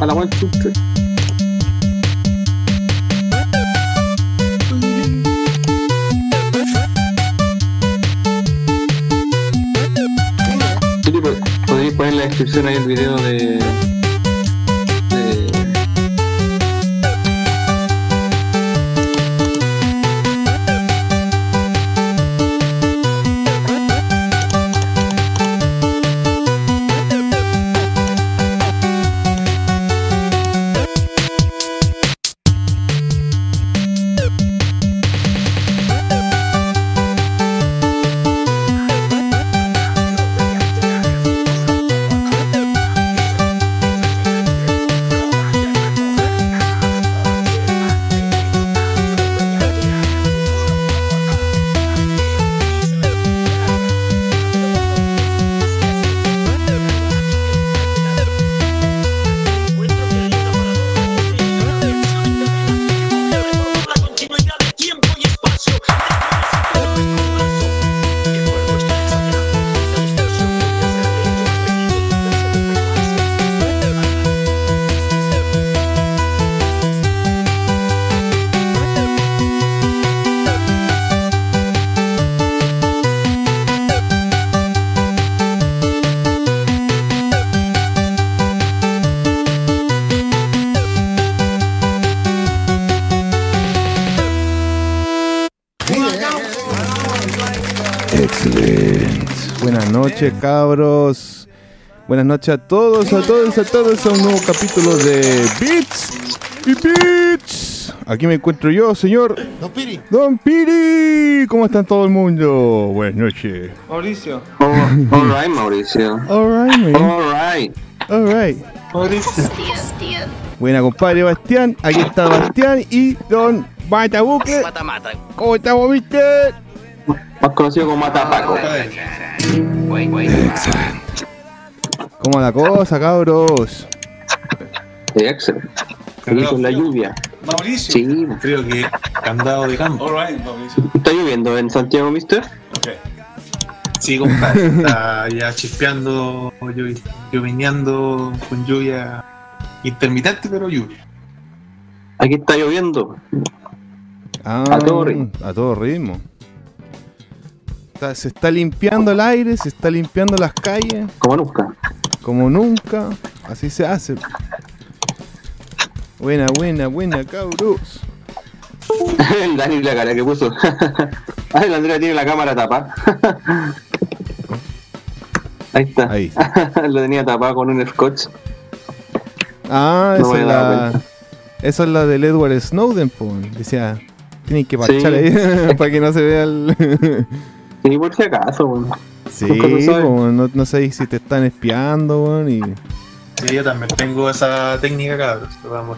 A la 1, 2, 3. Podéis poner en la descripción ahí el video de noches, cabros. Buenas noches a todos, a un nuevo capítulo de Beats y Beats. Aquí me encuentro yo, señor Don Piri. ¿Cómo están todo el mundo? Buenas noches, Mauricio. Alright, Mauricio. Alright, Mauricio. Buena, compadre Bastián. Aquí está Bastián y Don Matabucle. ¿Cómo estamos, mister? Más conocido como Matapaco. Excelente. ¿Cómo la cosa, cabros? Excelente. Aquí con la lluvia. Mauricio. Sí. Creo que candado de campo. Alright, Mauricio. ¿Está lloviendo en Santiago, mister? Okay. Sí, compadre. Está ya chispeando, llovineando con lluvia intermitente, pero lluvia. Aquí está lloviendo. A todo ritmo. Se está limpiando el aire, se está limpiando las calles. Como nunca. Así se hace. Buena, cabros. El Dani la cara que puso. Ay, el Andrea tiene la cámara tapada. Ahí está. Ahí. Lo tenía tapado con un scotch. Ah, No esa es la del Edward Snowden, po. Decía, tienen que parchar ahí para que no se vea el... Sí, por si acaso, bueno. Sí, como no sabéis si te están espiando, bueno, y... Sí, yo también tengo esa técnica, cabros. Vamos.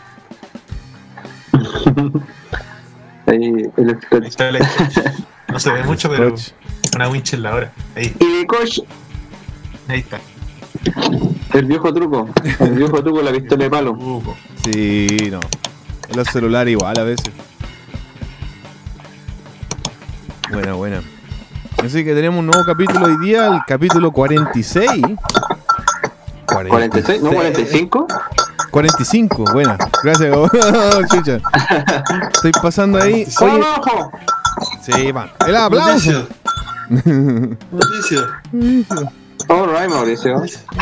Ahí el Ahí scotch. está el no se ve mucho, pero una winch en la hora. Ahí. Y de coche. Ahí está. El viejo truco, la pistola de palo. Sí, no. En los celulares igual a veces. Buena. Así que tenemos un nuevo capítulo hoy día, el capítulo 46. 46, ¿no? 45. 45, buena. Gracias, chucha. Estoy pasando ahí. Oye, sí, va. El aplauso. Mauricio. Alright, Mauricio.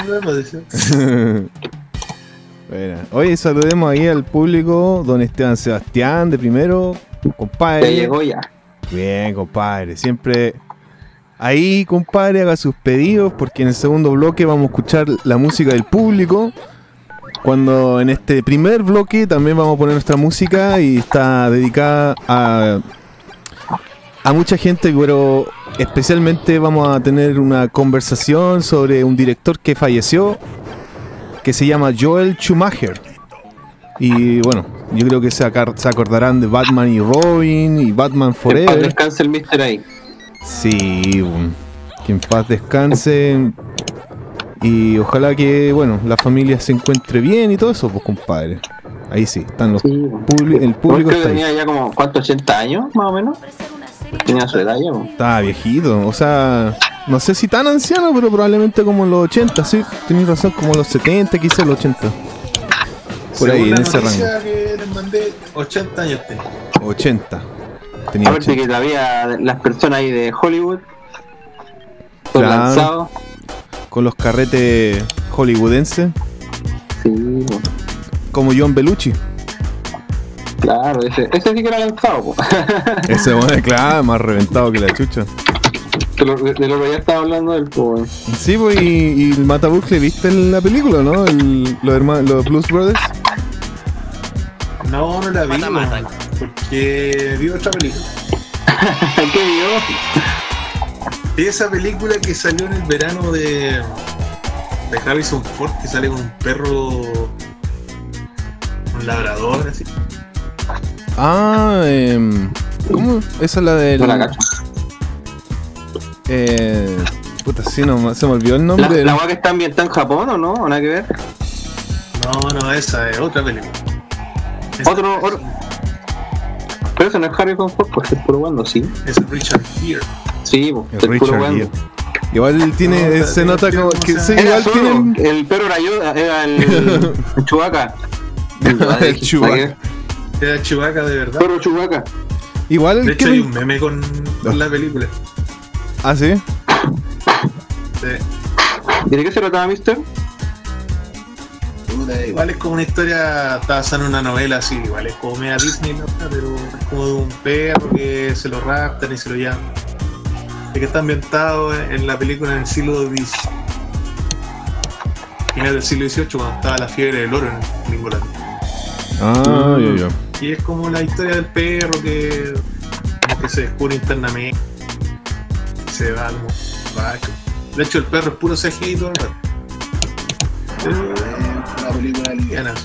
Buena. Oye, saludemos ahí al público. Don Esteban Sebastián, de primero. Compadre. Te llegó ya. Bien, compadre. Siempre ahí, compadre, haga sus pedidos, porque en el segundo bloque vamos a escuchar la música del público. Cuando en este primer bloque también vamos a poner nuestra música y está dedicada a mucha gente, pero especialmente vamos a tener una conversación sobre un director que falleció, que se llama Joel Schumacher. Y bueno, yo creo que se acordarán de Batman y Robin y Batman Forever. Que en paz descanse el mister ahí. Sí, que en paz descanse. Y ojalá que, bueno, la familia se encuentre bien y todo eso, pues, compadre. Ahí sí, están los Sí, el público está está ahí. tenía ya como, ¿cuánto? 80 años, más o menos. Tenía su edad ya, ¿no? Estaba viejito, o sea, no sé si tan anciano, pero probablemente como en los 80, sí, tenés razón, como los 70, quizás los 80. Por ahí, Según en la ese noticia rango. que les mandé, 80 años tenía. 80. Tenía Aparte 80. que todavía las personas ahí de Hollywood son Claro. lanzados. Con los carretes hollywoodenses. Sí, po. Como John Belushi. Claro, ese sí que era lanzado, po. Ese bueno, claro, más reventado que la chucha. De lo que ya estaba hablando del po. Sí, pues, y Matabucle, ¿viste la película, no? Los Blues Brothers. No, no la vi, Mata, mata. weón, porque vi otra película. ¿Qué vio? Y esa película que salió en el verano de Harrison Ford, que sale con un perro, un labrador, así. Ah, ¿cómo? Esa es la del. No la cacho. Puta, sí, no, se me olvidó el nombre. ¿La weá que está ambientada en Japón o no? ¿O nada que ver? No, esa es otra película. Esa- Otro. Pero eso no es Harrison Ford, pues es puro Wando, sí. Es Richard Gere. Sí, pues, El es puro Richard Wando. Gere. Igual tiene, No, se nota como ¿cómo que se sí, llama? Era igual solo, tiene el perro era el Chewbacca. el Chewbacca. Era Chewbacca de verdad. Perro Chewbacca. Igual De hecho, que hay un meme con la película. Ah, sí. Sí. ¿Y de qué se trataba, mister? Puta, igual es como una historia, está basada en una novela así, igual es como media Disney, ¿no? Pero es como de un perro que se lo raptan y se lo llaman. De que está ambientado en la película en el siglo X. Final del siglo XVIII, cuando estaba la fiebre del oro en Inglaterra. Ah, ya. Y es como la historia del perro como que se descubre internamente. Se va como vaca. De hecho, el perro es puro CGI y todo el rato. Pero es una película liviana.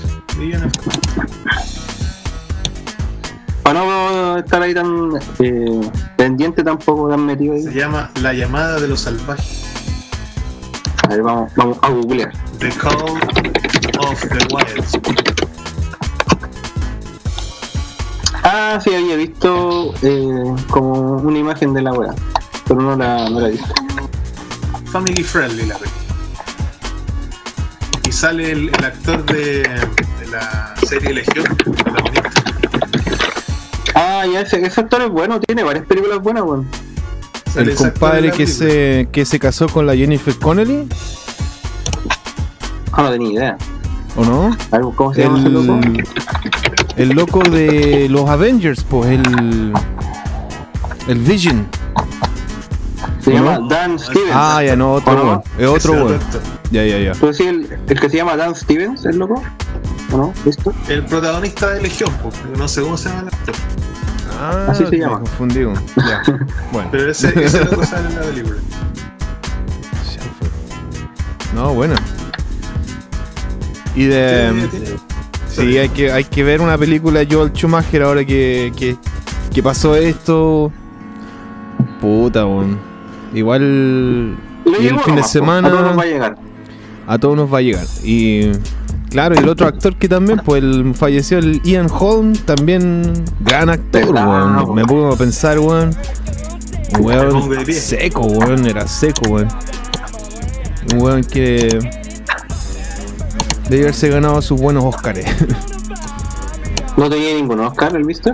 Para no estar ahí tan pendiente tampoco, tan metido ahí. Se llama La llamada de los salvajes. A ver, vamos a googlear. The Call of the Wild. Ah, sí, había visto como una imagen de la wea, pero no la he visto. Family friendly la película. Y sale el actor de la serie Legión, el protagonista. Ah, ya, ese actor es bueno, tiene varias películas buenas, weón. Sale El ese actor compadre en la película. que se casó con la Jennifer Connelly, Ah, no tenía idea. ¿o no? A ver, ¿cómo se llama ese loco? El loco de los Avengers, pues el Vision. Se ¿o llama no? Dan Stevens. Ah, ya no, otro ¿O no? weón. Es otro Ese weón. actor. Ya. ¿Tú decís el que se llama Dan Stevens, el loco? ¿O no? ¿Listo? El protagonista de Legión, porque no sé cómo se llama el actor. Ah, Así se me llama. confundí. Ya. Bueno. Pero ese loco sale en la película. No, bueno. Y de sí, hay que ver una película de Joel Schumacher ahora que pasó esto. Puta, weón. Igual Le y el llegó fin de nomás, semana a todos nos va a llegar. a todos nos va a llegar. Y claro, y el otro actor que también, pues falleció el Ian Holm, también gran actor, ¿Verdad, weón. weón? Me pongo a pensar, weón. Un Me pongo weón de pie. seco, weón, era seco, weón. Un weón que debe haberse ganado sus buenos Óscares. ¿No tenía ningún Oscar el mister?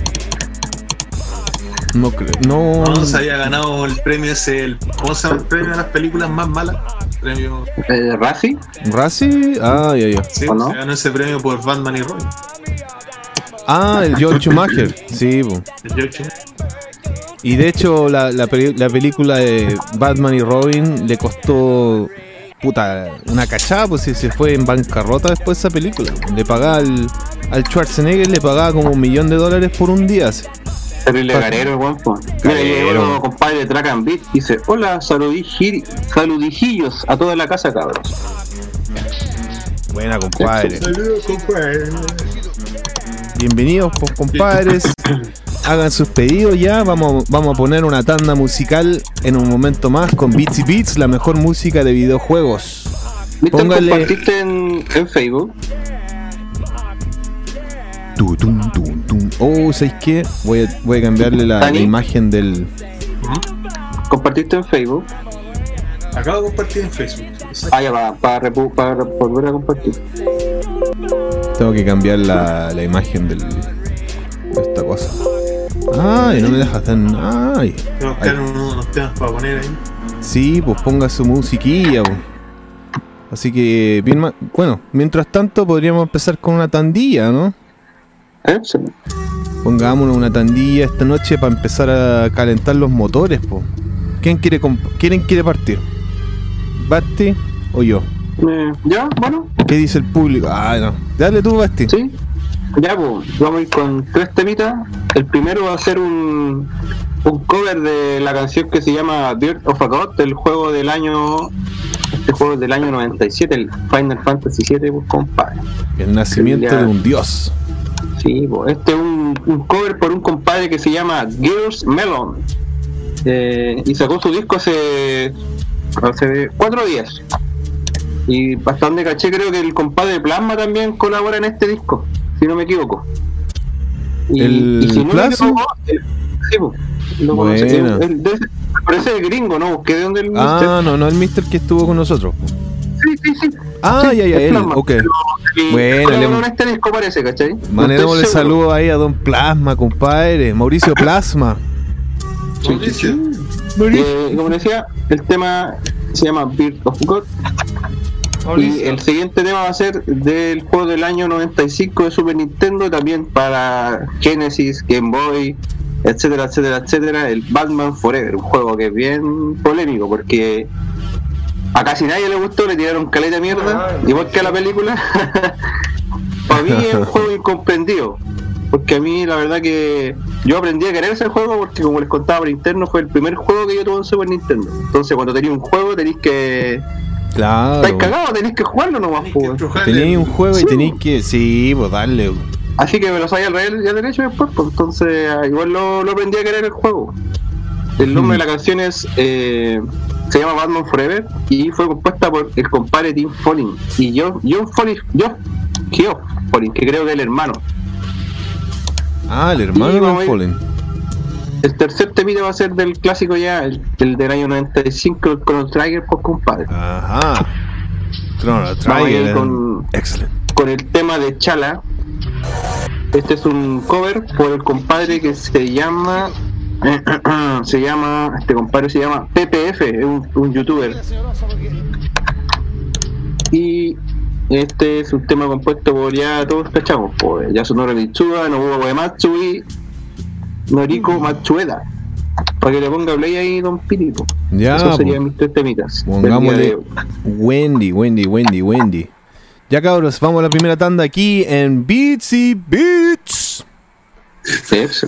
No creo, no. No, se había ganado el premio ese, ¿cómo se llama el premio a las películas más malas? Premio. ¿Razzie? ¿Razzie? Ah, ya. Sí, ¿O no? se ganó ese premio por Batman y Robin. Ah, el Joel Schumacher, sí, po. El George. Y de hecho la película de Batman y Robin le costó puta una cachada, pues si se fue en bancarrota después de esa película. Le pagaba al Schwarzenegger, le pagaba como $1 millón por un día. Terrible carero el guapo. Mira, Carero. llegó compadre de Track and Beat y dice: hola, saludijillos a toda la casa, cabros. Buena, compadre. Saludos, compadre. Bienvenidos, pues, compadres. Hagan sus pedidos ya. Vamos a poner una tanda musical en un momento más con Beats y Beats, la mejor música de videojuegos. ¿Viste? Póngale- Compartiste en Facebook. Oh, ¿sabéis qué? Voy a cambiarle la Dani. imagen del. Compartiste en Facebook. Acabo de compartir en Facebook. Ah, ya va, para volver a compartir. Tengo que cambiar la imagen de esta cosa. Ay, no me deja hacer nada. Ay. Tenemos que dar unos temas para poner ahí. Sí, pues ponga su musiquilla, pues. Así que, bien, bueno, mientras tanto podríamos empezar con una tandilla, ¿no? Sí. Pongámonos una tandilla esta noche para empezar a calentar los motores, pues. ¿Quién quiere partir? ¿Basti o yo? ¿Ya? Bueno. ¿Qué dice el público? Ah, no. Dale tú, Basti. Sí. Ya, pues, vamos a ir con 3 temitas. El primero va a ser un cover de la canción que se llama Birth of a God, del juego del año... Este juego es del año 97, el Final Fantasy VII, pues, compadre. El nacimiento de un dios. Sí, pues, este es un cover por un compadre que se llama Gears Melon. Y sacó su disco hace 4 días. Y hasta donde caché, creo que el compadre Plasma también colabora en este disco, si no me equivoco. ¿El si no Plasma? me equivoco, sí, pues, lo conoce. Parece el gringo, ¿no? ¿Qué de dónde el Mister? No, el Mister que estuvo con nosotros. Sí. Ah, sí, ya, él, Plasma, ok. Bueno, en este disco parece, ¿cachai? Mandémosle saludos ahí a Don Plasma, compadre. Mauricio Plasma. Mauricio. Como decía, el tema se llama Birth of God. Y el siguiente tema va a ser del juego del año 95 de Super Nintendo, también para Genesis, Game Boy, etcétera, el Batman Forever, un juego que es bien polémico porque a casi nadie le gustó, le tiraron caleta de mierda, igual que a la película. Para mí es un juego incomprendido, porque a mí la verdad que yo aprendí a querer ese juego porque, como les contaba por interno, fue el primer juego que yo tuve en Super Nintendo. Entonces cuando tenéis un juego tenéis que... Claro. Estáis cagados, tenéis que jugarlo nomás, pues. Tenéis un juego y tenéis que... Sí, pues darle. Así que me lo sabía al revés y al derecho después, pues entonces igual lo aprendí a querer el juego. El nombre de la canción es se llama Batman Forever y fue compuesta por el compadre Tim Follin y Geoff Follin, que creo que es el hermano. Ah, el hermano de Tim Follin. El tercer temita va a ser del clásico ya, el del año 95, el Chrono Trigger, pues compadre. Ajá. Chrono Trigger. Excelente. Con el tema de Chala. Este es un cover por el compadre que se llama este compadre se llama PPF, es un youtuber. Y este es un tema compuesto por ya todos cachamos, por Yasunori Mitsuda, Nobuo Uematsu y Noriko Matsueda. Para que le ponga play ahí, don Pilipo. Ya, esos serían mis 3 temitas. Pongámosle Wendy. Ya, cabros, vamos a la primera tanda aquí en Beatsy Beats. Eso.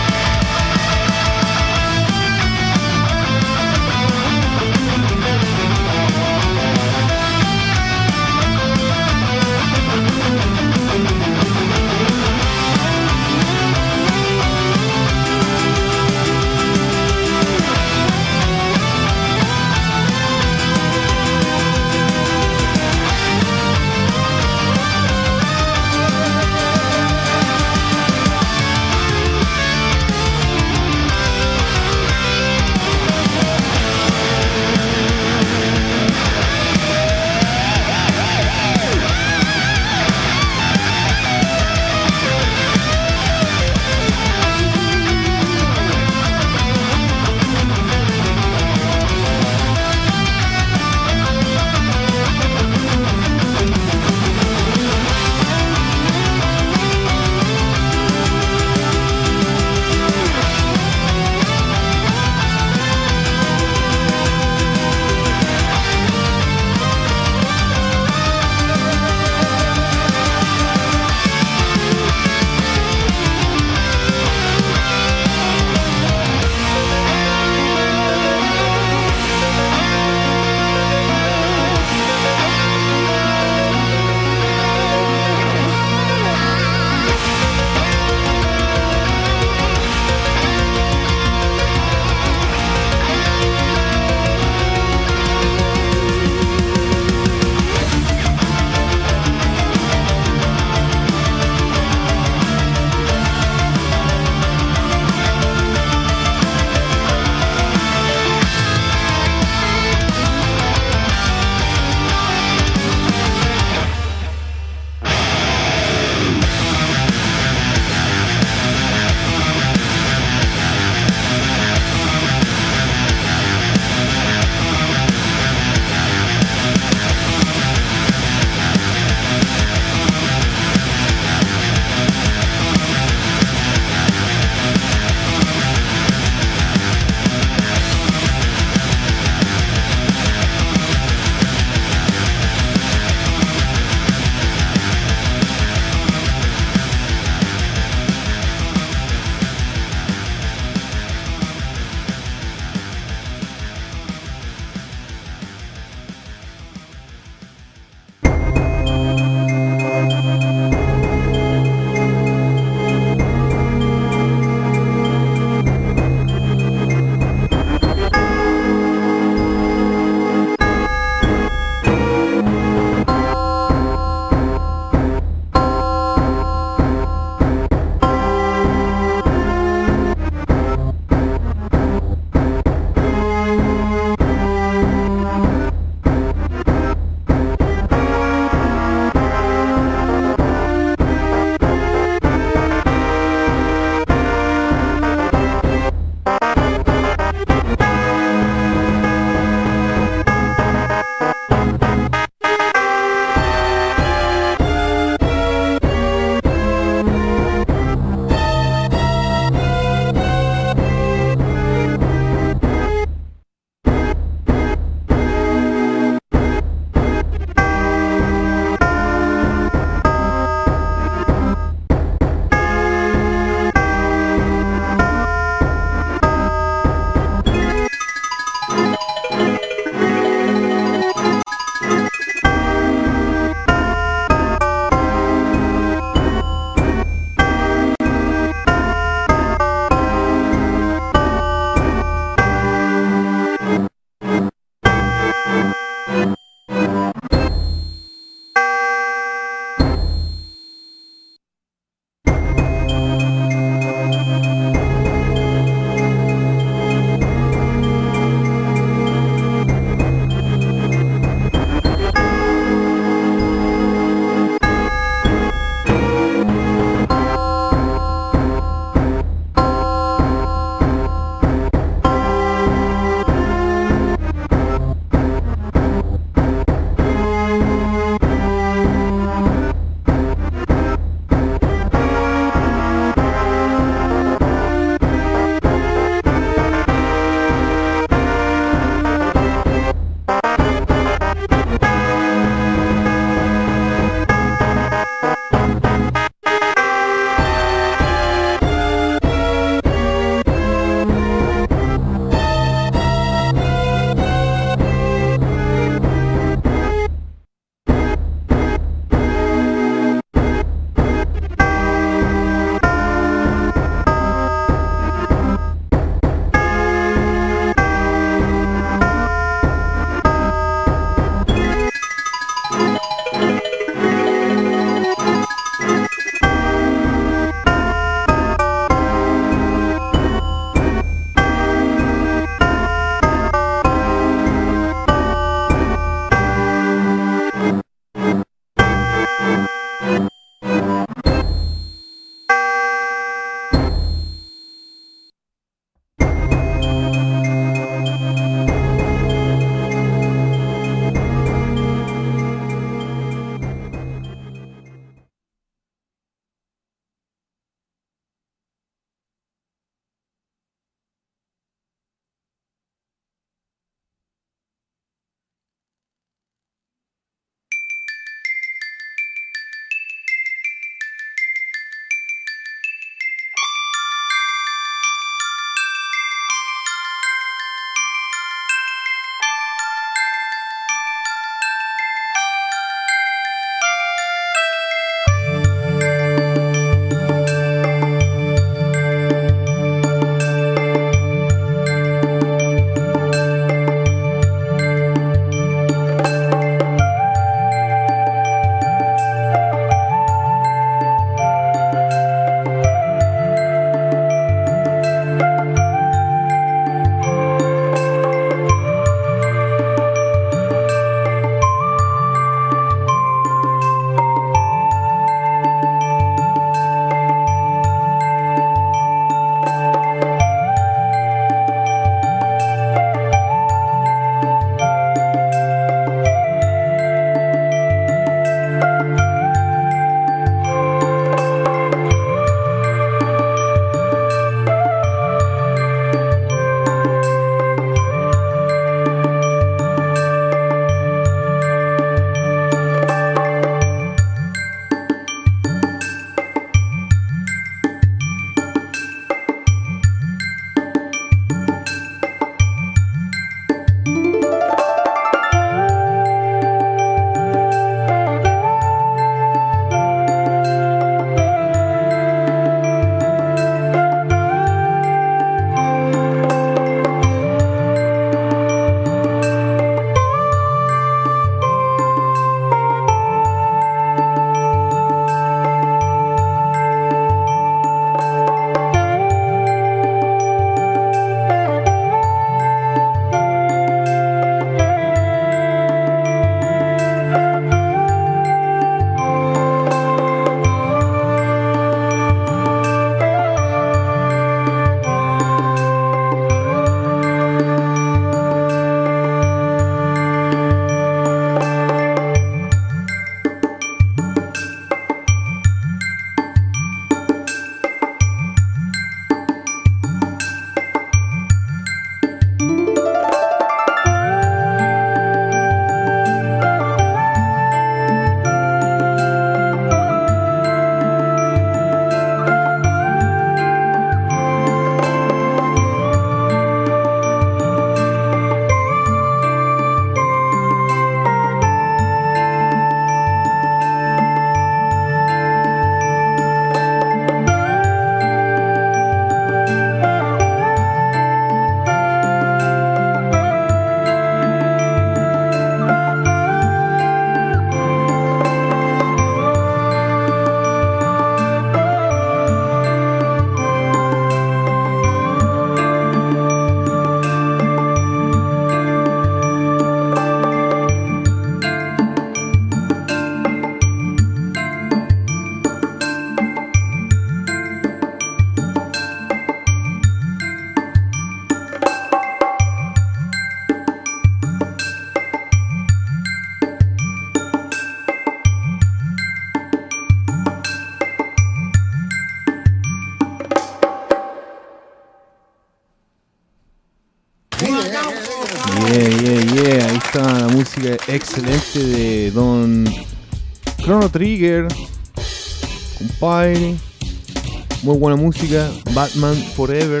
excelente de Don Chrono Trigger, compadre. Muy buena música. Batman Forever.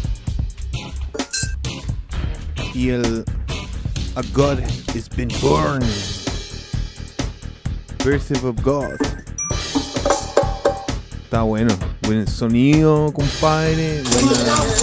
Y el A God Has Been Born. Birth of God. Está bueno. Buen sonido, compadre. Buena.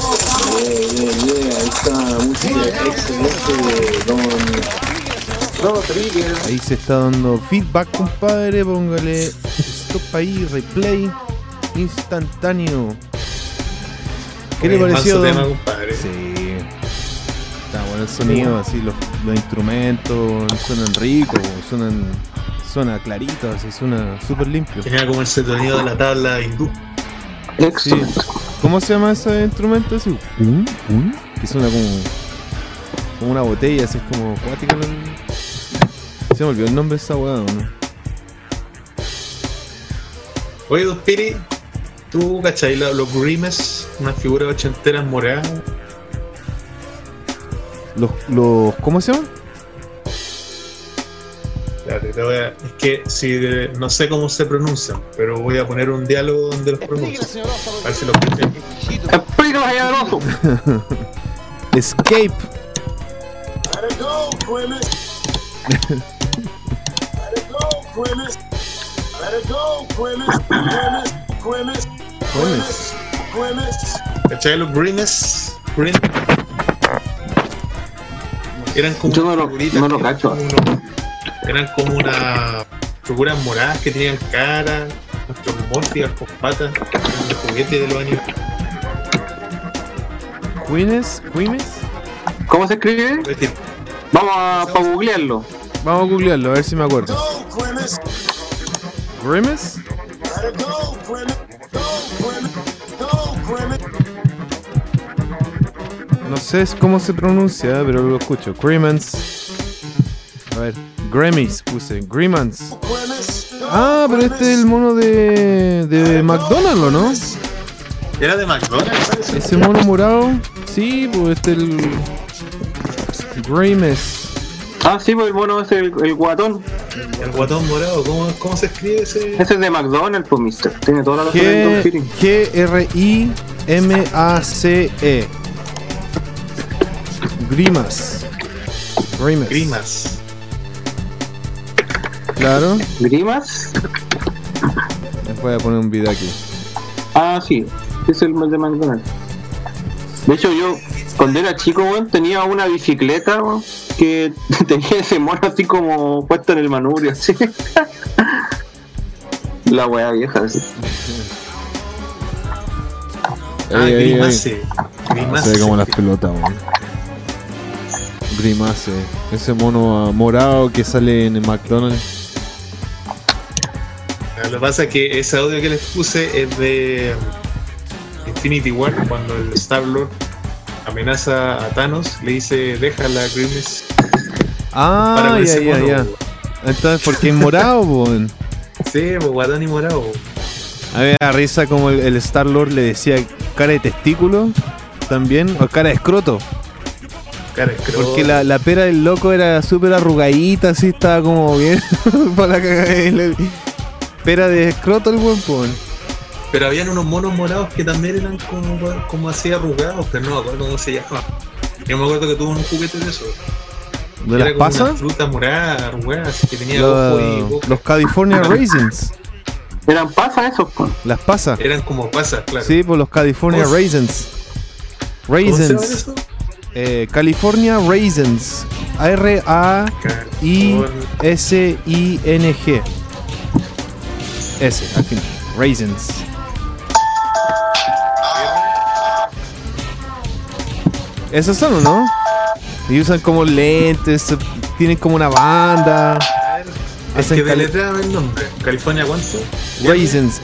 Ahí está la música excelente de Don Chrono Trigger. Ahí se está dando feedback, compadre. Póngale stop ahí, replay instantáneo. ¿Qué le pareció? Tema, compadre. Sí. Está bueno el sonido, así los instrumentos suenan ricos, suena clarito, así suena súper limpio. Tenía como el sonido de la tabla hindú. Sí. ¿Cómo se llama ese instrumento? Así, que suena como una botella, así es como acuática. Se me olvidó el nombre de esa weá, ¿no? Oye, Don Piri, ¿tú cachai los Grimes? Unas figuras ochenteras moradas. Los ¿cómo se llaman? Espérate, es que no sé cómo se pronuncian, pero voy a poner un diálogo donde los pronuncio. A ver si los escuchan. Explícalo, generoso. Escape. Let it go, Grimace. Let it go, Grimace. Let it go, Grimace. Grimace. ¿Cachai los Grimes? Eran como Yo no figuritas, lo cacho. eran como unas figuras moradas que tenían cara, nuestros mórficas con patas, de juguete de los años. ¿Queens? ¿Cómo se escribe? Vamos a googlearlo. Vamos a googlearlo, a ver si me acuerdo. Go, Grimace. ¿Grimace? Let it go, Grimace. Go, Grimace. No sé cómo se pronuncia, pero lo escucho. Grimace. A ver, Grammys puse. Grimace. Ah, pero este es el mono de McDonald's, ¿o no? ¿Era de McDonald's, parece? Ese mono morado. Sí, pues este es el Grimace. Ah, sí, pues el mono es el guatón. El guatón morado, ¿cómo se escribe ese? Ese es de McDonald's, pues, mister. Tiene toda la razón en Don Piri. Grimace. Grimas. Claro. ¿Grimas? Les voy a poner un video aquí. Ah, sí. Es el de McDonald's. De hecho, yo, cuando era chico, weón, tenía una bicicleta, weón, que tenía ese mono así como puesto en el manubrio, así. La weá vieja, así. Grimace. Se ve como las pelotas, weón. Grimace. Ese mono morado que sale en el McDonald's. Lo que pasa es que ese audio que les puse es de Infinity War, cuando el Star-Lord amenaza a Thanos, le dice, déjala, Grimace. Ah, ya. Entonces, ¿por qué es morado, weón? Sí, pues guatón y morado. A mí me da risa como el Star-Lord le decía cara de testículo también, o cara de escroto. Cara, escroto. Porque la pera del loco era súper arrugadita, así estaba como bien para la cagada. Pera de escroto el buen pon. Pero habían unos monos morados que también eran como así arrugados, pero no me acuerdo cómo se llama. Yo me acuerdo que tuvo un juguete de eso. ¿De Era las como pasas? una fruta morada, arrugada, así que tenía ojo y boca. Los California Raisins. Eran pasas esos, pues. Las pasas. Eran como pasas, claro. Sí, pues los California ¿Cómo se- Raisins. ¿Cómo se llama Raisins. eso? California Raisins. RAISING. S, al final. Raisins. Esos son, ¿o no? Y usan como lentes, tienen como una banda. Es Hacen que deletréame el nombre. ¿California cuánto? Raisins.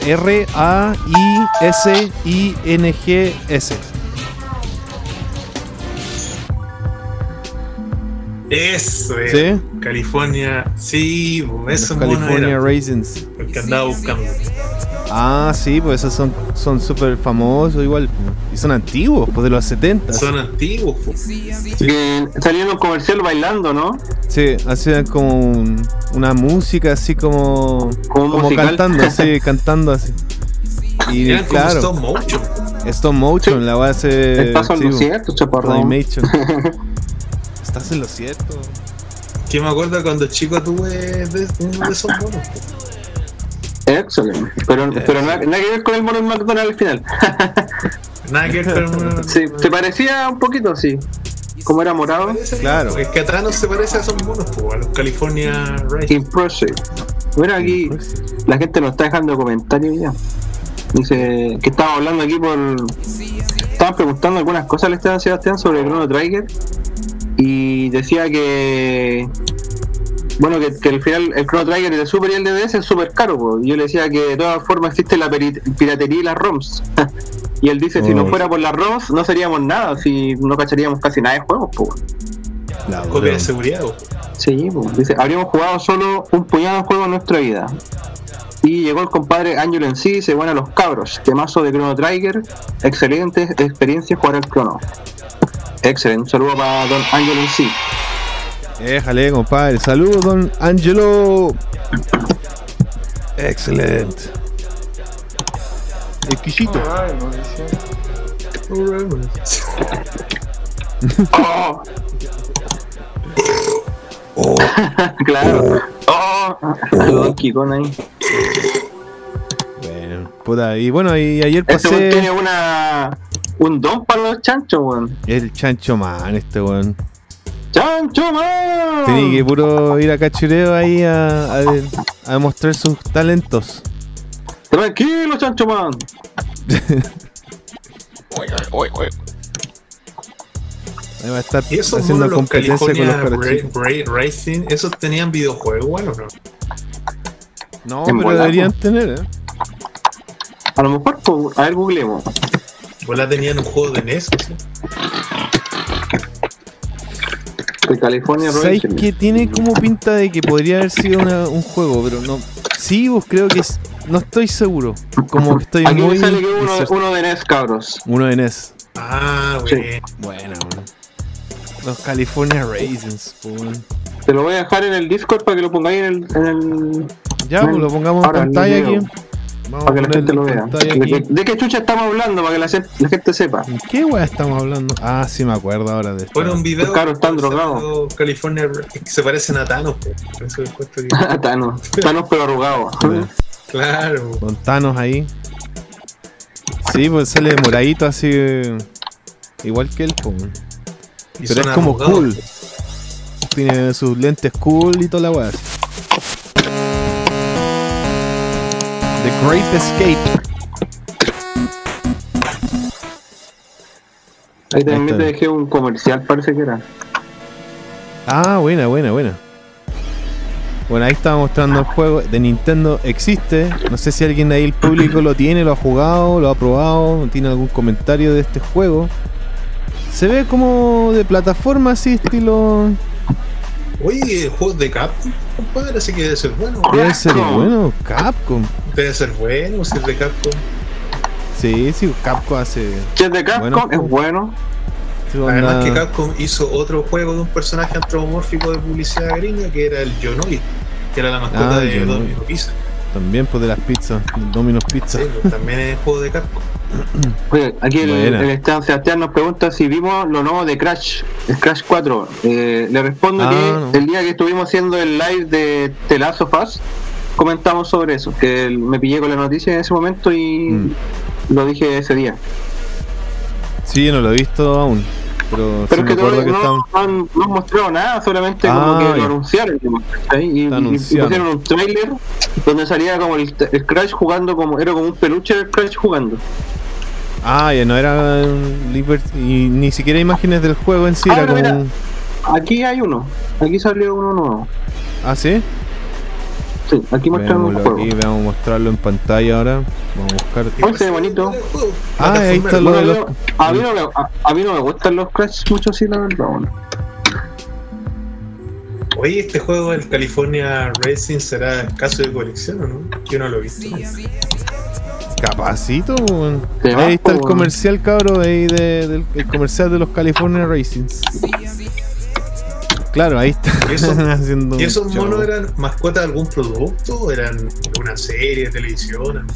RAISINGS. Eso es. ¿Sí? California. Sí, pues, esos monos California eran Raisins. el que andaba buscando. Ah, sí, pues esos son súper famosos igual. Y son antiguos, pues de los 70. Son antiguos, pues. Que salieron en un comercial bailando, ¿no? Sí, hacían como una música así como musical. cantando, sí, cantando así. Y Eran como claro, stop motion. stop motion, Sí. la base. Estás en lo cierto, chaparrón. Animation. Estás en lo cierto. Que me acuerdo cuando chico tuve uno de esos monos. Excelente. Pero nada que ver con el mono en McDonald's al final. Nada que ver con. Sí, se parecía un poquito, sí. Como era morado. Claro. Es que a Thanos se parece a esos monos, pues, a los California Raisins. Impressive. Bueno, aquí la gente nos está dejando comentarios ya. Dice que estaba hablando aquí estaban preguntando algunas cosas al Esteban Sebastián sobre el Chrono Trigger. Y decía que bueno, que al final el Chrono Trigger de Super y el DDS es súper caro, po. Y yo le decía que de todas formas existe la piratería y las ROMs. Y él dice, si no fuera por las ROMs no seríamos nada, si no cacharíamos casi nada de juegos, po. Copia de seguridad, po. Sí, po. Dice, habríamos jugado solo un puñado de juegos en nuestra vida. Y llegó el compadre Angelo en sí, dice, bueno, los cabros, temazo de Chrono Trigger, excelente experiencia jugar al Chrono. Excelente, un saludo para don Angelo en sí. Déjale, compadre. Saludos, don Angelo. Excelente. Exquisito. Oh. Claro. Donkey Kong ahí. Bueno, puta, y bueno, y ayer Este weón pasé. tiene un don para los chanchos, weón. El chancho man, este weón. ¡Chancho man! Tenía que puro ir a cachureo ahí a demostrar sus talentos. Tranquilo, chancho man. Ahí va a estar Y esos haciendo monos, los competencia con los California carachos. Racing, esos tenían videojuegos, bueno, ¿no? No, En pero bola, deberían po. tener, A lo mejor, pues, a ver, googleemos. Pues la tenían un juego de NES, ¿sí? De California ¿Sabéis Racing. que tiene como pinta de que podría haber sido un juego? Pero no. Sí, vos creo que no estoy seguro. Como que estoy Aquí muy. me sale que incerto. uno de NES, cabros. Uno de NES. Ah, Sí. güey. Bueno, los California Raisins, po, weón. Te lo voy a dejar en el Discord para que lo pongáis en el Ya, pues lo pongamos Ahora, en pantalla el video, aquí. Vamos para que la a gente lo poner vea. en pantalla aquí. ¿De qué chucha estamos hablando? Para que la gente sepa. ¿En qué weá estamos hablando? Ah, sí me acuerdo ahora de esto. Fueron un video. Los cabros están que drogados. salió California que se parecen a Thanos, po. Por eso encuentro que. Thanos pero arrugado. Claro. Con Thanos ahí. Sí, pues sale moradito así. Igual que él, po. Y Pero son es como arrugados, cool. po. Tiene sus lentes cool y toda la weá. The Great Escape. Ahí también Ahí está. te dejé un comercial, parece que era. Ah, buena. Bueno, ahí estaba mostrando el juego de Nintendo. Existe. No sé si alguien de ahí, el público, lo tiene, lo ha jugado, lo ha probado, tiene algún comentario de este juego. Se ve como de plataforma así, estilo. Oye, juegos de Capcom, compadre, así que debe ser bueno. Debe ser bueno, Capcom. Debe ser bueno si es de Capcom. Sí, Capcom hace. Que es de Capcom, Bueno, es bueno. sí, onda- Además que Capcom hizo otro juego de un personaje antropomórfico de publicidad gringa que era el Yonoid, que era la mascota el de Yonoid. Domino Pizza. También pues de las pizzas, Domino's Pizza. Sí, pues, también es juego de Capcom. Oye, aquí Buena. el Esteban Sebastián nos pregunta si vimos lo nuevo de Crash, el Crash 4. Le respondo que no. el día que estuvimos haciendo el live de The Last of Us, comentamos sobre eso, que me pillé con la noticia en ese momento y lo dije ese día. Sí, yo no lo he visto aún. Pero, Pero sí es que me acuerdo que todavía estamos. no han mostrado nada, solamente como que ya. lo anunciaron. ¿cachai? Y Está anunciado. pusieron un trailer donde salía como el Crash jugando, era como un peluche del Crash jugando. Ah, ya no era Liberty, y ni siquiera imágenes del juego en sí, era como mira, un... aquí hay uno, aquí salió uno nuevo. Ah, ¿sí? Sí, aquí muestran un Veámoslo juego. aquí, vamos a mostrarlo en pantalla ahora. Vamos a buscar. Oh, se ve bonito. Ah, ahí está lo de Bueno, los... a mí no me gustan los Crash mucho así, la verdad. Bueno. Oye, este juego, el California Racing, ¿será caso de colección o no? Yo no lo he visto. Capacito, weón. Te Ahí está el bajo, comercial, cabro, ahí del el comercial de los California Racings. Claro, ahí está. ¿Y esos, haciendo ¿y esos un show. monos eran mascotas de algún producto o eran una serie de televisión?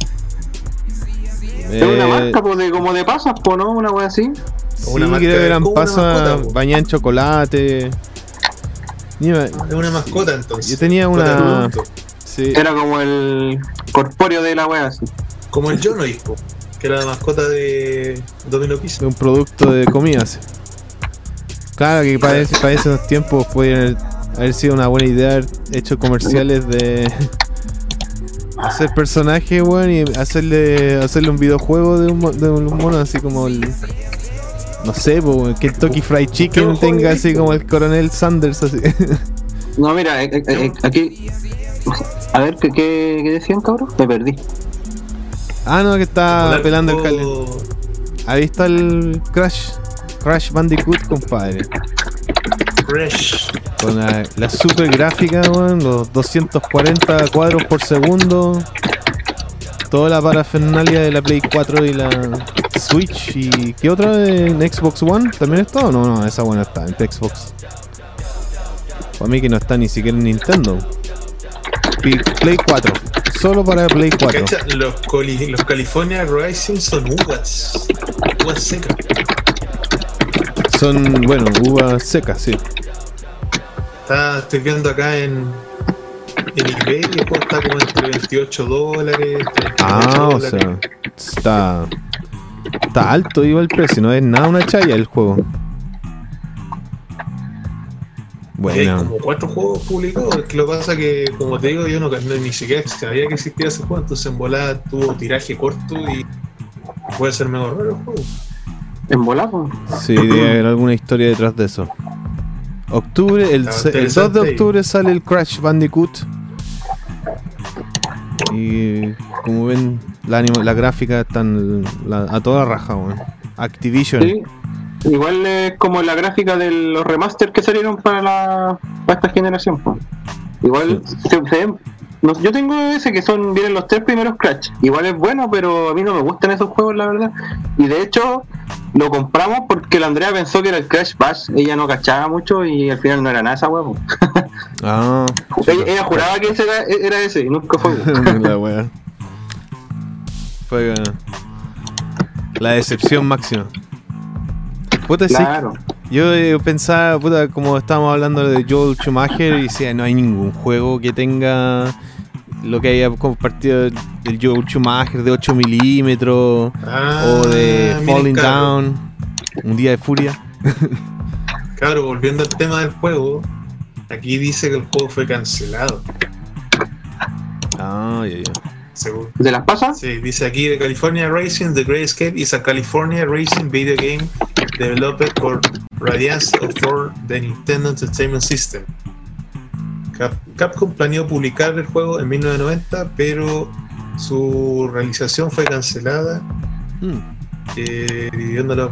Es una marca pues, como de pasas, pues, ¿no? Una wea así. Sí, una marca creo que de- eran como una pasas mascota, po. bañadas en chocolate. Mira, Es una mascota entonces. yo tenía Mascota de una. producto. Sí. Era como el corpóreo de la wea así. Como el Jonoid, po, que era la mascota de Domino Pizza. Un producto de comida, sí. Claro que para esos tiempos podría haber sido una buena idea haber hecho comerciales de hacer personajes, weón, y hacerle un videojuego de un mono así como el. No sé, po, el Kentucky Fried Chicken juego tenga de así disco? como el Coronel Sanders así. No, mira, aquí. A ver, ¿qué decían, cabrón? Me perdí. Ah, no, que está Volar pelando el cable. juego- Ahí está el Crash Bandicoot, compadre. Crash. Con la super gráfica, weón, los 240 cuadros por segundo. Toda la parafernalia de la Play 4 y la Switch. ¿Y qué otra en Xbox One? ¿También está o no? No, esa buena está en Xbox. Para mí que no está ni siquiera en Nintendo. Play 4. Solo para Play 4. ¿Cacha? Los California Rising son uvas. Uvas secas. Son, bueno, uvas secas, sí. Estoy viendo acá en eBay y el juego está como entre $28, Ah, o $38. sea, está alto igual el precio, no es nada una chaya el juego. Y hay Bueno, como 4 juegos publicados. Que lo que pasa que, como te digo, yo no ni siquiera sabía que existía ese juego. Entonces en volada tuvo tiraje corto y puede ser mejor raro el juego. En volado. sí, debe haber alguna historia detrás de eso. Octubre, el 2 de interesante. octubre sale el Crash Bandicoot. Y como ven, la gráfica están a toda raja, weón. Activision. Sí. Igual es como la gráfica de los remasters que salieron para esta generación. Pues. Igual se ven. Yo tengo ese que vienen los 3 primeros Crash. Igual es bueno, pero a mí no me gustan esos juegos, la verdad. Y de hecho, lo compramos porque la Andrea pensó que era el Crash Bash. Ella no cachaba mucho y al final no era nada esa huevo. Ah, Ella juraba que ese era ese y nunca fue. la wea. Fue la decepción máxima. Puta, Claro. sí, yo pensaba, puta, como estábamos hablando de Joel Schumacher, y decía, no hay ningún juego que tenga lo que haya compartido el Joel Schumacher de 8 milímetros o de miren, Falling cabro. Down, un día de furia. Claro, volviendo al tema del juego, aquí dice que el juego fue cancelado. Ah, ya. Según. ¿De las pasas? Sí, dice aquí The California Racing, The Grayscape is a California Racing video game developed for Radiance for the Nintendo Entertainment System. Capcom planeó publicar el juego en 1990, pero su realización fue cancelada, dividiéndola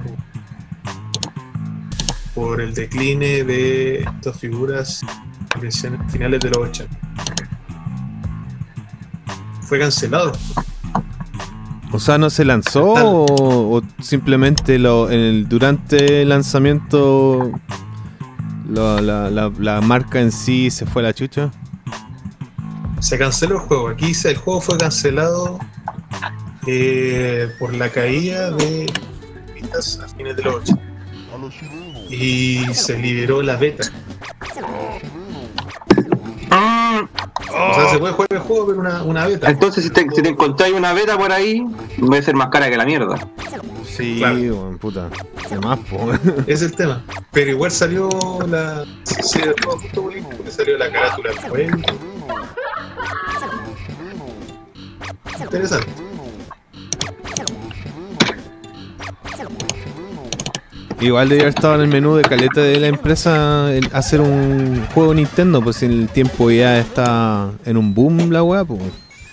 por el decline de estas figuras en finales de los 80. Fue cancelado. O sea, ¿no se lanzó o simplemente durante el lanzamiento la marca en sí se fue a la chucha? Se canceló el juego. Aquí dice el juego fue cancelado por la caída de vistas a fines de los 80. Y se liberó la beta. O sea, se puede jugar el juego, pero una beta. Entonces, si te encontráis una beta por ahí, va a ser más cara que la mierda. Sí, Claro. bueno, puta. ¿Qué más, po? Es el tema. Pero igual salió la. Sí, el juego justo porque salió la carátula del juego. Interesante. Igual debería haber estado en el menú de caleta de la empresa hacer un juego Nintendo, pues si el tiempo ya está en un boom la weá, pues.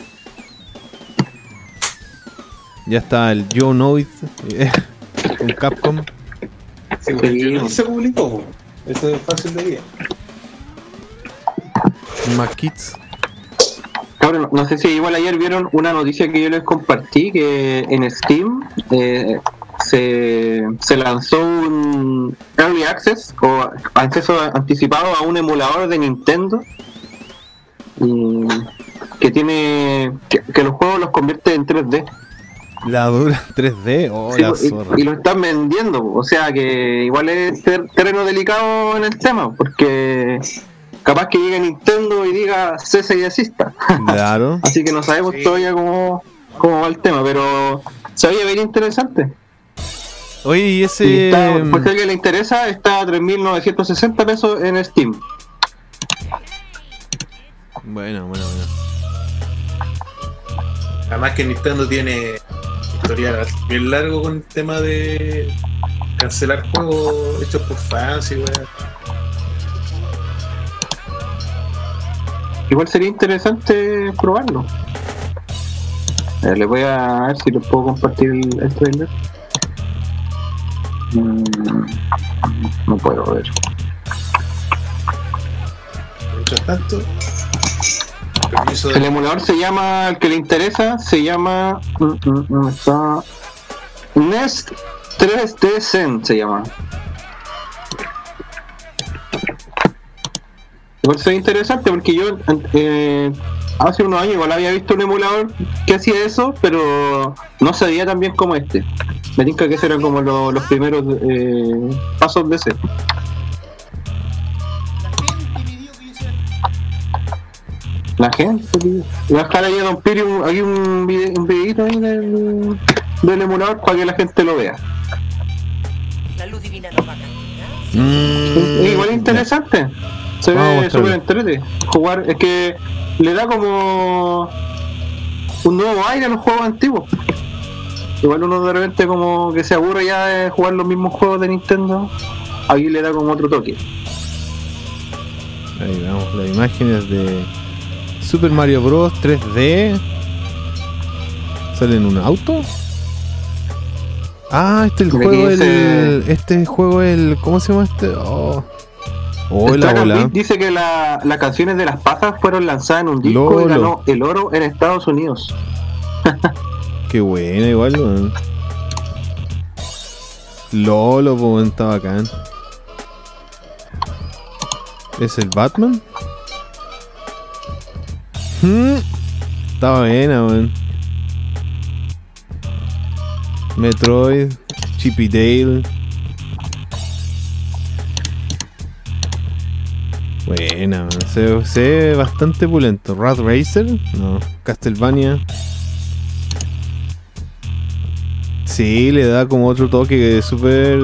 Ya está el Jonoid con Capcom. Sí, porque no se publicó. Eso es fácil de ver. más kits. Ahora, no sé si igual ayer vieron una noticia que yo les compartí, que en Steam se lanzó un Early Access o acceso anticipado a un emulador de Nintendo y que los juegos los convierte en 3D. La dura 3D, oh, Sí, la zorra. y lo están vendiendo, o sea que igual es terreno delicado en el tema, porque capaz que llegue Nintendo y diga cese y desista. Claro. Así que no sabemos Sí. todavía cómo va el tema, pero se veía bien interesante. Oye, y Y ese. está, por si a alguien le interesa, está a 3.960 pesos en Steam. Bueno. Además que Nintendo tiene historial bien largo con el tema de cancelar juegos hechos por fans y weón. Igual sería interesante probarlo. Les voy a ver si les puedo compartir el trailer. No puedo ver. Mientras tanto, permiso El de emulador se llama, al que le interesa, se llama ¿dónde está? Nest 3D Zen se llama. Igual sería interesante porque yo hace unos años igual había visto un emulador que hacía eso, pero no se veía tan bien como este. Me tinca que esos eran como los primeros pasos de ese. La gente, tío. Voy a dejar ahí a Don Piri un videito ahí del emulador para que la gente lo vea. La luz divina nos va a castigar. Es igual interesante. Se Vamos a ve mostrarlo. súper entrete. Jugar, es que le da como un nuevo aire a los juegos antiguos. Igual uno de repente como que se aburre ya de jugar los mismos juegos de Nintendo. Aquí le da como otro toque. Ahí vamos, las imágenes de Super Mario Bros 3D. ¿Sale en un auto? Ah, este es el Aquí juego dice- este juego el. ¿Cómo se llama este? Oh, la Tracker bola. Beat dice que las canciones de las pasas fueron lanzadas en un disco Lolo. y ganó el oro en Estados Unidos. Qué buena, igual, weón. Lolo, pues, está bacán. ¿Es el Batman? Está buena, weón. Metroid, Chip y Dale. Buena, weón. Se ve bastante pulento. Rat Racer, no. Castlevania. Sí, le da como otro toque súper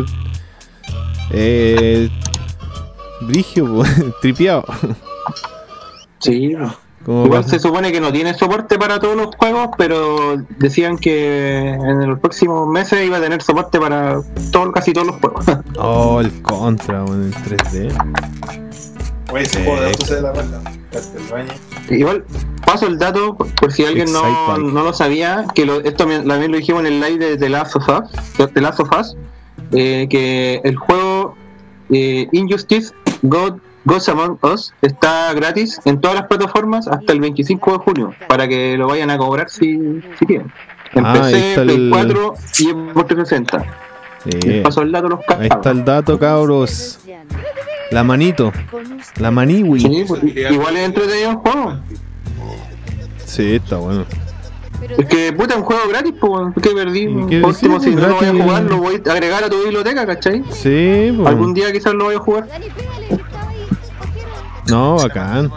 brigio, tripeado. Sí. Como Igual pasa- se supone que no tiene soporte para todos los juegos, pero decían que en los próximos meses iba a tener soporte para casi todos los juegos. Oh, el Contra, bueno, en 3D. Oye, ese juego de autos de la raja. Castlevania. Igual paso el dato por si alguien no Excitebike. lo sabía, que esto también lo dijimos en el live de The Last of Us, que el juego Injustice Gods Among Us está gratis en todas las plataformas hasta el 25 de junio, para que lo vayan a cobrar si quieren. En Ah, ahí PC, está Play el- 4 y en Xbox 360. Les paso el dato a los Ahí está el dato, cabros. La manito. La maniwi. Sí, pues, igual es entretenido el juego. Sí, está bueno. Es que puta, un juego gratis, pues, ¿qué perdí? ¿Y qué Por último, decir? si no lo voy a Gratis. jugar, lo voy a agregar a tu biblioteca, ¿cachai? Sí, pues. Algún día quizás lo voy a jugar. No, bacán.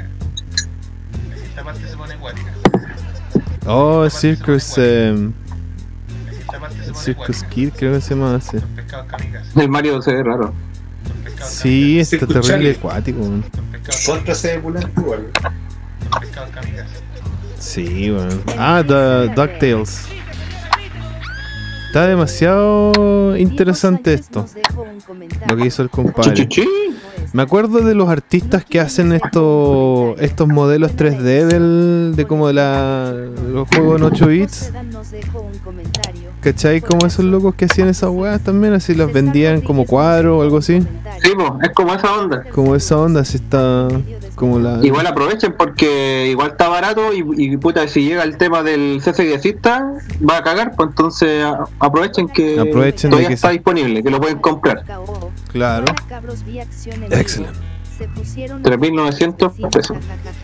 Esta parte se pone acuática. Oh, Circus. Esta parte se pone Circus Kid, creo que se llama así. Pescados kamikaze. El Mario se ve raro. Sí, está Circus terrible Charlie. acuático, weón. Contra se ve pulento igual. Pescado kamikaze. Sí, weón. Ah, DuckTales. Está demasiado interesante esto. Lo que hizo el compadre. Chichichi. Me acuerdo de los artistas que hacen estos modelos 3D de como de los juegos en 8 bits. ¿Cachai? Como esos locos que hacían esas weas también, así las vendían como cuadros o algo así. Sí, po, es como esa onda. Como esa onda, así como la... Igual aprovechen porque igual está barato y puta, si llega el tema del CC10ista va a cagar, pues entonces aprovechen que Aprovechen de todavía que está se- disponible, que lo pueden comprar. Claro. Excelente. 3.900 pesos.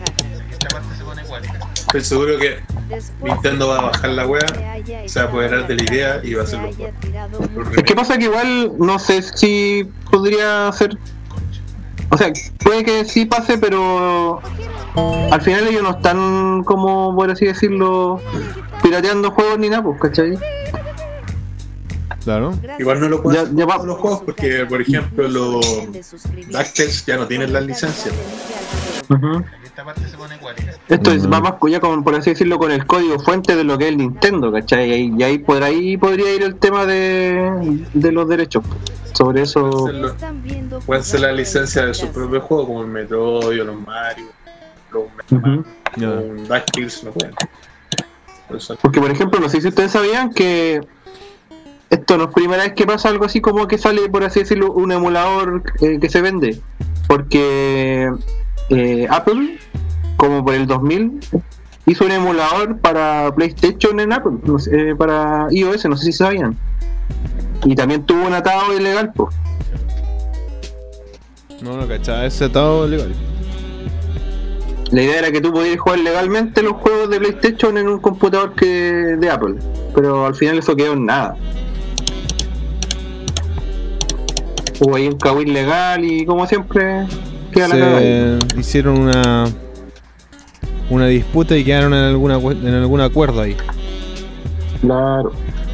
Estoy seguro que Nintendo va a bajar la wea, se va a apoderar de la idea y va a hacerlo. Es que pasa que igual no sé si podría ser. O sea, puede que sí pase, pero al final ellos no están, como por así decirlo, pirateando juegos ni nada, pues, ¿cachai? Claro. Igual no lo pueden hacer Ya va. todos los juegos porque, por ejemplo, los DuckTales ya no tienen la licencia. Ujú. Esto va más ya con, por así decirlo, con el código fuente de lo que es el Nintendo, ¿cachai? Y ahí podría ir el tema de los derechos. Sobre eso, Pueden ser la licencia de su propio juego, como el Metroid o los Mario, los Ujú. Ya. o un DuckTales, no pueden. Por eso- Porque, por ejemplo, no sé si ustedes sabían que esto no es primera vez que pasa algo así como que sale, por así decirlo, un emulador que se vende. Porque Apple, como por el 2000, hizo un emulador para PlayStation en Apple, no sé, para iOS, no sé si sabían. Y también tuvo un atado ilegal, pues. No, cachaba ese atado legal. La idea era que tú podías jugar legalmente los juegos de PlayStation en un computador de Apple, pero al final eso quedó en nada. Hubo ahí un cagüín ilegal y como siempre queda la cagada ahí. Se hicieron una disputa y quedaron en algún acuerdo ahí. Claro.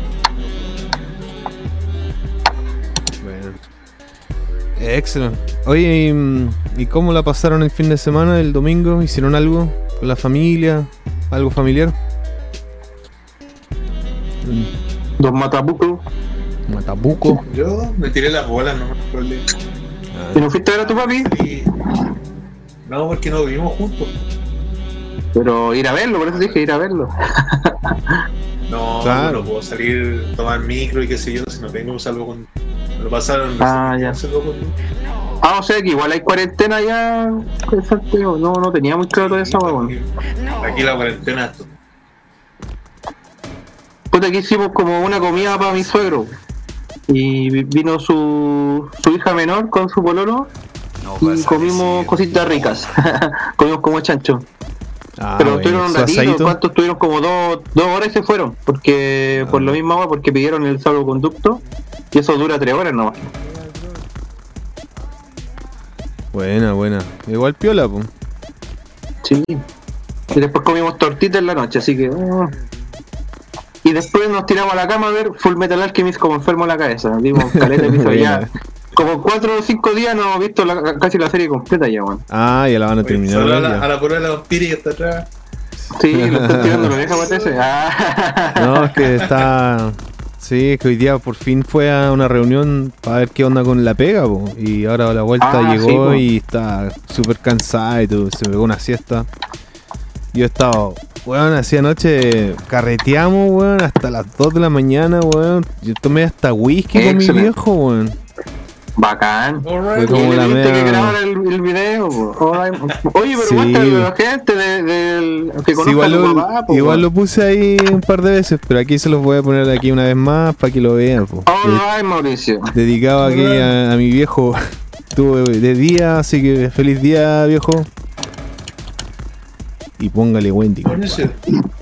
Bueno. Excelente. Oye, ¿y cómo la pasaron el fin de semana, el domingo? ¿Hicieron algo con la familia? ¿Algo familiar? Dos matabucos. Matabuco. Yo me tiré las bolas, no me acuerdo. ¿Y no fuiste a ver a tu papi? Y- No, porque no vivimos juntos. Pero ir a verlo, por eso dije ir a verlo. No, Claro. no puedo salir, tomar micro y qué sé yo, si no tengo salvo con. Me lo pasaron, Ah, sé, ya. salvo con. Ah, o sea que igual hay cuarentena ya en Santiago. No tenía muy claro toda esa hueá. Aquí la cuarentena esto. Puta, aquí hicimos como una comida para mi suegro. Y vino su hija menor con su pololo y comimos cositas ricas. Comimos como chancho. Ah, Pero bueno, estuvieron un su ratito, asadito. ¿cuánto estuvieron? Como dos horas y se fueron. Porque por lo mismo, porque pidieron el salvoconducto y eso dura 3 horas nomás. Buena. Igual piola, po. Sí. Y después comimos tortitas en la noche, así que. Y después nos tiramos a la cama a ver Full Metal Alchemist como enfermo en la cabeza. Dimos caleta de episodio ya. Como 4 o 5 días no hemos visto casi la serie completa ya, weón. Ah, ya la van a terminar. Solo a ya. la prueba de la vampira que está atrás. Sí, lo están tirando la vieja parece. Ah. No, es que está... Sí, es que hoy día por fin fue a una reunión para ver qué onda con la pega, po. Y ahora a la vuelta Ah, llegó sí, po. y está súper cansada y todo, se pegó una siesta. Yo he estado, weón, así anoche carreteamos, weón, hasta las 2 de la mañana, weón. Yo tomé hasta whisky con mi Excelente. viejo, weón. Bacán. Fue Alright. como Y la le tuviste que media- grabar el video, po. Oye, pero Sí, muéstrale a po. la gente que Sí, conozca igual, a tu papá, po, igual weón. lo puse ahí un par de veces, pero aquí se los voy a poner aquí una vez más para que lo vean, po. Alright, Mauricio. Dedicado aquí a mi viejo. Estuvo de día, así que feliz día, viejo. Y póngale Wendy. Buenísimo.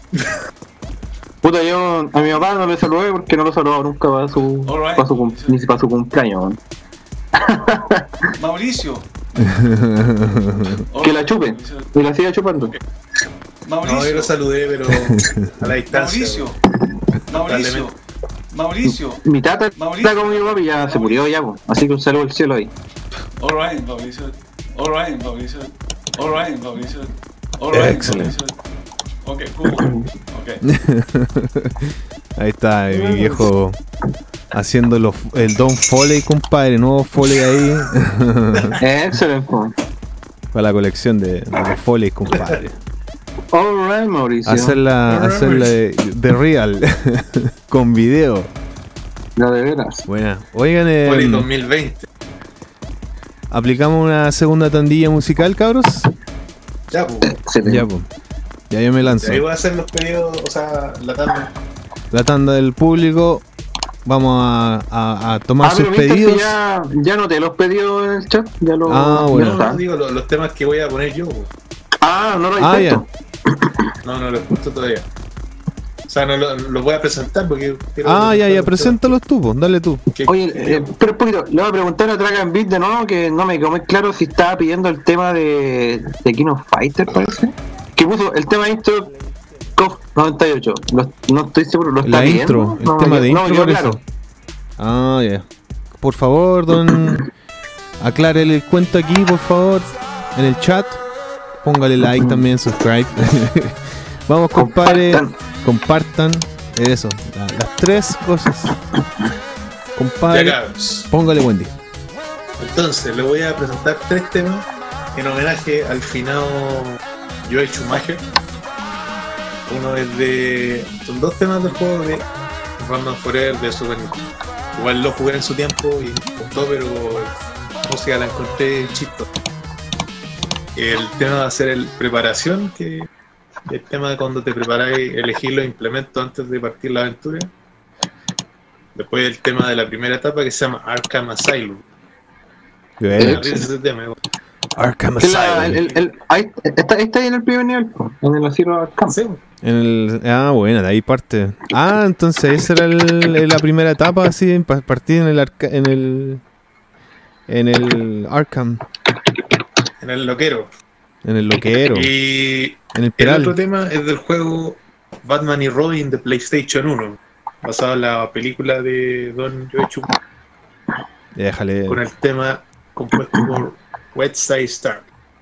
Puta, yo a mi papá no le saludé porque no lo saludaba nunca para su, Alright. ni para su cumpleaños, weón. Mauricio. Que la chupe. Y la siga chupando. No, yo lo Mauricio. saludé, pero a la distancia. Mauricio. Mauricio. Mi tata Mauricio. está con mi papi y ya se murió ya, po. Así que un saludo al cielo ahí. Alright, Mauricio. Alright, Mauricio. Alright, Mauricio. Alright, Excellent. Mauricio. Ok, cool. Ok. Ahí está mi viejo haciendo el Don Foley, compadre. Nuevo Foley ahí. Excelente, po. Para la colección de los Foley, compadre. Alright, Mauricio. Hacerla de real. Con video. No, de veras. Buena. Oigan, Poli 2020. ¿aplicamos una segunda tandilla musical, cabros? Ya, pues. Excelente. Ya, pues. Ya yo me lanzo. Ahí voy a hacer los pedidos, o sea, la tanda. La tanda del público. Vamos a tomar sus pero viste pedidos. que ya noté los pedidos en el chat. Ya lo, Ah, ya bueno. está. No, digo los temas que voy a poner yo. Po. No lo he Ah, puesto. No los he puesto todavía. O sea, no los voy a presentar porque... Ya, preséntalos tú, pues. Dale tú. Oye, pero un poquito, le voy a preguntar a Dragon Beat de nuevo, que no me quedó muy claro si estaba pidiendo el tema de King of Fighter, parece. Que puso el tema intro KOF 98. No estoy seguro, ¿lo está La pidiendo? intro, el No, tema de no me intro quedó parece. claro. Ya. Por favor, don. Aclárele el cuento aquí, por favor. En el chat. Póngale like también, subscribe. Vamos, compadre. Compartan. Eso. Las tres cosas. Compadre. Ya, cabros. Póngale Wendy. Entonces, le voy a presentar 3 temas en homenaje al finado Joel Schumacher. Uno es son 2 temas del juego de Batman Forever de Super Nintendo. Igual lo jugué en su tiempo y me gustó, pero la música la encontré chistosa. El tema va a ser el preparación, que el tema de cuando te preparáis, elegir los implementos antes de partir la aventura. Después el tema de la primera etapa que se llama Arkham Asylum. Ese tema, Arkham Ahí está ahí en el primer nivel, en el asilo Arkham. sí. Bueno, de ahí parte. Entonces esa era la primera etapa, así, partir en el Arkham. En el loquero. En el loquero. Y En el el Peral. otro tema es del juego Batman y Robin de PlayStation 1, basado en la película de Don Joe Schumacher, Déjale. con el tema compuesto por West Side Star.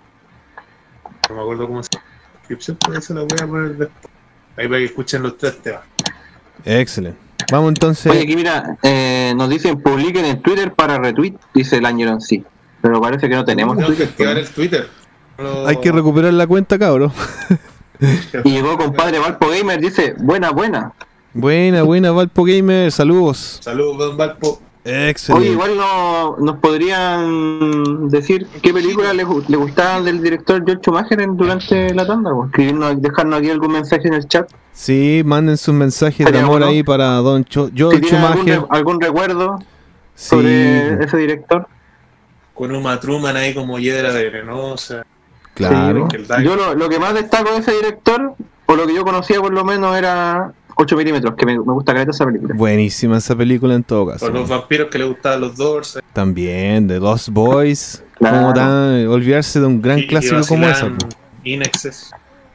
No me acuerdo cómo se llama la descripción, pero eso la voy a poner después. Ahí para que escuchen los 3 temas. Excelente. Vamos entonces. Oye, aquí mira, nos dicen publiquen en Twitter para retweet, dice el Añeron sí. Pero parece que no tenemos Tengo que Twitter. activar el Twitter. No- Hay que recuperar la cuenta, cabrón. Y llegó compadre Valpo Gamer, dice, buena. Buena, Valpo Gamer. Saludos. Saludos, Don Valpo. Excelente. Oye, igual nos podrían decir qué película le gustaban del director George Schumacher durante la tanda, o dejarnos aquí algún mensaje en el chat. Sí, manden sus mensajes de Sería amor bueno. ahí para Don George Si tienen Schumacher. algún recuerdo Sí, sobre ese director. Con Uma Truman ahí como hiedra de venenosa. claro. Que el Dago. Yo lo que más destaco de ese director, o lo que yo conocía por lo menos, era 8 milímetros, que me gusta caleta esa película. Buenísima esa película en todo caso. Con los vampiros que le gustaban los Doors. También, The Lost Boys. Claro. Como tan olvidarse de un gran clásico como ese. po. In Excess.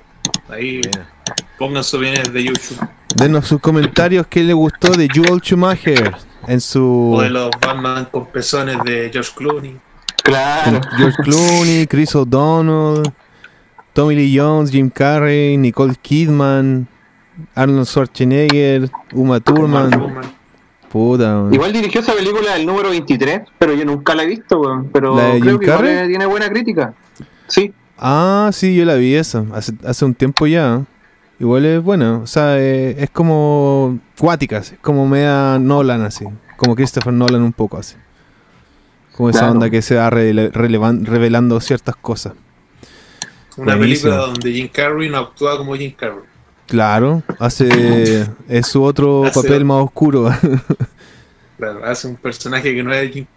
Ahí Buena. pongan sus bienes de YouTube. Denos sus comentarios qué le gustó de Joel Schumacher en su O de los Batman con pezones de George Clooney. Claro. George Clooney, Chris O'Donnell, Tommy Lee Jones, Jim Carrey, Nicole Kidman, Arnold Schwarzenegger, Uma Thurman. Puta, man. Igual dirigió esa película el número 23, pero yo nunca la he visto, weón. Pero ¿La de creo Jim que igual Carrey? tiene buena crítica. Sí. Sí, yo la vi esa, hace un tiempo ya. Igual es buena, o sea, es como cuática, así, como media Nolan así, como Christopher Nolan un poco así. Como esa Claro. onda que se va revelando ciertas cosas. Una Buenísimo. película donde Jim Carrey no actúa como Jim Carrey. Claro, es su otro Hace- papel más oscuro. Claro, hace un personaje que no es Jim.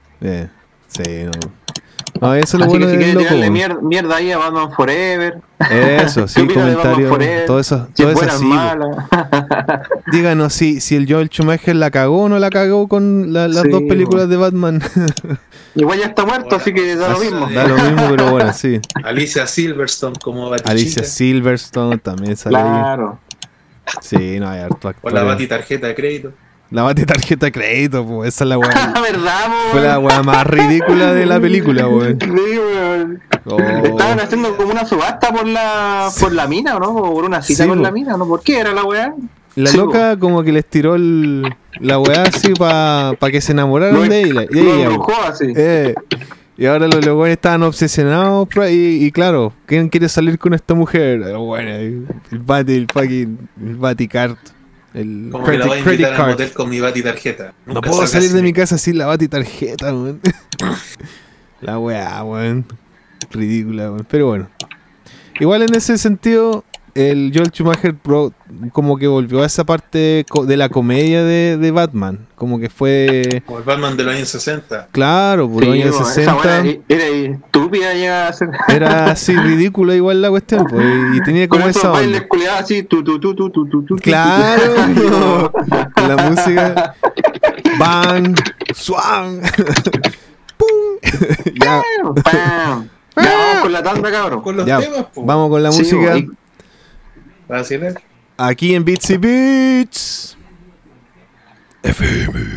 Sí, no. No, eso es lo Así bueno que si del quieres loco. tirarle mierda ahí a Batman Forever. Eso, ¿Qué sí, opinas de Batman comentarios, Forever? todo eso, Si todo es eso buena o sí. mala. Díganos si el Joel Schumacher la cagó o no la cagó con las Sí, dos películas de Batman. Igual ya está muerto, así que da lo mismo. Da lo mismo, pero bueno, sí. Alicia Silverstone como Batichica. Alicia Silverstone también sale ahí. Claro. Sí, no hay harto Con la actor. Bati tarjeta de crédito. La bate tarjeta de crédito, pues esa es la weá. ¿Verdad, po, Fue la weón? weá más ridícula de la película, weón. Sí, weón. Oh. Estaban haciendo como una subasta por la mina, ¿o no? O por una cita Sí, con po. la mina, ¿no? ¿Por qué era la weá? La Sí, loca como que les tiró la weá así para que se enamoraran de ella. Y Lo ella, embrujó así. y ahora los weones estaban obsesionados y claro, ¿quién quiere salir con esta mujer? Bueno, el Baticard. El Como que la voy a credit invitar al card. motel con mi Bati tarjeta. No Nunca puedo salga salir de así. mi casa sin la Bati tarjeta, weón. La weá, weón. Ridícula, weón. Pero bueno. Igual en ese sentido, el Joel Schumacher como que volvió a esa parte de la comedia de Batman. Como que fue... Como el Batman del año 60. Claro, por los años esa 60. buena era estúpida ya a ser. Era así ridícula igual la cuestión, pues, y tenía como Con esa esos onda. bailes culiados así, tu. Claro, con la música. Bang, swang, pum. Ya, Pam. Ya vamos con la tanda, cabrón. Con los ya, temas, po. vamos con la Sí, música. y- Así es. Aquí en Beats y Beats FM.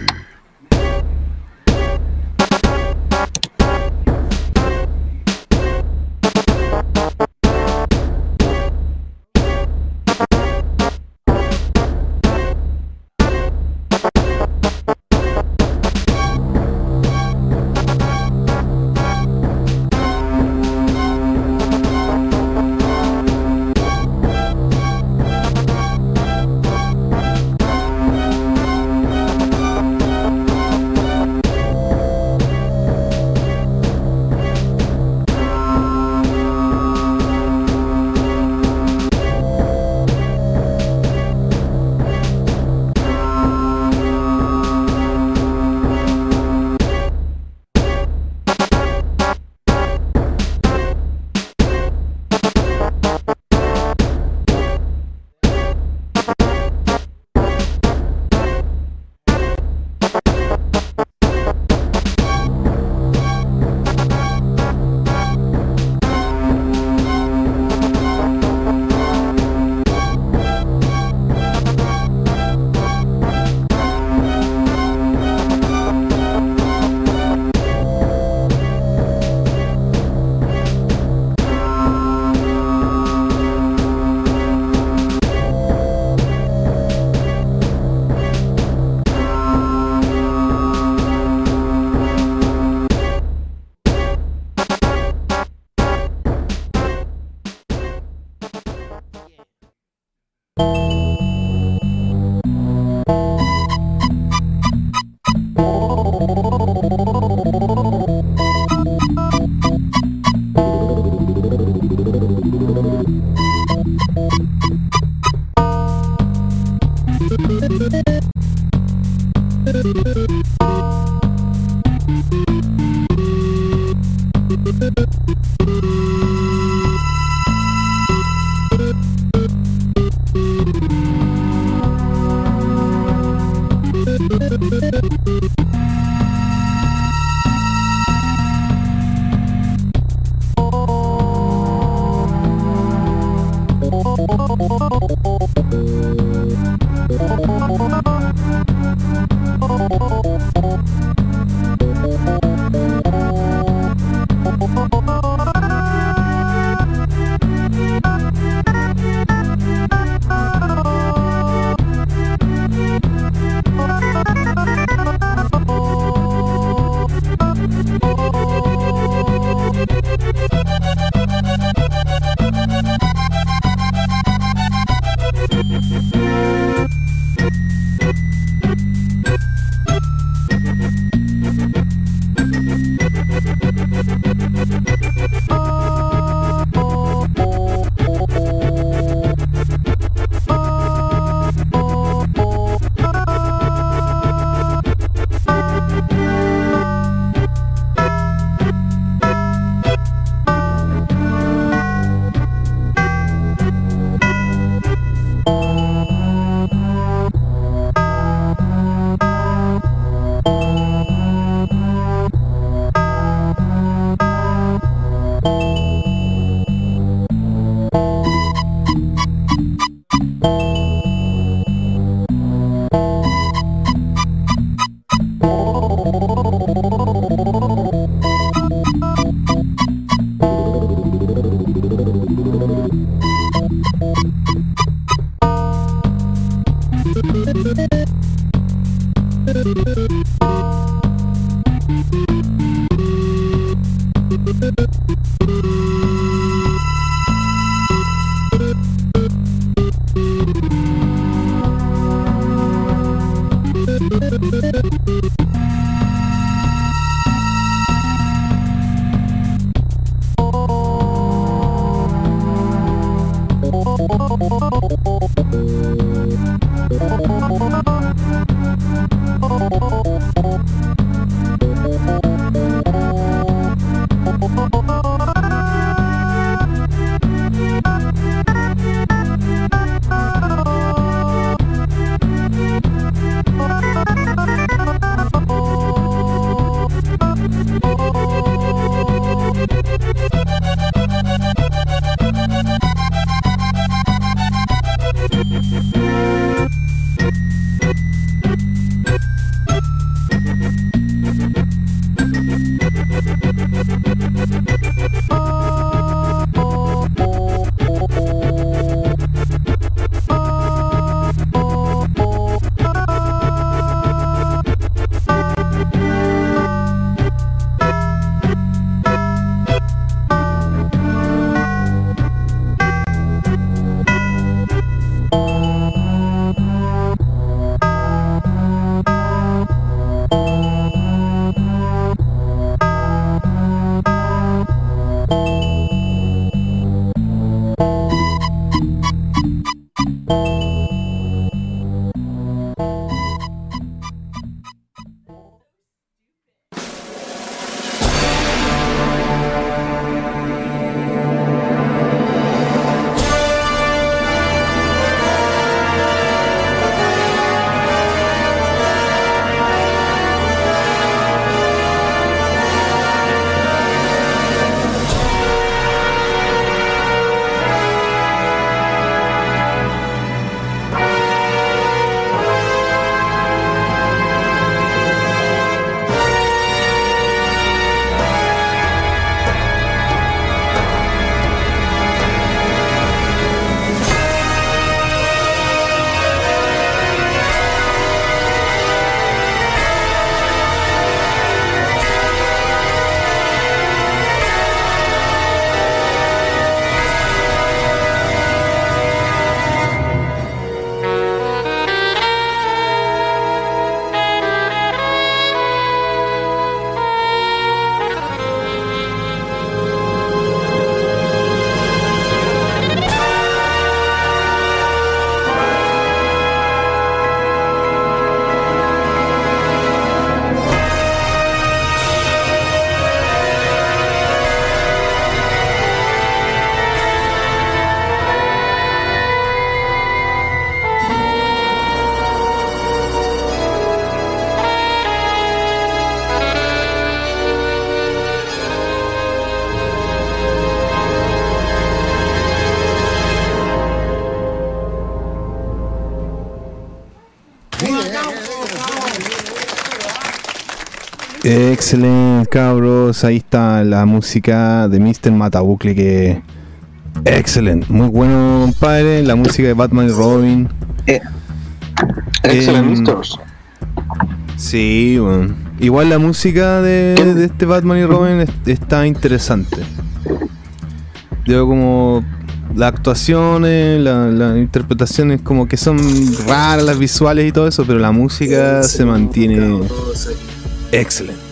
Excelente, cabros. Ahí está la música de Mr. Matabucle, que excelente, muy bueno, compadre. La música de Batman y Robin. Excelente, sí, bueno. Igual la música de este Batman y Robin está interesante. Digo, como las actuaciones, las interpretaciones como que son raras, las visuales y todo eso, pero la música se mantiene excelente.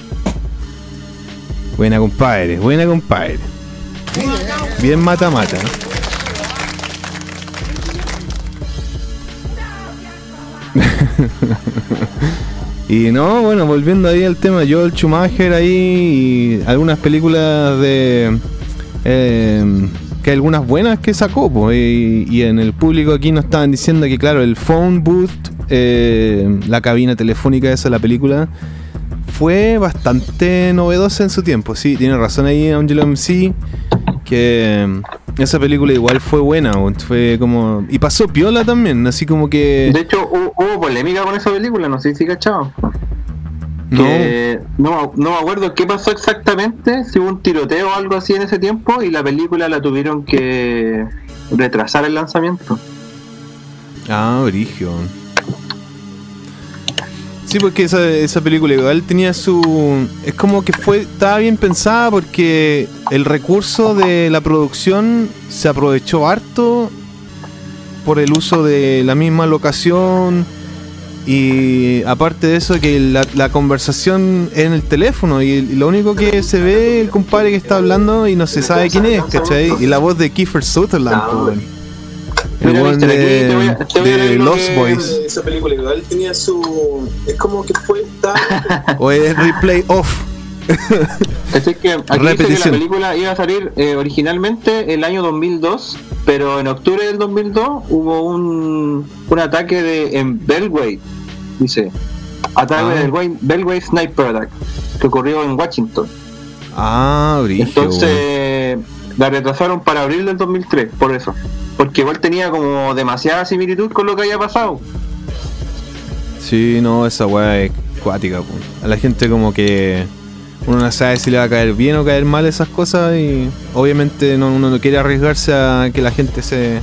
Buena, compadre, buena, compadre. Bien mata-mata. Y no, bueno, volviendo ahí al tema, Joel Schumacher ahí y algunas películas de que algunas buenas que sacó, pues, y en el público aquí nos estaban diciendo que claro, el phone booth, la cabina telefónica esa de la película fue bastante novedosa en su tiempo. Sí, tiene razón ahí Angelo MC, que esa película igual fue buena, fue como, y pasó piola también, así como que de hecho hubo polémica con esa película, no sé si cachaban. No me acuerdo qué pasó exactamente, si hubo un tiroteo o algo así en ese tiempo y la película la tuvieron que retrasar el lanzamiento. Brigio. Sí, porque esa película igual tenía su... Es como que estaba bien pensada porque el recurso de la producción se aprovechó harto por el uso de la misma locación. Y aparte de eso, que la conversación en el teléfono y lo único que se ve el compadre que está hablando y no se sabe quién es, ¿cachai? Y la voz de Kiefer Sutherland, pues. El buen de Lost Boys. Esa película igual tenía su... Es como que fue tan... O es replay off. Es que aquí dice que la película iba a salir originalmente el año 2002, pero en octubre del 2002 hubo un ataque en Beltway, dice, ataque del Beltway Sniper Attack, que ocurrió en Washington. Brillo. Entonces la retrasaron para abril del 2003, por eso, porque igual tenía como demasiada similitud con lo que había pasado. Sí, no, esa weá es cuática, po. A la gente como que uno no sabe si le va a caer bien o caer mal esas cosas, y obviamente uno no quiere arriesgarse a que la gente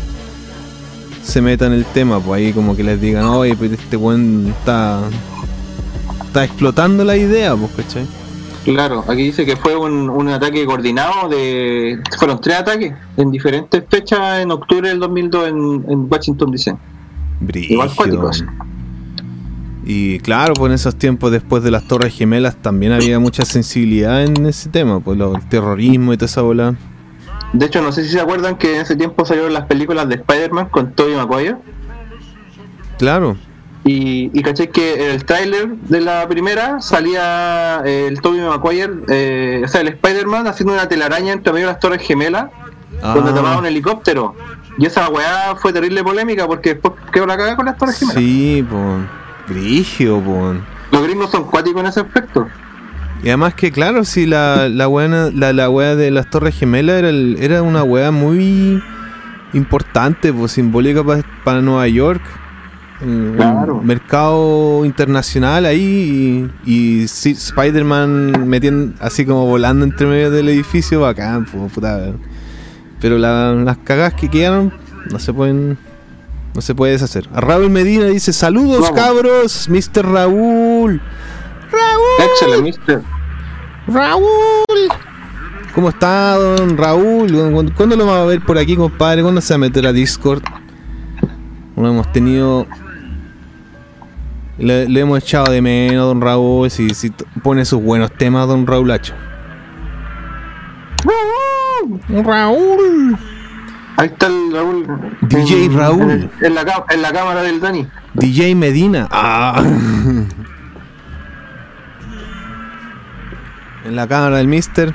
se meta en el tema, pues ahí como que les digan, oye, pues este weón está explotando la idea, pues, ¿cachai? Claro, aquí dice que fue un ataque coordinado fueron 3 ataques en diferentes fechas en octubre del 2002 en Washington DC. Igual cuáticos. Y claro, pues en esos tiempos, después de las Torres Gemelas, también había mucha sensibilidad en ese tema, pues el terrorismo y toda esa bola. De hecho, no sé si se acuerdan que en ese tiempo salieron las películas de Spider-Man con Tobey Maguire. Claro. Y caché que en el tráiler de la primera salía el Tobey Maguire, o sea, el Spider-Man haciendo una telaraña entre medio de las Torres Gemelas, donde tomaba un helicóptero. Y esa weá fue terrible polémica porque después quedó la cagada con las Torres Gemelas. Sí, pues. Brigio, pues. Los gringos son cuáticos en ese aspecto. Y además que claro, si la weá de las Torres Gemelas era una weá muy importante, pues simbólica para Nueva York. Claro. Mercado internacional ahí, y sí, Spider-Man metiendo así como volando entre medio del edificio, bacán, puta. Pero las cagadas que quedaron no se puede deshacer. A Raúl Medina dice, saludos, cabros, Mr. Raúl. Excelente, Mr. Raúl. ¿Cómo está, don Raúl? ¿Cuándo lo vamos a ver por aquí, compadre? ¿Cuándo se va a meter a Discord? No hemos tenido... Le hemos echado de menos, don Raúl. Si pone sus buenos temas, don Raúlacho. Raúl. Ahí está el Raúl. DJ Raúl. En la cámara del Dani. DJ Medina. En la cámara del Mister.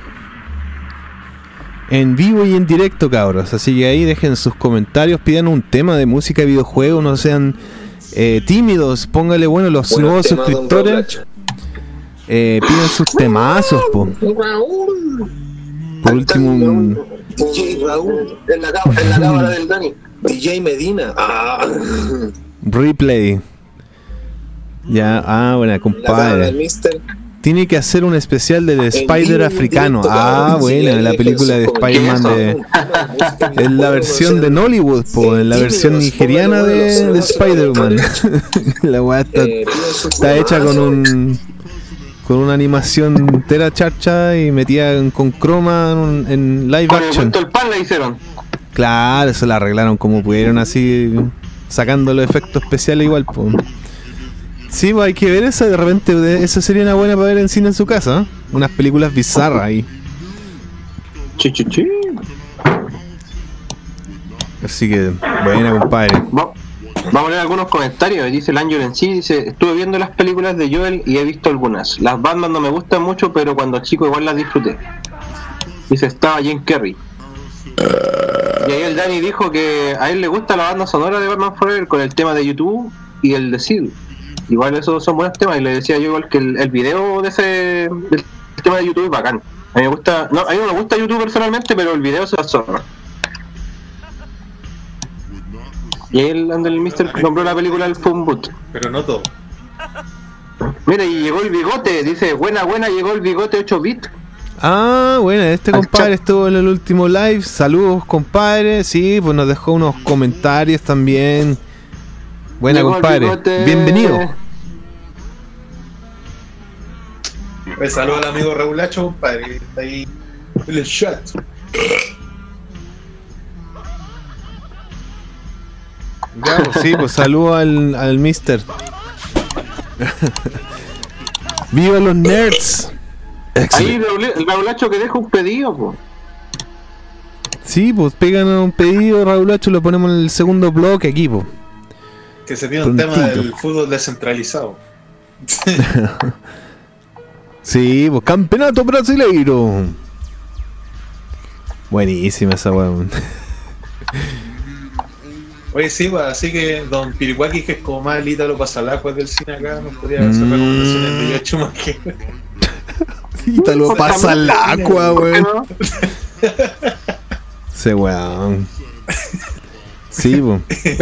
En vivo y en directo, cabros. Así que ahí dejen sus comentarios, pidan un tema de música de videojuegos, no sean tímidos, póngale los nuevos suscriptores. Piden sus temazos, po. Por último, DJ Raúl en la cámara del Dani. DJ Medina. Replay. Ya, buena, La dama compadre. del Mister. Tiene que hacer un especial del Spider vivo, africano. directo, cabrón, Buena, sí, la el película de Jesús, Spider-Man de... Es la versión de Nollywood, po, en la versión nigeriana de Spider-Man. La weá está hecha con una animación entera charcha y metida con croma en live Con el action. cuento del pan la hicieron. Claro, eso la arreglaron como pudieron, así sacando los efectos especiales igual, po. Sí, pues hay que ver esa, de repente esa sería una buena para ver en cine en su casa, ¿eh? Unas películas bizarras ahí. Chi. Así que, buena, compadre. Vamos a leer algunos comentarios. Dice el Ángel en sí, dice: estuve viendo las películas de Joel y he visto algunas. Las Batman no me gustan mucho, pero cuando chico igual las disfruté. Dice, estaba Jim Carrey. Y ahí el Dani dijo que a él le gusta la banda sonora de Batman Forever con el tema de YouTube y el de Seal. Igual esos son buenos temas, y le decía yo igual que el video de del tema de YouTube es bacán. A mí me gusta, no, a mí no me gusta YouTube personalmente, pero el video se la zorra. Y ahí el Mister nombró la película El Phone Boot. Pero no todo. Mira, y llegó el bigote, dice, buena, llegó el bigote 8 bits. Bueno, este compadre estuvo en el último live. Saludos, compadre. Sí, pues nos dejó unos comentarios también. Buena, Llegó el compadre. bigote. Bienvenido. Un saludo al amigo Raulacho, compadre, que está ahí en el chat. Ya, pues, sí, pues saludo al Mister. ¡Viva los nerds! Ahí el Raulacho que deja un pedido, po. Sí, pues pegan un pedido, Raulacho, lo ponemos en el segundo bloque aquí, pues. Que se tiene un tema del fútbol descentralizado. Sí, pues campeonato brasileiro. Buenísima esa weón. Oye, sí, pues, así que don Pirihuaki, que es como más el Ítalo Pasalacuas del cine acá, nos podría hacer recomendaciones de Yocho Schumacher. Ítalo Pasalacua, weón. Sí, weón. Sí, pues.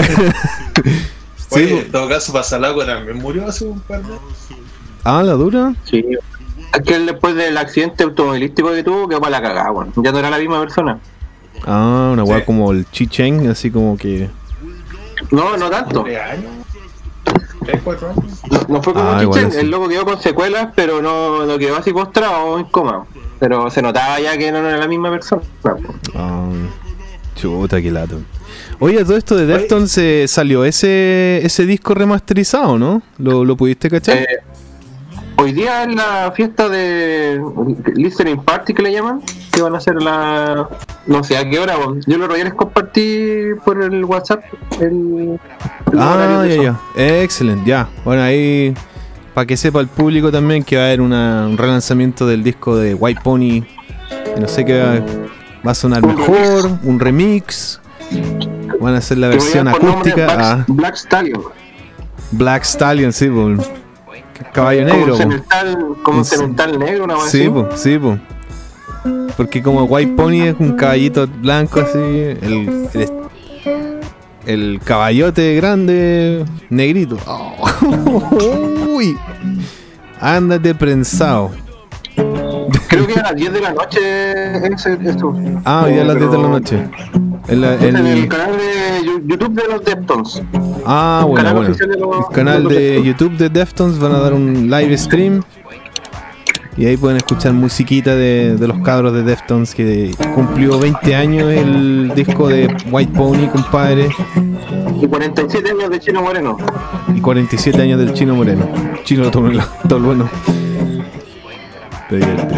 Oye, en todo caso, Pasalacua también murió hace un par de años. ¿La dura? Sí. Es que él después del accidente automovilístico que tuvo quedó para la cagada, weón. Ya no era la misma persona. Una weá Sí. como el Chichen, así como que... No tanto. 3 años, 3, 4 años. No fue como igual Chichen, así. el loco quedó con secuelas, pero no quedó así postrado en coma. Pero se notaba ya que no era la misma persona. Chuta, qué lato. Oye, a todo esto de Deftones salió ese disco remasterizado, ¿no? ¿Lo pudiste cachar? Hoy día es la fiesta de Listening Party que le llaman, que van a hacer no sé a qué hora, weón. Yo lo les compartí por el WhatsApp el horario de eso. ya. Excelente, ya. Bueno, ahí, para que sepa el público también que va a haber un relanzamiento del disco de White Pony. Y no sé qué va a sonar Un mejor, un remix. Van a hacer la Que versión voy a dar por nombre acústica. Black Stallion. Black Stallion, sí, pues. Caballo negro. Como un cemental negro, una cosa Sí, así. pues, sí, pues. Porque como White Pony es un caballito blanco así, el caballote grande, negrito. Uy, ándate prensado. Creo que a las 10 de la noche esto. Hoy día a las 10 de la noche. En el canal de YouTube de los Deftones. Bueno. Canal oficial de los- El canal de los de Deftones. YouTube de Deftones van a dar un live stream. Y ahí pueden escuchar musiquita de los cabros de Deftones, que cumplió 20 años el disco de White Pony, compadre. Y 47 años de Chino Moreno. Y 47 años del Chino Moreno. Chino todo el bueno. Pero divertido.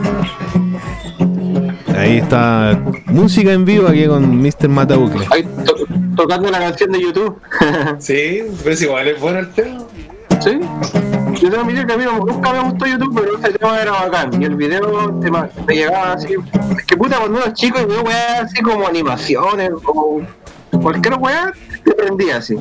Ahí está música en vivo aquí con Mr. Matabucle. Ahí tocando la canción de YouTube. Sí, pero es igual, es bueno el tema. ¿Sí? Yo tengo que a mí nunca me gustó YouTube, pero ese tema era bacán. Y el video te llegaba así. Es que puta, cuando uno es chico y veo weá así como animaciones, como cualquier weá, te prendía así.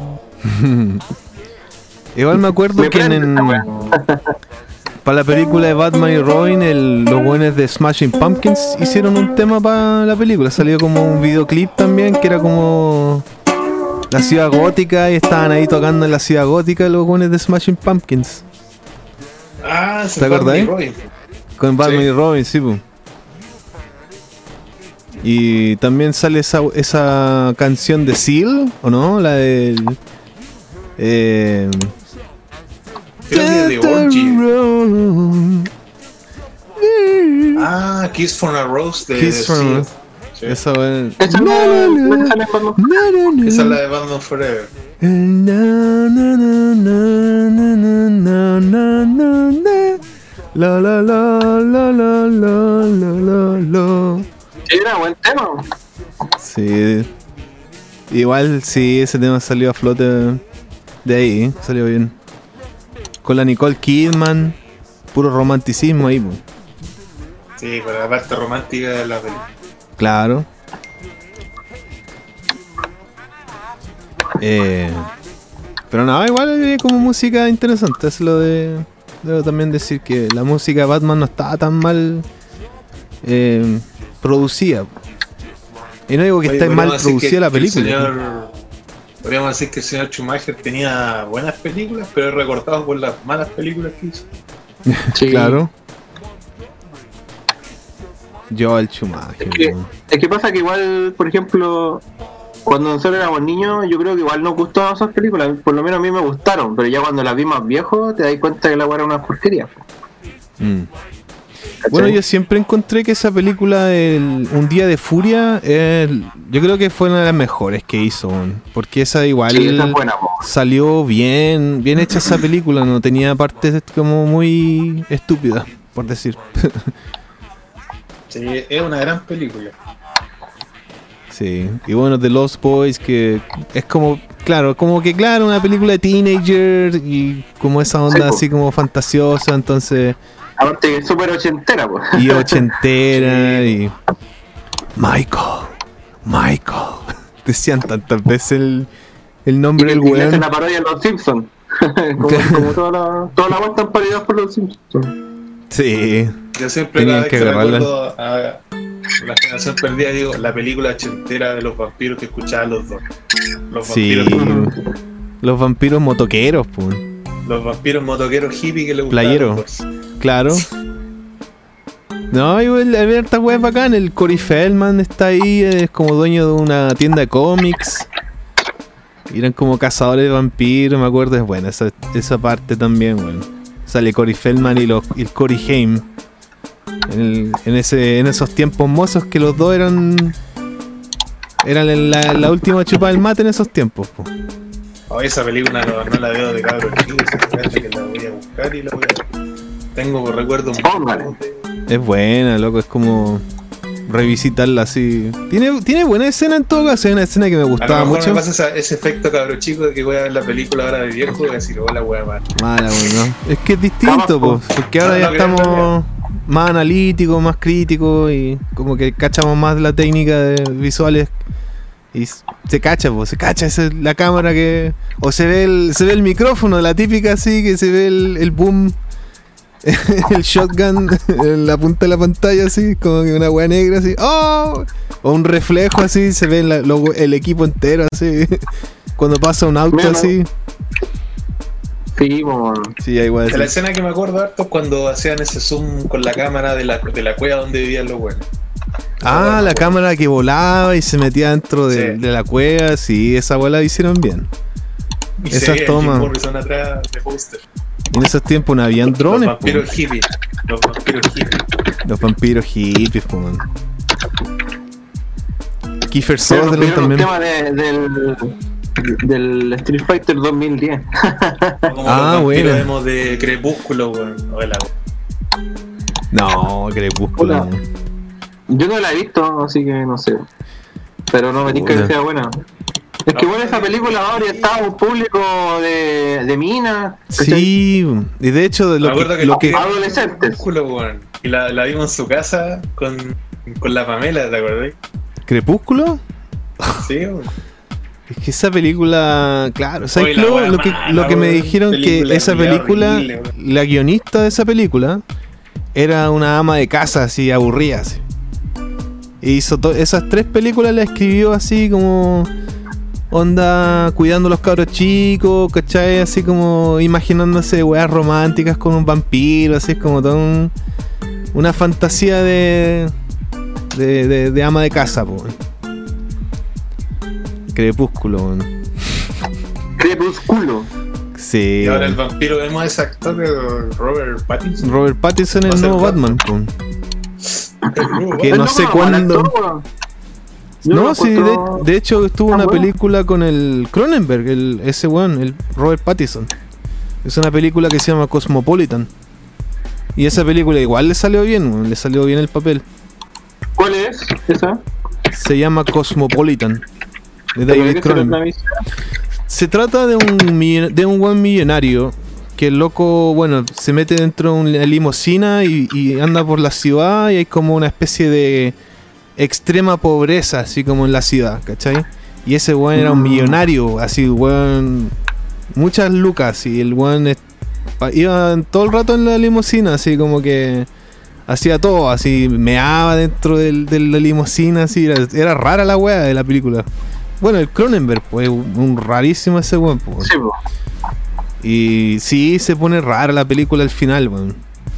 Igual me acuerdo Me que prende esta weá. para la película de Batman y Robin, los buenos de Smashing Pumpkins hicieron un tema para la película. Salió como un videoclip también, que era como la ciudad gótica y estaban ahí tocando en la ciudad gótica los buenos de Smashing Pumpkins. Ah, ¿Te acordás? Con Batman Sí. y Robin, sí, pues. Y también sale esa canción de Seal, ¿o no? La del... Creo que de Orgy. Ah, Kiss from a Rose de Kiss from a Seal. Rose. Sí. Esa es... Esa es la sale cuando- Esa es la de Batman Forever. La la la la la la la la. Sí, era buen tema. Sí. Igual sí, ese tema salió a flote de ahí, salió bien. Con la Nicole Kidman, puro romanticismo ahí, po. Sí, con la parte romántica de la película. Claro. Pero nada, igual como música interesante, es lo de... Debo también decir que la música de Batman no estaba tan mal producida. Y no digo que Oye, esté mal podríamos decir producida la película. Podríamos decir que el señor Schumacher tenía buenas películas, pero es recortado por las malas películas que hizo. Sí. Claro. Yo el Schumacher. Es que pasa que igual, por ejemplo, cuando nosotros éramos niños, yo creo que igual nos gustaban esas películas. Por lo menos a mí me gustaron, pero ya cuando las vi más viejo, te das cuenta que la weá era una porquería. Mm. ¿Cachai? Bueno, yo siempre encontré que esa película, Un Día de Furia, yo creo que fue una de las mejores que hizo, weón. Porque esa igual Sí, esa es buena, po. salió bien hecha esa película, no tenía partes como muy estúpidas, por decir. Sí, es una gran película. Sí, y bueno, The Lost Boys, que es como, claro, una película de teenager y como esa onda Sí, po. así como fantasiosa, entonces, Aparte que es súper ochentera, pues. y ochentera, y Michael, decían tantas veces el nombre del Y le hacen weón. la parodia de los Simpsons. como todas las vueltas están parodiadas por los Simpsons. Sí, Yo siempre Tenían cada vez que que agarrarla. recuerdo a la generación perdida digo la película ochentera de los vampiros que escuchaban los dos. Los sí, vampiros, los vampiros motoqueros, pues, los vampiros motoqueros hippie que le gustaban Playero. los dos. claro. No, igual había harta weá bacán. El Corey Feldman está ahí, es como dueño de una tienda de cómics. Y eran como cazadores de vampiros, me acuerdo. Es buena esa parte también, weón. Sale Corey Feldman y el Corey Haim. En esos tiempos mozos que los dos eran la última chupa del mate en esos tiempos, po. Oh, esa película no la veo de cabros chicos, que la voy a buscar y la voy a... Tengo recuerdos Póngale. Es buena, loco, es como revisitarla así. Tiene buena escena en todo caso, hay una escena que me A lo gustaba mejor mucho. me pasa ese efecto cabro chico de que voy a ver la película ahora de viejo y voy a decir, hola wea más. Mala, weón, ¿no? Es que es distinto, Vamos, pues, porque ahora No, ya no creo en estamos más analíticos, más críticos y como que cachamos más la técnica de visuales y se cacha esa es la cámara que o se ve el micrófono, la típica así que se ve el boom, el shotgun en la punta de la pantalla así, como que una weá negra así, ¡oh! O un reflejo así, se ve el equipo entero así, cuando pasa un auto Mira, así. Sí, pues. Sí, hay weá De la así. escena que me acuerdo harto es cuando hacían ese zoom con la cámara de la cueva donde vivían los buenos. Ah, la cámara que volaba y se metía dentro de, Sí. de la cueva, sí, esa weá la hicieron bien. Y Esas se veía tomas. Jim Morrison atrás de póster. Y en esos tiempos no habían drones, Los vampiros hippies. Los vampiros hippies. los vampiros hippies, po, man. Kiefer Pero nos Sutherland pidieron un también. tema del Street Fighter 2010. Como Ah, los vampiros bueno. vemos de Crepúsculo, weón. Hola, weón. No, Crepúsculo. Hola. Yo no la he visto, así que no sé. Pero no me digas Puta. que sea buena. Es que bueno, esa película va orientada a un público de minas. Sí, y de hecho Me lo acuerdo que, lo que Adolescentes. Crepúsculo, weón. Y la vimos en su casa con la Pamela, ¿te acordás? Crepúsculo, Sí, weón. es que esa película, claro, ¿sabes Oye, la lo, wea lo que, mala, lo que me weón. dijeron que Película esa culiao película, horrible, weón. la guionista de esa película era una ama de casa así aburrida así. E hizo esas 3 películas, las escribió así como onda cuidando a los cabros chicos, ¿cachai? Así como imaginándose weas románticas con un vampiro, así como todo una fantasía de ama de casa, po. Crepúsculo, weón. Crepúsculo. Sí. Y ahora el vampiro vemos a ese actor, Robert Pattinson. Robert Pattinson es el nuevo Batman, po. Que El no loco sé mal cuándo. actor, weón. Yo No, lo sí, encuentro- de hecho estuvo Ah, una bueno. película con el Cronenberg, ese weón, el Robert Pattinson. Es una película que se llama Cosmopolitan. Y esa película igual le salió bien, weón, le salió bien el papel. ¿Cuál es esa? Se llama Cosmopolitan, de ¿De David qué se trata, Cronenberg. Miss? Se trata de un buen millonario que el loco, bueno, se mete dentro de una limusina y anda por la ciudad y hay como una especie de extrema pobreza, así como en la ciudad, ¿cachai? Y ese weón era un millonario, así, weón, muchas lucas, y el weón iba todo el rato en la limusina, así como que hacía todo, así, meaba dentro de la limusina, así, era rara la weá de la película. Bueno, el Cronenberg, pues, un rarísimo ese weón, pues. Sí, po. Y sí, se pone rara la película al final, weón.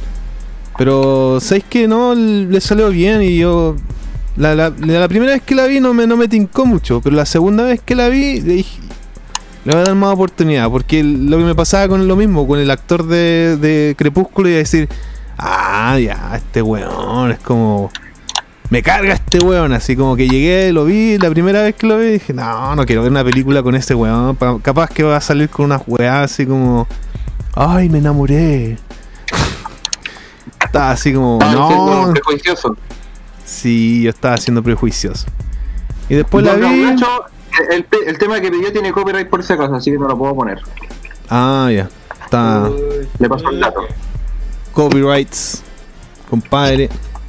Pero, ¿sabes qué? No, le salió bien y yo... La primera vez que la vi no me tincó mucho, pero la segunda vez que la vi, dije, le voy a dar más oportunidad, porque lo que me pasaba con lo mismo, con el actor de Crepúsculo, iba a decir, ah, ya, este weón, es como... Me carga este weón, así como que llegué, lo vi, la primera vez que lo vi, dije, no quiero ver una película con este weón, capaz que va a salir con unas weas así como, ay, me enamoré. Estaba así como, Estaba siendo no, prejuicioso. sí, yo estaba siendo prejuicioso. Y después la Don vi. Raulacho, el tema que pidió tiene copyright por si acaso, así que no lo puedo poner. Ah, ya, está. Le paso el dato. Copyrights, compadre.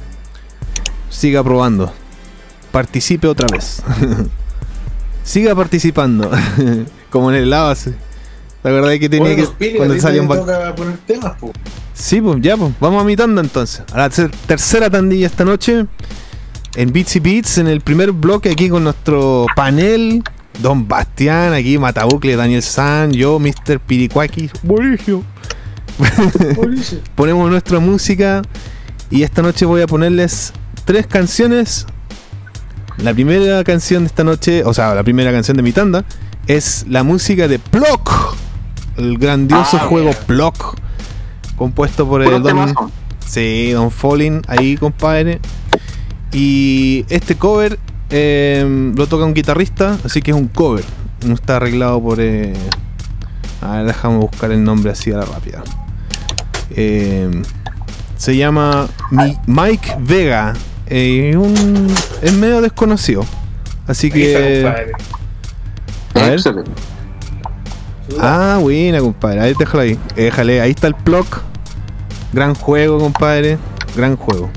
Siga probando. Participe otra vez. Siga participando. Como en el lado así. ¿Te acordás que tenía Bueno, que cuando salían toca poner temas, po. Sí, pues ya, pues vamos a mi tanda entonces. A la tercera tandilla esta noche. En Beats y Beats, en el primer bloque aquí con nuestro panel. Don Bastián, aquí Matabucle, Daniel San, yo, Mr. Piricuaki, Borigio. Ponemos nuestra música. Y esta noche voy a ponerles 3 canciones. La primera canción de esta noche, o sea, la primera canción de mi tanda, es la música de Plock. El grandioso juego Plock. Compuesto por Puro el Don... temazo. Sí, Don Falling, ahí compadre. Y este cover lo toca un guitarrista, así que es un cover. No está arreglado por... A ver, déjame buscar el nombre así a la rápida. Se llama Mike Vega. Es medio desconocido. Así Ahí está, que... compadre. A ver. Excelente. Ah, buena, compadre. Ahí déjalo ahí. Déjale, ahí está el Plock. Gran juego, compadre. Gran juego.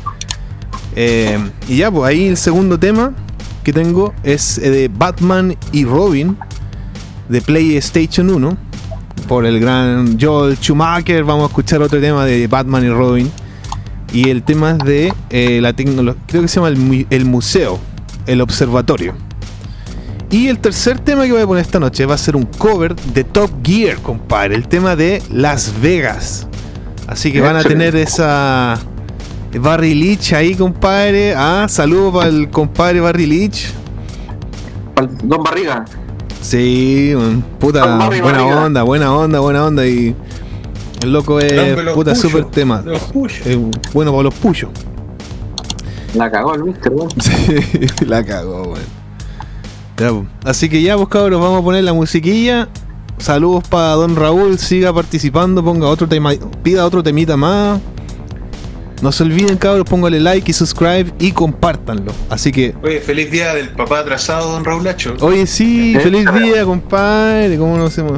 Y ya, pues ahí el segundo tema que tengo es de Batman y Robin de PlayStation 1 por el gran Joel Schumacher. Vamos a escuchar otro tema de Batman y Robin. Y el tema es de la tecnología. Creo que se llama el museo, el observatorio. Y el tercer tema que voy a poner esta noche va a ser un cover de Top Gear, compadre. El tema de Las Vegas. Así que van a tener esa Barry Leach ahí, compadre. Ah, saludos para el compadre Barry Leach. Don Barriga. Sí, puta, Don Barry buena Barriga. onda. Y el loco El es hombre de los puta puchos, super tema. de los puchos. Es bueno para los puyos. La cagó el mister, weón. Sí, la cagó, weón. Ya, pues. Así que ya, pues cabros, vamos a poner la musiquilla. Saludos para Don Raúl, siga participando, ponga otro tema, pida otro temita más. No se olviden, cabros, póngale like y subscribe y compártanlo. Así que, Oye, feliz día del papá atrasado, don Raulacho. oye, sí, feliz día, compadre. ¿Cómo no hacemos?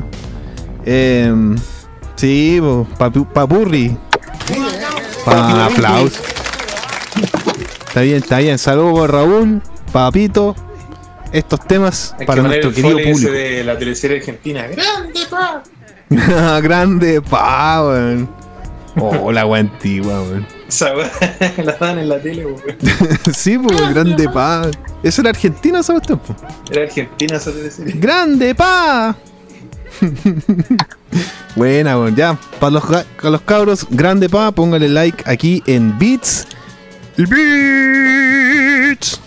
Sí, pues, papurri. Pa aplausos. Está bien. Saludos para Raúl, Papito. Estos temas Hay para que poner nuestro el querido foley ese público. de la teleserie argentina. ¡Grande, pa! Grande pa, weón. Oh, la wea antigua, weón. Esa weá la dan en la tele, weón. Sí, pues, Grande Pa. Eso era Argentina, ¿sabes? Era Argentina esa teleserie. ¡Grande Pa! Buena, weón. Ya, para los cabros, Grande Pa, póngale like aquí en Beats. Y Beats.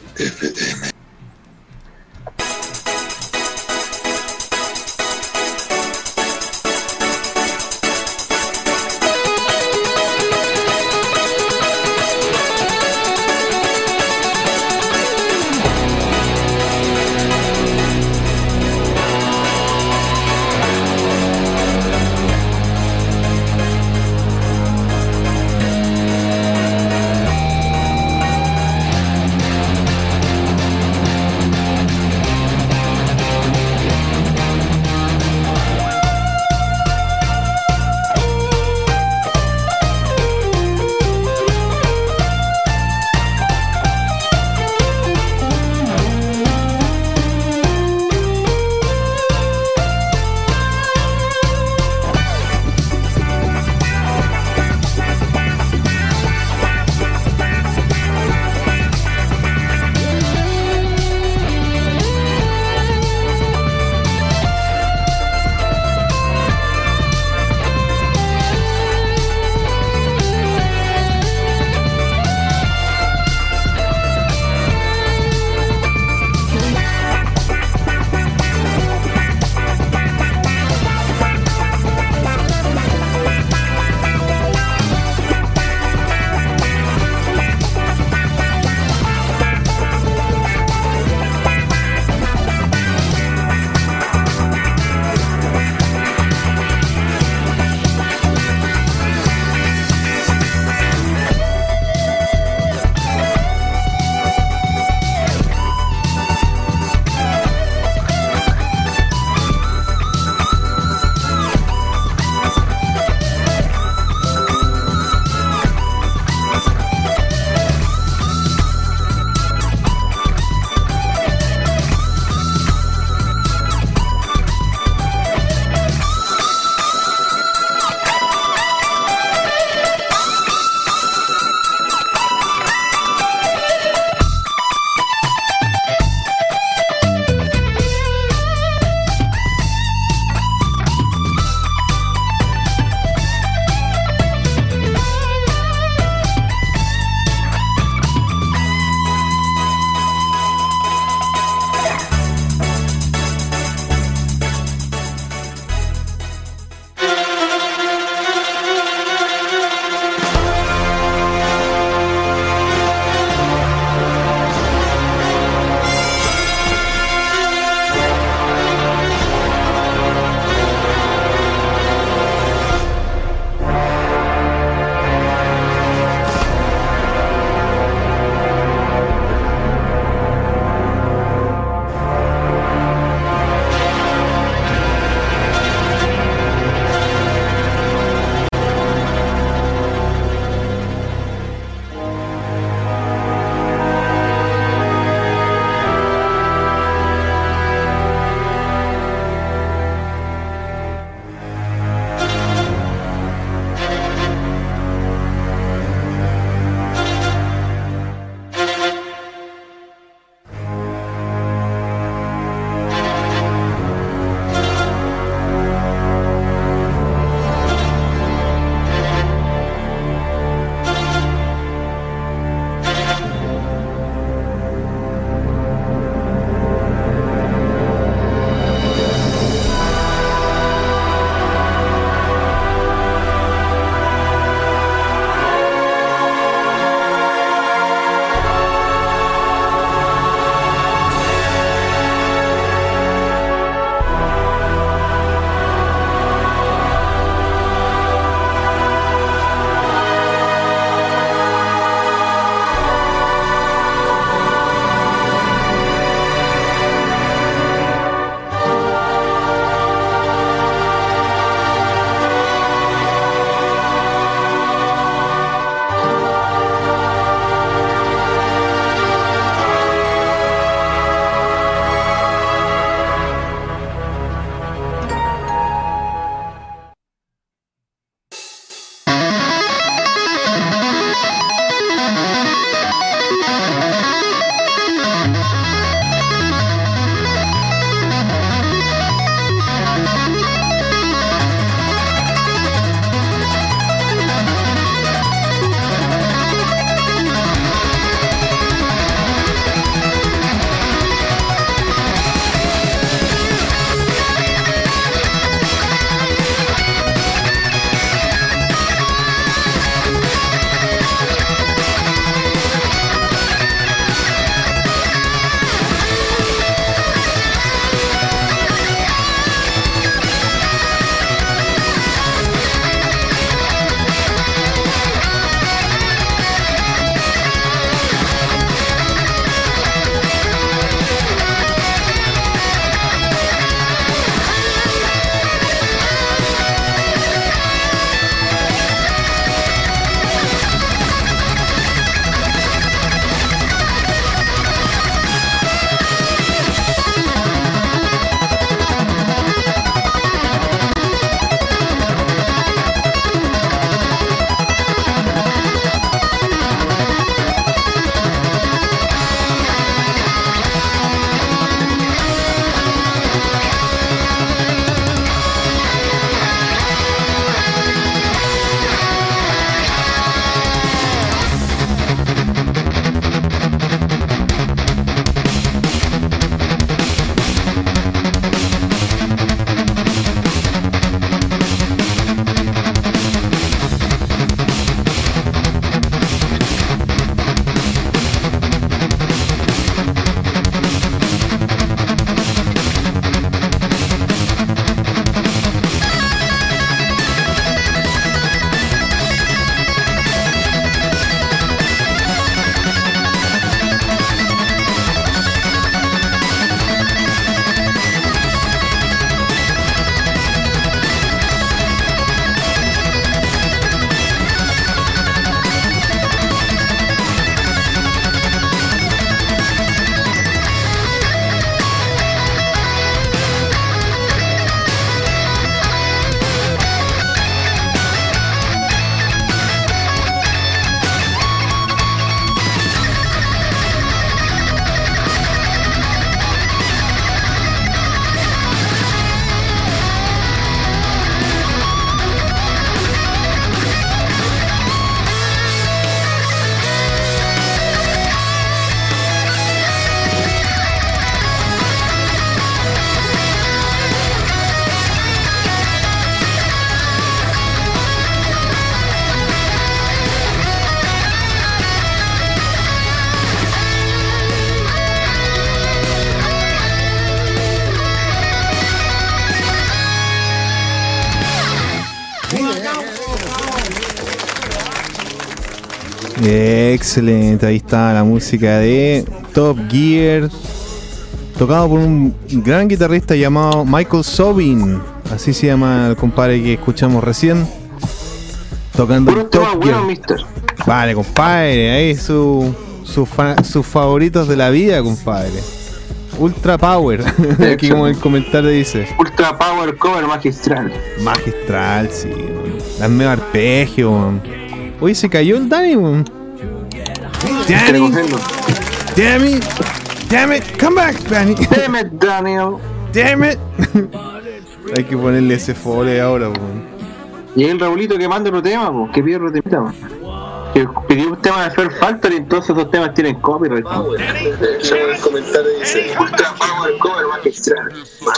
Excelente, ahí está la música de Top Gear, tocado por un gran guitarrista llamado Michael Sobin, así se llama el compadre que escuchamos recién, tocando Puro el tema Top bueno, Gear. mister. Vale, compadre, ahí sus favoritos de la vida, compadre. Ultra Power, aquí como el comentario dice. Ultra Power Cover magistral. Magistral, sí, man. Las mega arpegio, man. Uy, se cayó el Danny, man. Quiere Danny, cogerlo. damn it, come back, Danny. Damn it, Daniel. Damn it. Hay que ponerle ese fole ahora, man. Y el Raulito que manda otro tema, po, que pide otro tema. Que pidió un tema de Fear Factory, entonces esos temas tienen copyright. Po. El comentario dice: Ultra Power Cover magistral.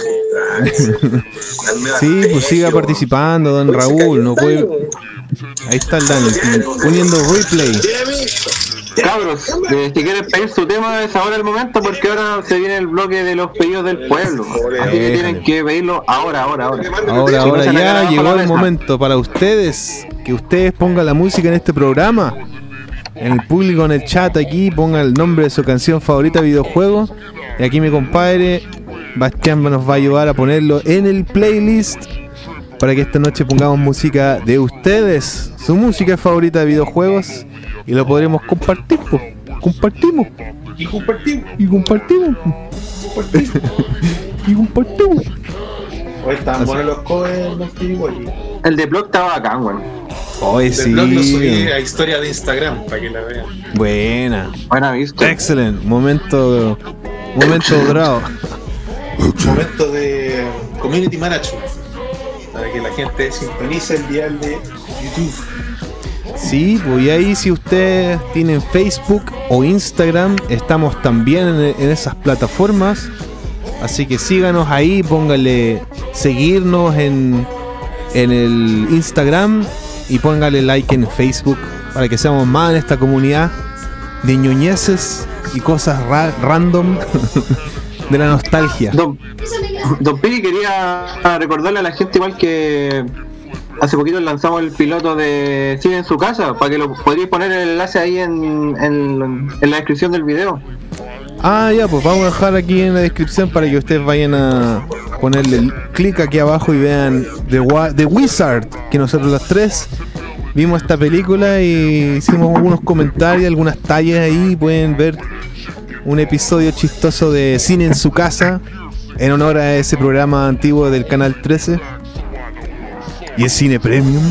Sí, pues siga participando, don Raúl, no puede. Ahí está el Dani, poniendo replay. Cabros, si quieren pedir su tema es ahora el momento, porque ahora se viene el bloque de los pedidos del pueblo. Así que tienen que pedirlo ahora. Ahora se la ya abajo llegó la el mesa. momento para ustedes, que ustedes pongan la música en este programa. En el público, en el chat aquí, pongan el nombre de su canción favorita de videojuegos. Y aquí mi compadre Bastián nos va a ayudar a ponerlo en el playlist, para que esta noche pongamos música de ustedes, su música favorita de videojuegos, y lo podremos compartir, po. Compartimos. Y compartimos. Y compartimos. Y compartimos. Hoy estaban buenos los covers, los Kiriboli. El de blog estaba bacán, weón. Hoy El sí. blog lo subí a historia de Instagram para que la vean. Buena. Buena vista. Excelente. Momento dorado. Momento de community management. Para que la gente sintonice el dial de YouTube. Sí, pues y ahí si ustedes tienen Facebook o Instagram, estamos también en esas plataformas. Así que síganos ahí, pónganle seguirnos en el Instagram y pónganle like en Facebook para que seamos más en esta comunidad de ñoñeces y cosas random de la nostalgia. Don Piri quería recordarle a la gente igual que hace poquito lanzamos el piloto de Cine en su casa, para que lo podríais poner el enlace ahí en la descripción del video. Ah, ya, pues vamos a dejar aquí en la descripción para que ustedes vayan a ponerle el clic aquí abajo y vean The Wizard, que nosotros los tres vimos esta película y hicimos algunos comentarios, algunas tallas ahí. Pueden ver un episodio chistoso de Cine en su casa en honor a ese programa antiguo del Canal 13. Y es Cine Premium.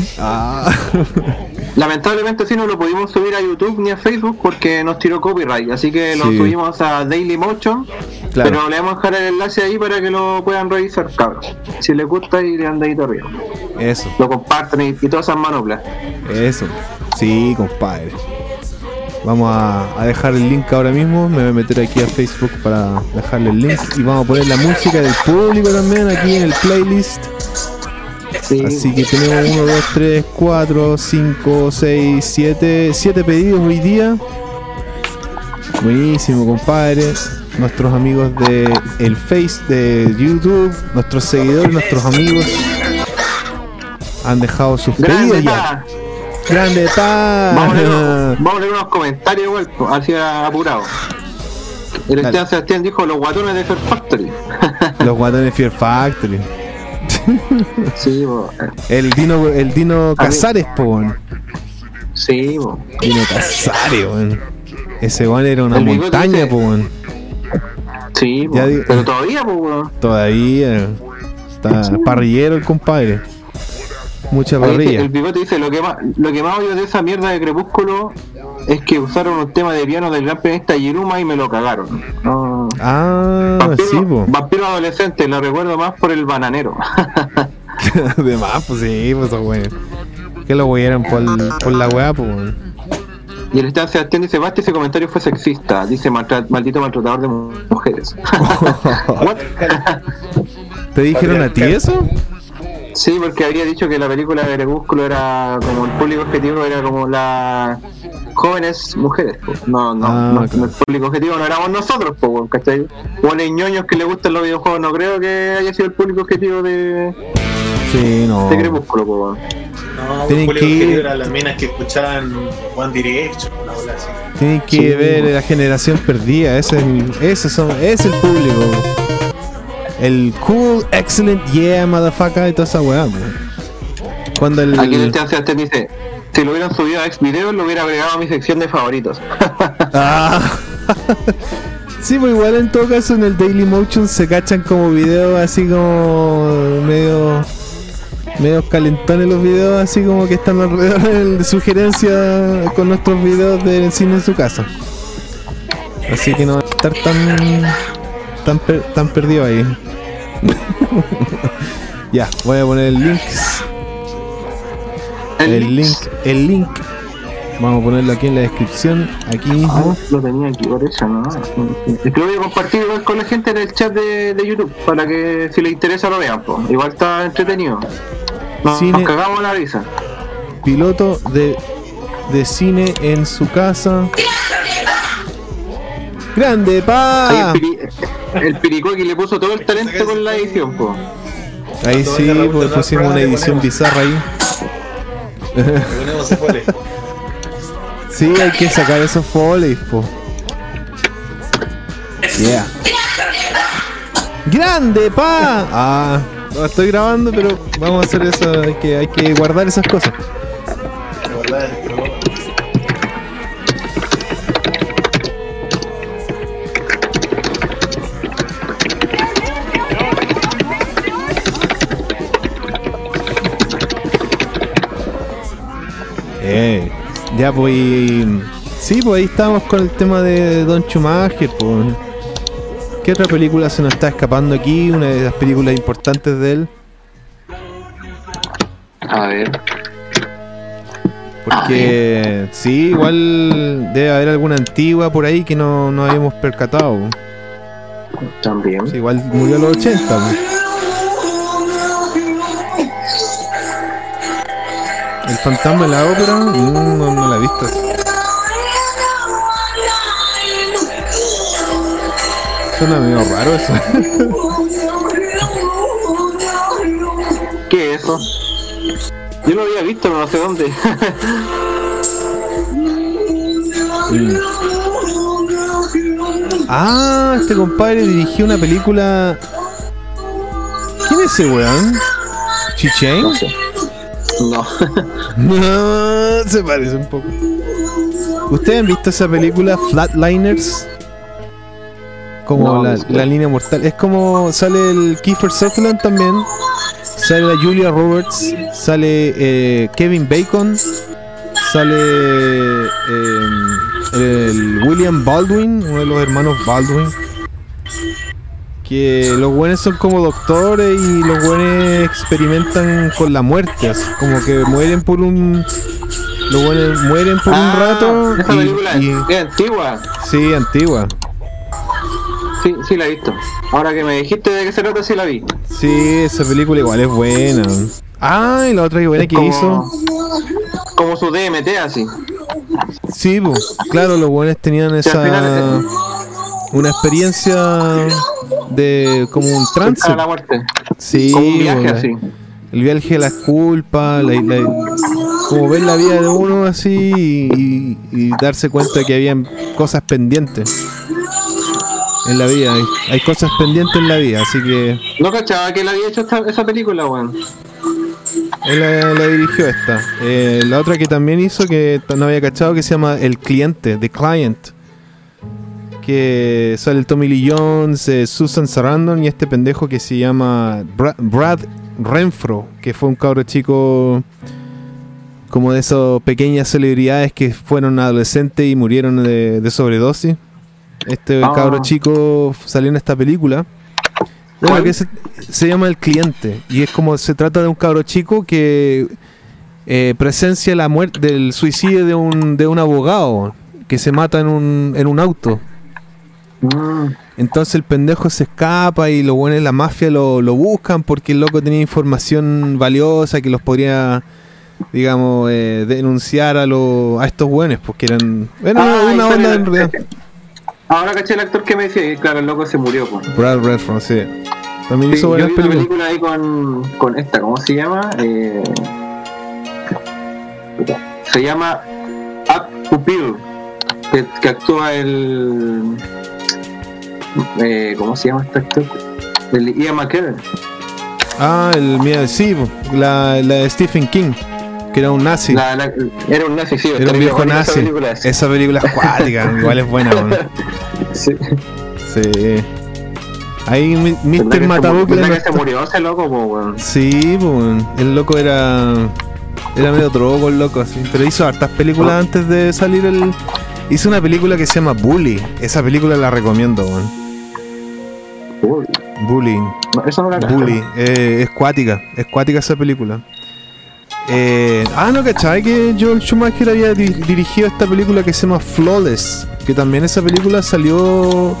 Lamentablemente sí no lo pudimos subir a YouTube ni a Facebook porque nos tiró copyright, así que lo Sí. subimos a Dailymotion, Claro. pero le vamos a dejar el enlace ahí para que lo puedan revisar, cabros. Si les gusta y le dan dedito arriba, Eso, lo comparten y todas esas manoplas. eso. Sí, compadre. Vamos a dejar el link ahora mismo. Me voy a meter aquí a Facebook para dejarle el link. Y vamos a poner la música del público también aquí en el playlist. Sí. Así que tenemos 1, 2, 3, 4, 5, 6, 7 pedidos hoy día. Buenísimo, compadre. Nuestros amigos de el Face de YouTube, nuestros seguidores, nuestros amigos han dejado sus Grande pedidos ya. pa. Grande pa. Vamos a leer unos comentarios igual, así apurado. El Dale. Esteban Sebastián dijo los guatones de Fear Factory. Los guatones Fear Factory. Sí, bo. El Dino Casares, po, weón. Sí, bo. Dino Casares, weón. Ese weón era una El bigote montaña, dice- po, weón. Sí, bo. Ya di- Pero todavía, pues, weón. Todavía está parrillero el compadre. Mucha Ahí parrilla. el bigote dice lo que más odio de esa mierda de Crepúsculo es que usaron un tema de piano del gran pianista Yiruma y me lo cagaron. No. Ah, sí, po. Vampiro adolescente, lo recuerdo más por el bananero. Además, pues sí, pues weón. Que lo wearon por la weá, pues weón. Y el Esteban Sebastián dice, Basti, ese comentario fue sexista, dice maldito maltratador de mujeres. What? ¿Te dijeron a ti eso? Sí, porque había dicho que la película de Crepúsculo era como el público objetivo, era como las jóvenes mujeres. Po. No, Ah, claro. el público objetivo no éramos nosotros, po, weón, ¿cachai? Bueno, ñoños que les gustan los videojuegos, no creo que haya sido el público objetivo de Sí, no. Crepúsculo, po, weón. No, Tienen Julio que ir- Objetivo era las minas que escuchaban One Direction, una bola así. Tienen que Sí. ver la generación perdida. Ese es el público. El cool, excellent, yeah, motherfucker y toda esa weá. Po. Cuando el. Aquí en el chat Sebastián dice: si lo hubieran subido a Xvideos, lo hubiera agregado a mi sección de favoritos. Ah. Sí, pues igual en todo caso en el Dailymotion se cachan como videos así como medio calentones los videos, así como que están alrededor de sugerencias con nuestros videos de cine en su casa. Así que no va a estar tan perdido ahí. Ya, voy a poner el link. El link. Vamos a ponerlo aquí en la descripción, aquí mismo. Lo tenía aquí, por eso, ¿no? Es que lo voy a compartir igual con la gente en el chat de YouTube, para que si les interesa lo vean, po. Igual está entretenido. Nos Cine. cagamos la risa. Piloto de cine en su casa. ¡Grande, Ahí pa! el Piricoqui le puso todo el talento con la edición, po. Ahí sí, pues pusimos una edición bizarra ahí. Le ponemos ese fole. Sí, hay que sacar esos folies, po. Yeah. ¡Grande, pa! Ah, no estoy grabando, pero vamos a hacer eso. Hay que guardar esas cosas. La verdad, pero Ya, pues. Sí, pues ahí estamos con el tema de Don Schumacher, pues. ¿Qué otra película se nos está escapando aquí? Una de las películas importantes de él. A ver. Porque sí, igual debe haber alguna antigua por ahí que no habíamos percatado. También. Sí, igual murió a los 80. Pues. El fantasma de la ópera, no la he visto. Suena medio raro eso. ¿Qué es eso? Yo lo había visto, pero no sé dónde. Ah, este compadre dirigió una película. ¿Quién es ese weón? ¿Chichen? No sé. No. No, se parece un poco. ¿Ustedes han visto esa película Flatliners? Como No, la, no sé. la línea mortal. Es como sale el Kiefer Sutherland también. Sale la Julia Roberts. Sale Kevin Bacon. Sale el William Baldwin, uno de los hermanos Baldwin. Que los buenos son como doctores y los buenos experimentan con la muerte, así como que mueren por un. Los buenos mueren por un rato. Esa película es antigua. Sí, antigua. Sí, la he visto. Ahora que me dijiste de qué se trata, sí la vi. Sí, esa película igual es buena. Ah, y la otra que buena que hizo. Como su DMT, así. Sí, pues, claro, los buenos tenían Sí, al esa. final Una experiencia de como un trance. cerca de la muerte. Sí, Como un viaje pues, así. el viaje de las culpas, como ver la vida de uno así y darse cuenta que habían cosas pendientes en la vida. Hay cosas pendientes en la vida, así que No cachaba que él había hecho esa película, weón. él la dirigió esta. La otra que también hizo, que no había cachado, que se llama El Cliente, The Client. Que sale el Tommy Lee Jones, Susan Sarandon y este pendejo que se llama Brad Renfro, que fue un cabro chico como de esas pequeñas celebridades que fueron adolescentes y murieron de sobredosis. Este cabro chico salió en esta película. Bueno, ¿Cuál? que se llama El Cliente y es como se trata de un cabro chico que presencia la muerte del suicidio de un abogado que se mata en un auto. Entonces el pendejo se escapa y los buenos de la mafia lo buscan porque el loco tenía información valiosa que los podría, digamos, denunciar a estos buenos, porque eran una onda en realidad. Ahora caché el actor que me decía, y claro, el loco se murió, pues. Brad Redford, sí. También Sí, hizo yo buenas vi una películas. película ahí con esta, ¿cómo se llama? Se llama Up Upil, que actúa el... ¿cómo se llama este actor? El Ian McKellen. Ah, sí, la de Stephen King, que era un nazi. Era un nazi, sí. Era un viejo nazi. Esa película es cuática, igual es buena, ¿no? Sí. Sí. Ahí Mr. Matabucle. Que se murió ese loco, po, weón. Sí, pues, el loco era medio drogo, el loco, así. Pero hizo hartas películas antes de salir el... Hizo una película que se llama Bully. Esa película la recomiendo, weón. Bully. No, eso no la Bully. Es cuática esa película. No, ¿cachai? Que Joel Schumacher había dirigido esta película que se llama Flawless. Que también esa película salió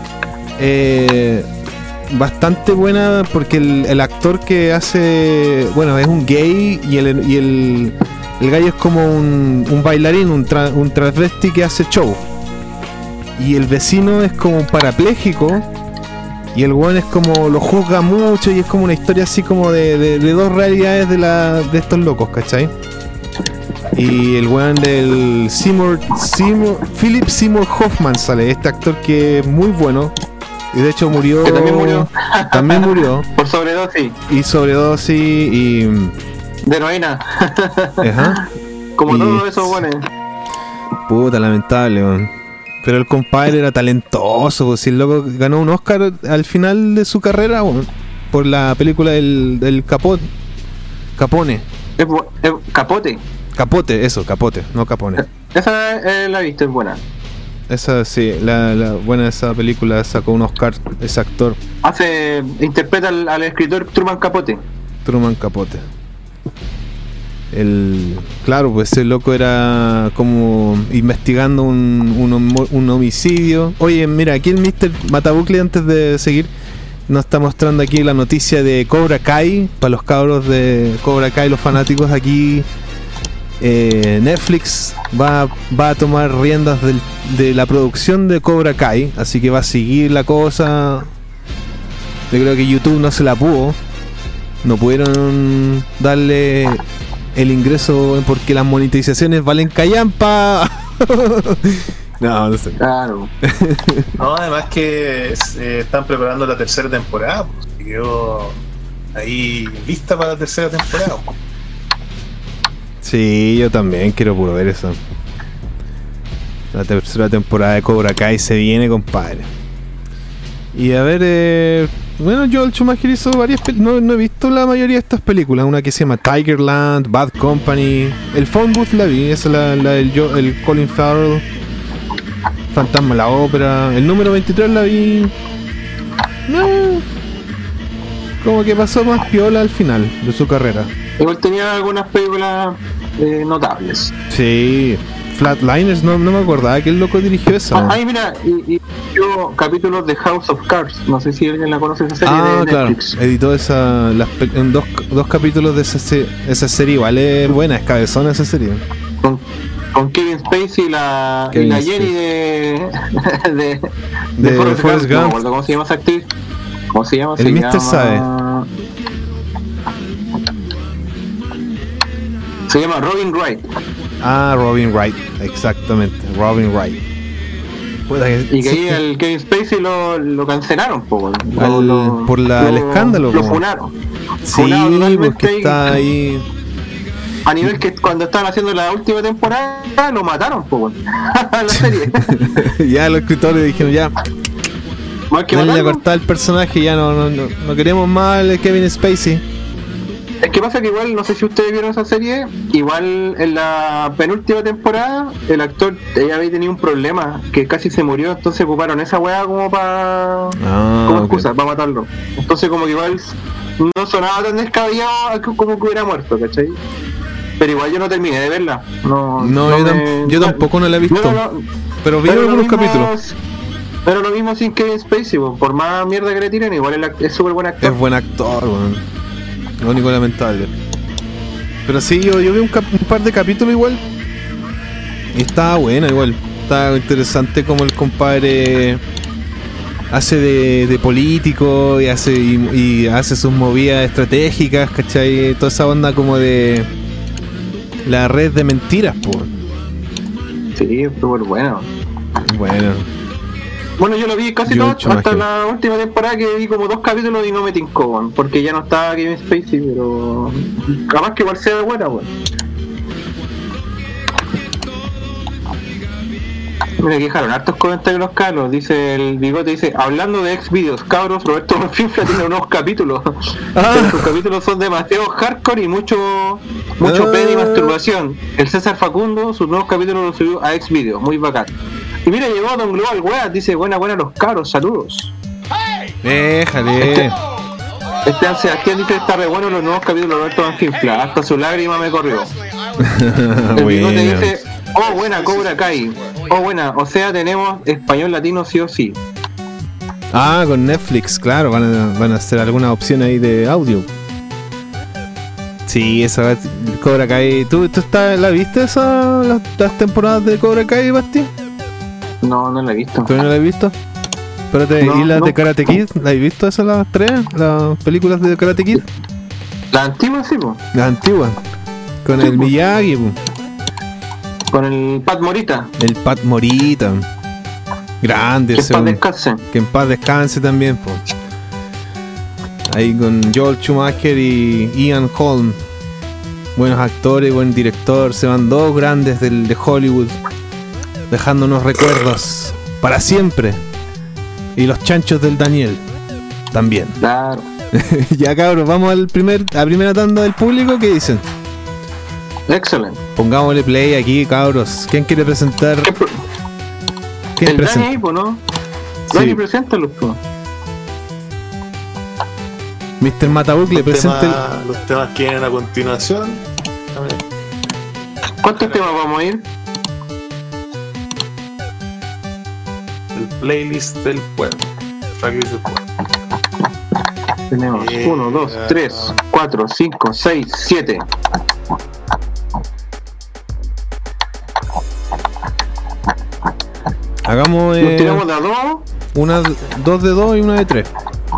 bastante buena porque el actor que hace... Bueno, es un gay y el gallo es como un bailarín, un transvesti que hace show. Y el vecino es como un parapléjico. Y el weón es como, lo juzga mucho y es como una historia así como de dos realidades de estos locos, ¿cachai? Y el weón del Philip Seymour Hoffman sale, este actor que es muy bueno. Y de hecho murió. Que también murió. También murió. Por sobredosis. Y sobredosis y... De heroína. Ajá. Como todos esos weones. Puta, lamentable, weón. Pero el compadre era talentoso, pues, si el loco ganó un Oscar al final de su carrera, bueno, por la película del Capone. Capote. Capote, no Capone. Esa la viste, es buena. Esa sí, la buena de esa película, sacó un Oscar ese actor. Interpreta al escritor Truman Capote. Claro, pues ese loco era como investigando un homicidio. Oye, mira, aquí el Mr. Matabucle, antes de seguir, nos está mostrando aquí la noticia de Cobra Kai. Para los cabros de Cobra Kai, los fanáticos aquí, Netflix va a tomar riendas de la producción de Cobra Kai, así que va a seguir la cosa. Yo creo que YouTube no se la pudo, no pudieron darle el ingreso porque las monetizaciones valen callampa. No sé. Claro. No, además que están preparando la tercera temporada, pues, que quedó ahí lista para la tercera temporada. Sí, yo también quiero puro ver eso. La tercera temporada de Cobra Kai se viene, compadre. Y a ver, bueno, Joel Schumacher hizo varias películas. No he visto la mayoría de estas películas. Una que se llama Tigerland, Bad Company. El Phone Booth la vi, esa es la del el Colin Farrell. Fantasma de la Ópera. El número 23 la vi. Como que pasó más piola al final de su carrera. Igual tenía algunas películas notables. Sí. Flatliners, no me acordaba que el loco dirigió esa. Ay, mira, y yo capítulos de House of Cards. No sé si alguien la conoce, esa serie de Netflix. Claro. Editó en dos capítulos de esa serie. Igual es buena, es cabezona esa serie. Con Kevin Spacey y la Jenny de Forrest Gump. No me acuerdo cómo se llama esa actriz. ¿Cómo se llama? El Mr. sabe. Se llama Robin Wright. Robin Wright, exactamente, Robin Wright. Y que ahí el Kevin Spacey lo cancelaron por el escándalo. Lo funaron. Sí, porque está ahí. A nivel que cuando estaban haciendo la última temporada lo mataron, la serie. Ya los escritores dijeron ya. Más que a cortar el personaje, ya no queremos más el Kevin Spacey. Es que pasa que igual, no sé si ustedes vieron esa serie, igual en la penúltima temporada el actor ya había tenido un problema, que casi se murió, entonces ocuparon esa weá como como excusa, para matarlo. Entonces como que igual no sonaba tan descabellado como que hubiera muerto, ¿cachai? Pero igual yo no terminé de verla. Yo tampoco no la he visto. Pero vi algunos capítulos. Pero lo mismo sin Kevin Spacey, por más mierda que le tiren, igual es súper buen actor. Es buen actor, weón. Lo único lamentable. Pero sí, yo vi un par de capítulos igual. Y estaba buena igual. Estaba interesante como el compadre hace de político y hace sus movidas estratégicas, ¿cachai? Toda esa onda como de la red de mentiras, po. Sí, es súper bueno. Bueno, Bueno, yo lo vi casi George todo hasta Schumacher. la última temporada, que vi como 2 capítulos y no me tincó, weón, porque ya no estaba Kevin Spacey, pero capaz que igual sea buena, weón. Mira, que dejaron hartos comentarios los Carlos. Dice el bigote, dice, hablando de Xvideos, cabros, Roberto Finfla tiene unos capítulos. Pero sus capítulos son demasiado hardcore y mucho pene y masturbación. El César Facundo, sus nuevos capítulos los subió a Xvideos, muy bacán. Y mira, llegó Don Global Weas, dice, buena los cabros, saludos. déjale. Esteban Sebastián dice, está re bueno los nuevos capítulos de Roberto Van Finfla, hasta su lágrima me corrió. El bigote Bueno. dice, oh buena Cobra Kai, oh buena, o sea tenemos español latino sí o sí. Ah, con Netflix, claro, van a hacer alguna opción ahí de audio. Sí, esa Cobra Kai. ¿Tú la viste las temporadas de Cobra Kai, Basti? No la he visto. ¿Tú no la has visto? Espérate, No, ¿y las no. de Karate Kid? ¿Las has visto esas las 3? ¿Las películas de Karate Kid? La antigua sí, po, Las antiguas. Con Sí, el po. Miyagi, po. con el Pat Morita, El Pat Morita. Grande que ese. Pat descanse. Que en paz descanse también, po. Ahí con Joel Schumacher y Ian Holm. Buenos actores, buen director. Se van 2 grandes de Hollywood, dejándonos recuerdos para siempre. Y los chanchos del Daniel también. Claro. Ya, cabros, vamos a primera tanda del público. ¿Qué dicen? Excelente. Pongámosle play aquí, cabros. ¿Quién quiere presentar? ¿Quién El Dani presenta? ahí, po, ¿no? Sí. Dani, preséntalo, po. Mr. Matabucle, presente. Los temas que vienen a continuación. ¿Cuántos temas vamos a ir? El playlist del pueblo. Tracklist del pueblo. Tenemos 1, 2, 3, 4, 5, 6, 7. Hagamos Nos tiramos de a 2. 2 de 2 y una de 3.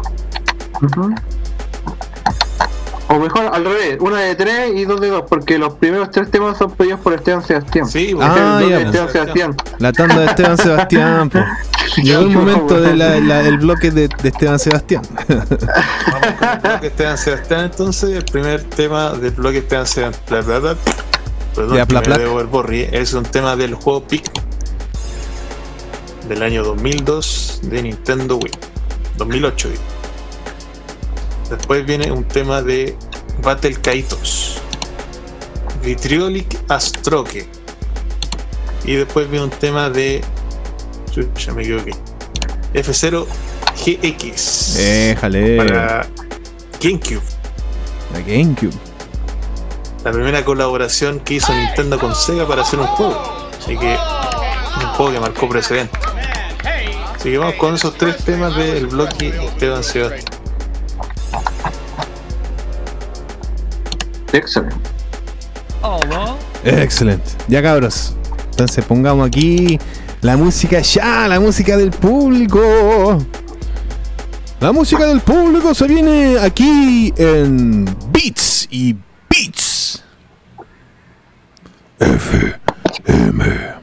O mejor al revés, una de 3 y 2 de 2, porque los primeros 3 temas son pedidos por Esteban Sebastián. Sí, Este Ah, es el ya, bloque de Esteban Sebastián. La tanda de Esteban Sebastián, po. Llegó el momento del bloque de Esteban Sebastián. Vamos con el bloque Esteban Sebastián. Entonces, el primer tema del bloque Esteban Sebastián. Perdón, Ya, que bla, me bla. debo el borri. Es un tema del juego Pikmin del año 2002 de Nintendo Wii. 2008. Digo. Después viene un tema de Battle Kaitos, Vitriolic Astroke. Y después viene un tema de. Ya me equivoqué. F0 GX. Déjale. Para GameCube. La GameCube. La primera colaboración que hizo Nintendo con Sega para hacer un juego. Así que un juego que marcó precedente. Así que vamos con esos 3 temas del bloque Esteban Sebastián. Excelente. Excelente. Ya, cabros. Entonces pongamos aquí la música ya, la música del público. La música del público se viene aquí en Beats y Beats. FM.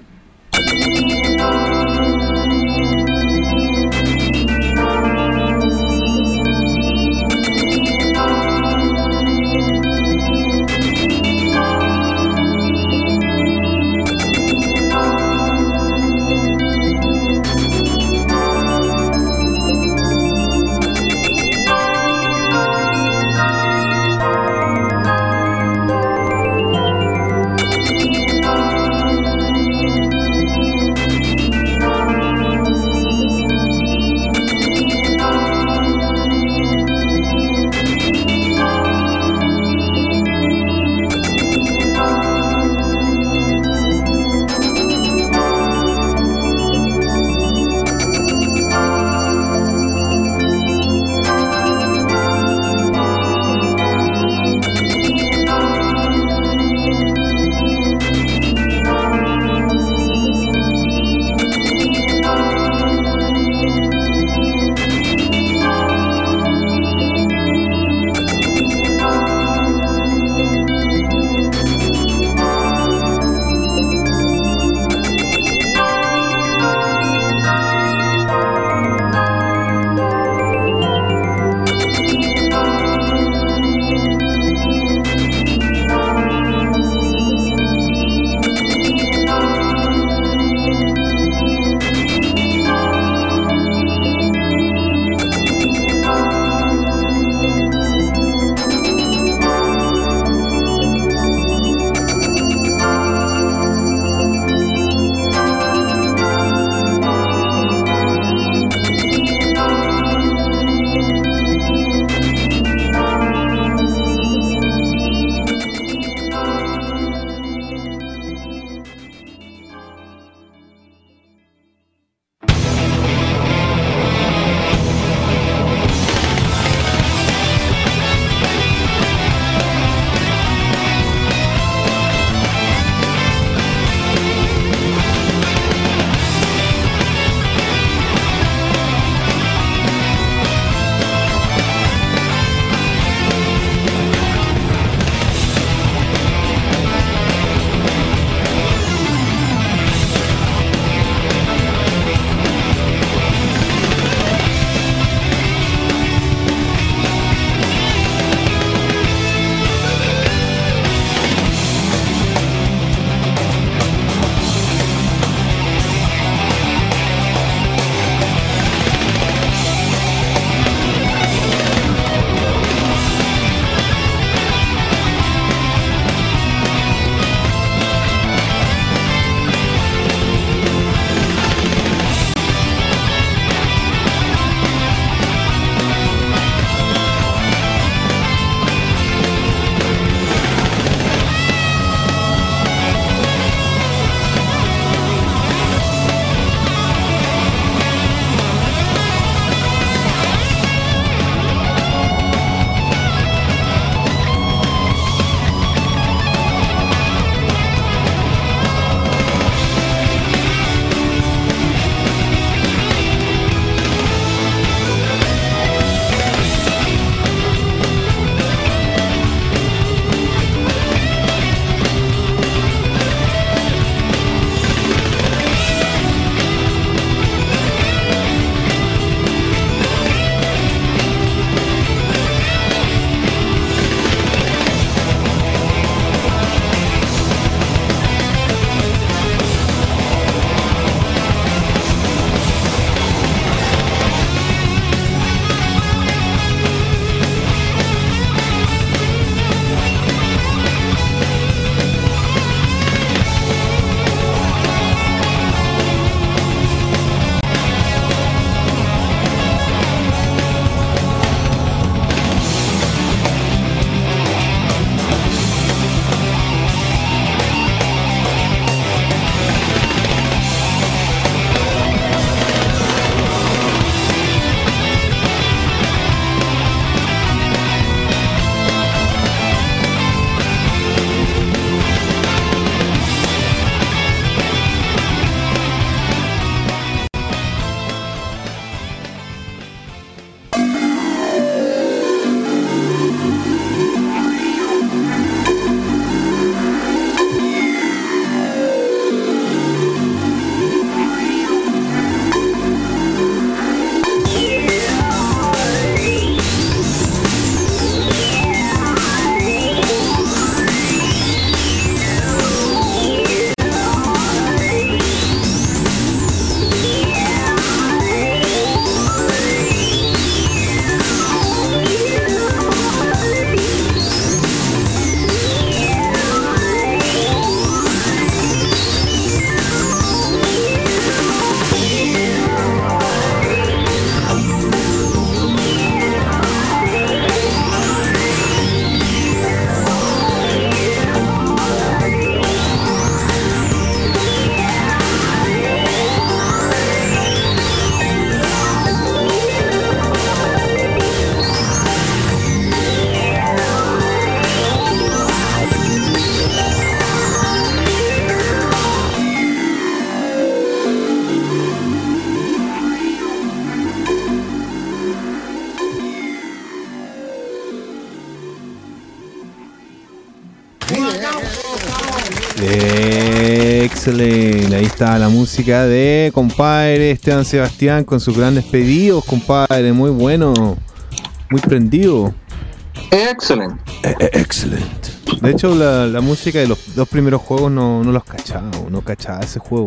Excelente, ahí está la música de compadre Esteban Sebastián con sus grandes pedidos, compadre, muy bueno, muy prendido. Excelente. Excelente. De hecho, la música de los dos primeros juegos no los cachaba, no cachaba ese juego.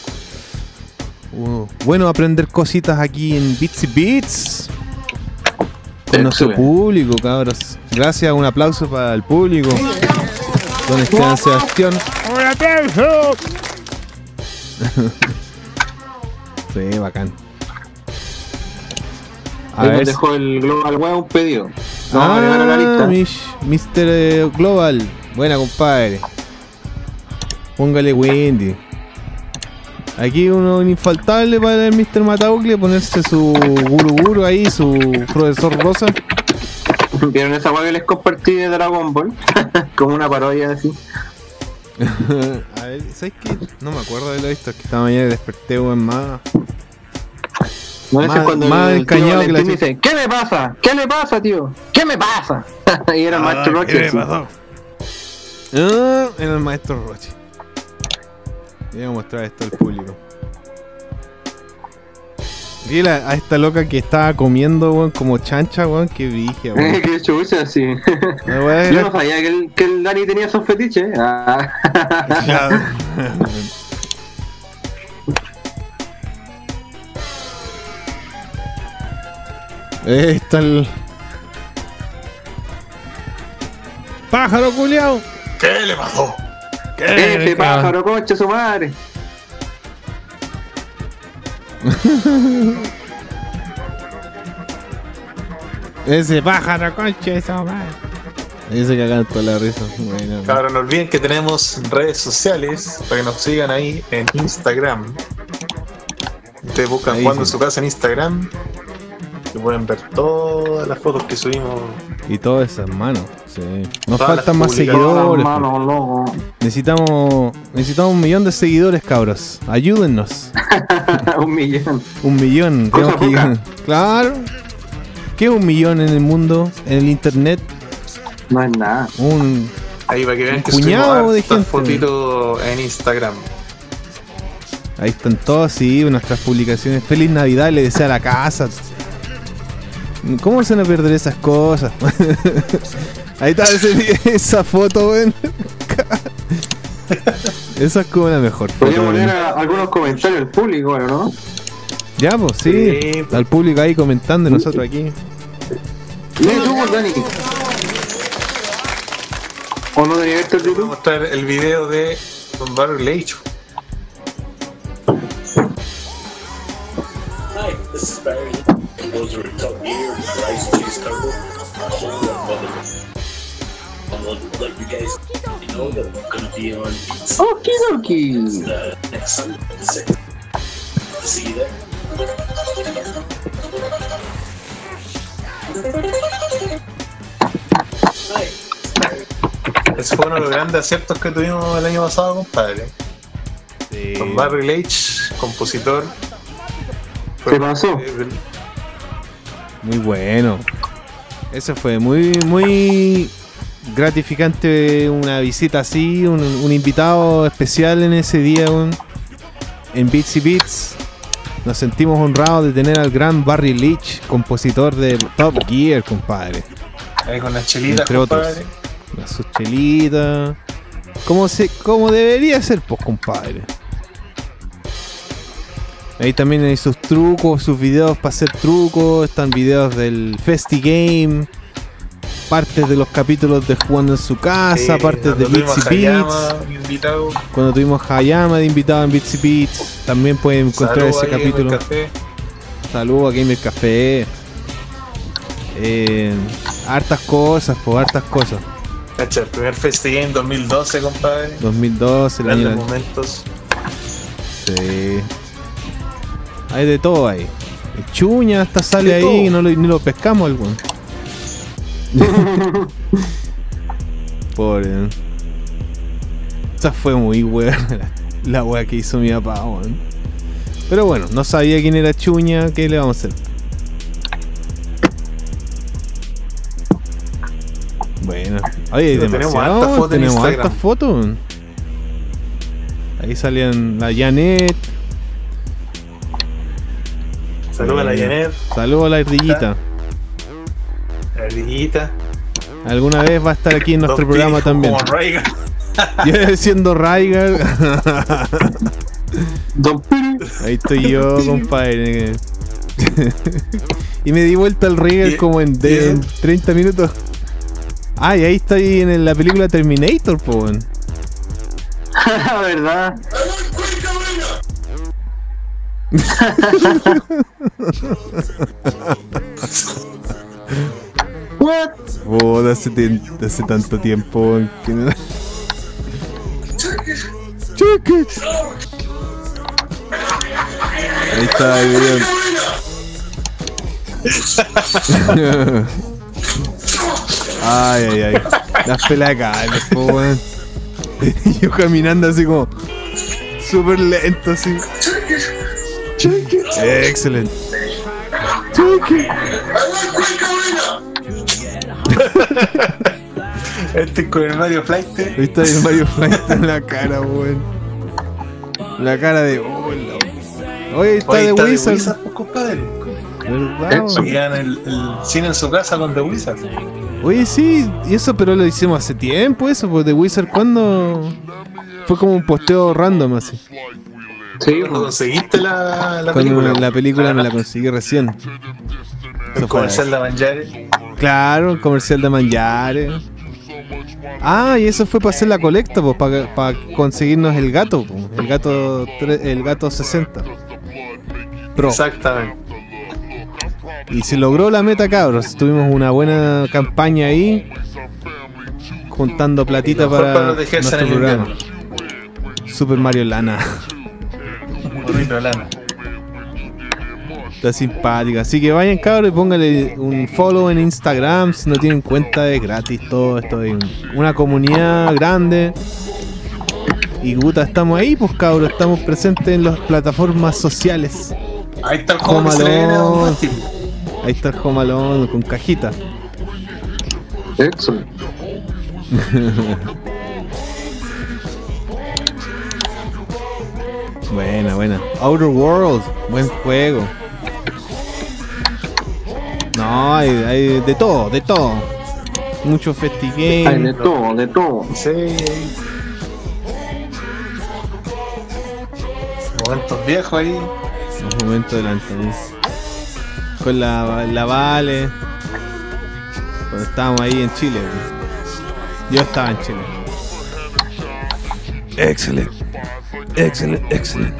Bueno, aprender cositas aquí en Bitsy Beats con nuestro público, cabros. Gracias, un aplauso para el público. Don Esteban Sebastián. ¡Un aplauso! Sí, bacán. A ver, dejó el Global Web un pedido. Vamos a agregar a la lista. Mr. Global. Buena, compadre. Póngale Wendy. Aquí uno infaltable para el Mr. Mataucle, ponerse su guru ahí, su profesor Rosa. ¿Vieron esa hueá que les compartí de Dragon Ball? Como una parodia así. A ver, ¿sabes qué? No me acuerdo de lo visto, es que esta mañana desperté más. No, ese es cuando más el tío encañado que la dice, ¿qué me pasa? ¿Qué le pasa, tío? ¿Qué me pasa? Y era el maestro Roche. ¿Qué me pasó? Era el maestro Roche. Voy a mostrar esto al público. Vi a esta loca que estaba comiendo, weón, como chancha, weón, que brigia, weón. Qué chucha, sí. Yo no sabía que el Dani tenía esos fetiches. Claro. Ahí está el pájaro culiao. ¿Qué le pasó? Este pájaro, concha su madre. Ese pájaro, concha de su madre. Ese que cagando la risa. Bueno, Ahora no olviden que tenemos redes sociales para que nos sigan ahí en Instagram. Ustedes buscan Ahí Jugando sí. en su casa en Instagram y pueden ver todas las fotos que subimos. y todo eso, hermano. Sí. Nos Todas faltan las más publicaciones, seguidores. Hermano, loco. Necesitamos 1.000.000 de seguidores, cabros. Ayúdennos. 1.000.000. 1.000.000. Cosa Tenemos que poca. llegar. Claro. ¿Qué es 1.000.000 en el mundo? En el internet. No es nada. Un Ahí para que vean que puñado subimos de hartas gente. fotitos en Instagram. Ahí están todas, sí, nuestras publicaciones. Feliz Navidad, le desea a la casa. ¿Cómo se van a perder esas cosas? Ahí está esa foto, weón. Esa es como la mejor foto. Podríamos weón. leer algunos comentarios del público, bueno, ¿no? Ya, pues sí. Sí. Al público ahí comentando y nosotros aquí. Lee tú, Dani. ¿O no tenía visto el Voy a YouTube? mostrar el video de Don Barry Lecho. Hi, this is Barry. And those are top beer, rice, cheese, turtle. I'll show you what mother. I'm gonna let you guys know that we're gonna be on Okidoki. next Sunday, the 6th. See you there. Hi, it's Barry. Ese fue uno de los grandes aciertos que tuvimos el año pasado, compadre. Don Barry Leitch, compositor. ¿Qué pasó? Muy bueno. Eso fue muy gratificante, una visita así, un invitado especial en ese día, en Bitsy Beats. Nos sentimos honrados de tener al gran Barry Leitch, compositor de Top Gear, compadre. Ahí con las chelitas, Entre otros. compadre. Una sus chelitas. Como debería ser, pues, compadre. Ahí también hay sus trucos, sus videos para hacer trucos. Están videos del Festi Game. Partes de los capítulos de Jugando en su casa. Partes de cuando tuvimos Bitsy a Beats. Hayama, invitado. Cuando tuvimos Hayama de invitado en Bitsy Beats. También pueden encontrar Saludos ese ahí en el capítulo. café. Saludos a Gamer Café. Hartas cosas, pues, hartas cosas. Cacha, el primer Festi Game 2012, compadre. 2012, el Grandes año. momentos. Sí. Hay de todo ahí. El chuña hasta sale De ahí todo. y ni lo pescamos algún. Pobre. ¿no? Esa fue muy buena la wea que hizo mi papá, weón. Pero bueno, no sabía quién era Chuña, ¿qué le vamos a hacer? Bueno, oye, hay Pero tenemos demasiado, hartas fotos en tenemos Instagram. hartas fotos. Ahí salían la Janet. Saludos a la Janet, Saludos a la ardillita. la ardillita. Alguna vez va a estar aquí en nuestro Don programa Piri, también. Como Raiga. Yo siendo Raigar. Don Piri. Ahí estoy yo, compadre. Y me di vuelta al Raigar ¿Y- como en y eso? 30 minutos. Ah, y ahí está ahí en la película Terminator, po, weón. ¿Verdad? What? Puta, hace tanto tiempo, weón, que no... Cheque. Ahí está el video. Ay, ay, ay. Las pelas de cables, po, weón. Y yo caminando así como súper lento, así. Excelente. Cheque. Este con el Mario Flight. Ahí está el Mario Flight en la cara, weón. La cara de... Oh, oye, está Oye, de está Wizard. The Wizard, pues, compadre. ¿Verdad, weón? Seguían el cine en su casa con The Wizard. Oye, sí, y eso pero lo hicimos hace tiempo, eso, pues The Wizard, ¿cuándo? Fue como un posteo random, así. Sí, Cuando conseguiste la Cuando película. la película me la conseguí recién. El Eso fue comercial de Manjare. Claro, el comercial de Manjare. Ah, y eso fue para hacer la colecta, pues, para conseguirnos el gato, pues, el gato 60 Pro. Exactamente. Y se logró la meta, cabros. Tuvimos una buena campaña ahí, juntando platita Mejor para para protegerse nuestro en el programa. invierno. Super Mario Lana. Un gorrito de lana. Está simpática. Así que vayan, cabros, y pónganle un follow en Instagram. Si no tienen cuenta, es gratis todo esto. Es una comunidad grande. Y puta, estamos ahí, pues, cabros. Estamos presentes en las plataformas sociales. Ahí está el juego que se le viene a Don Mati. Ahí está el Home Alone con cajita. Excelente. Buena, buena. Outer World, buen juego. No, hay de todo, de todo. Mucho Hay festigame. de todo, de todo. Sí. Momentos viejos ahí. Un momento delante. Con la Vale. Cuando estábamos ahí en Chile. Yo estaba en Chile. Excelente. Excelente, excelente.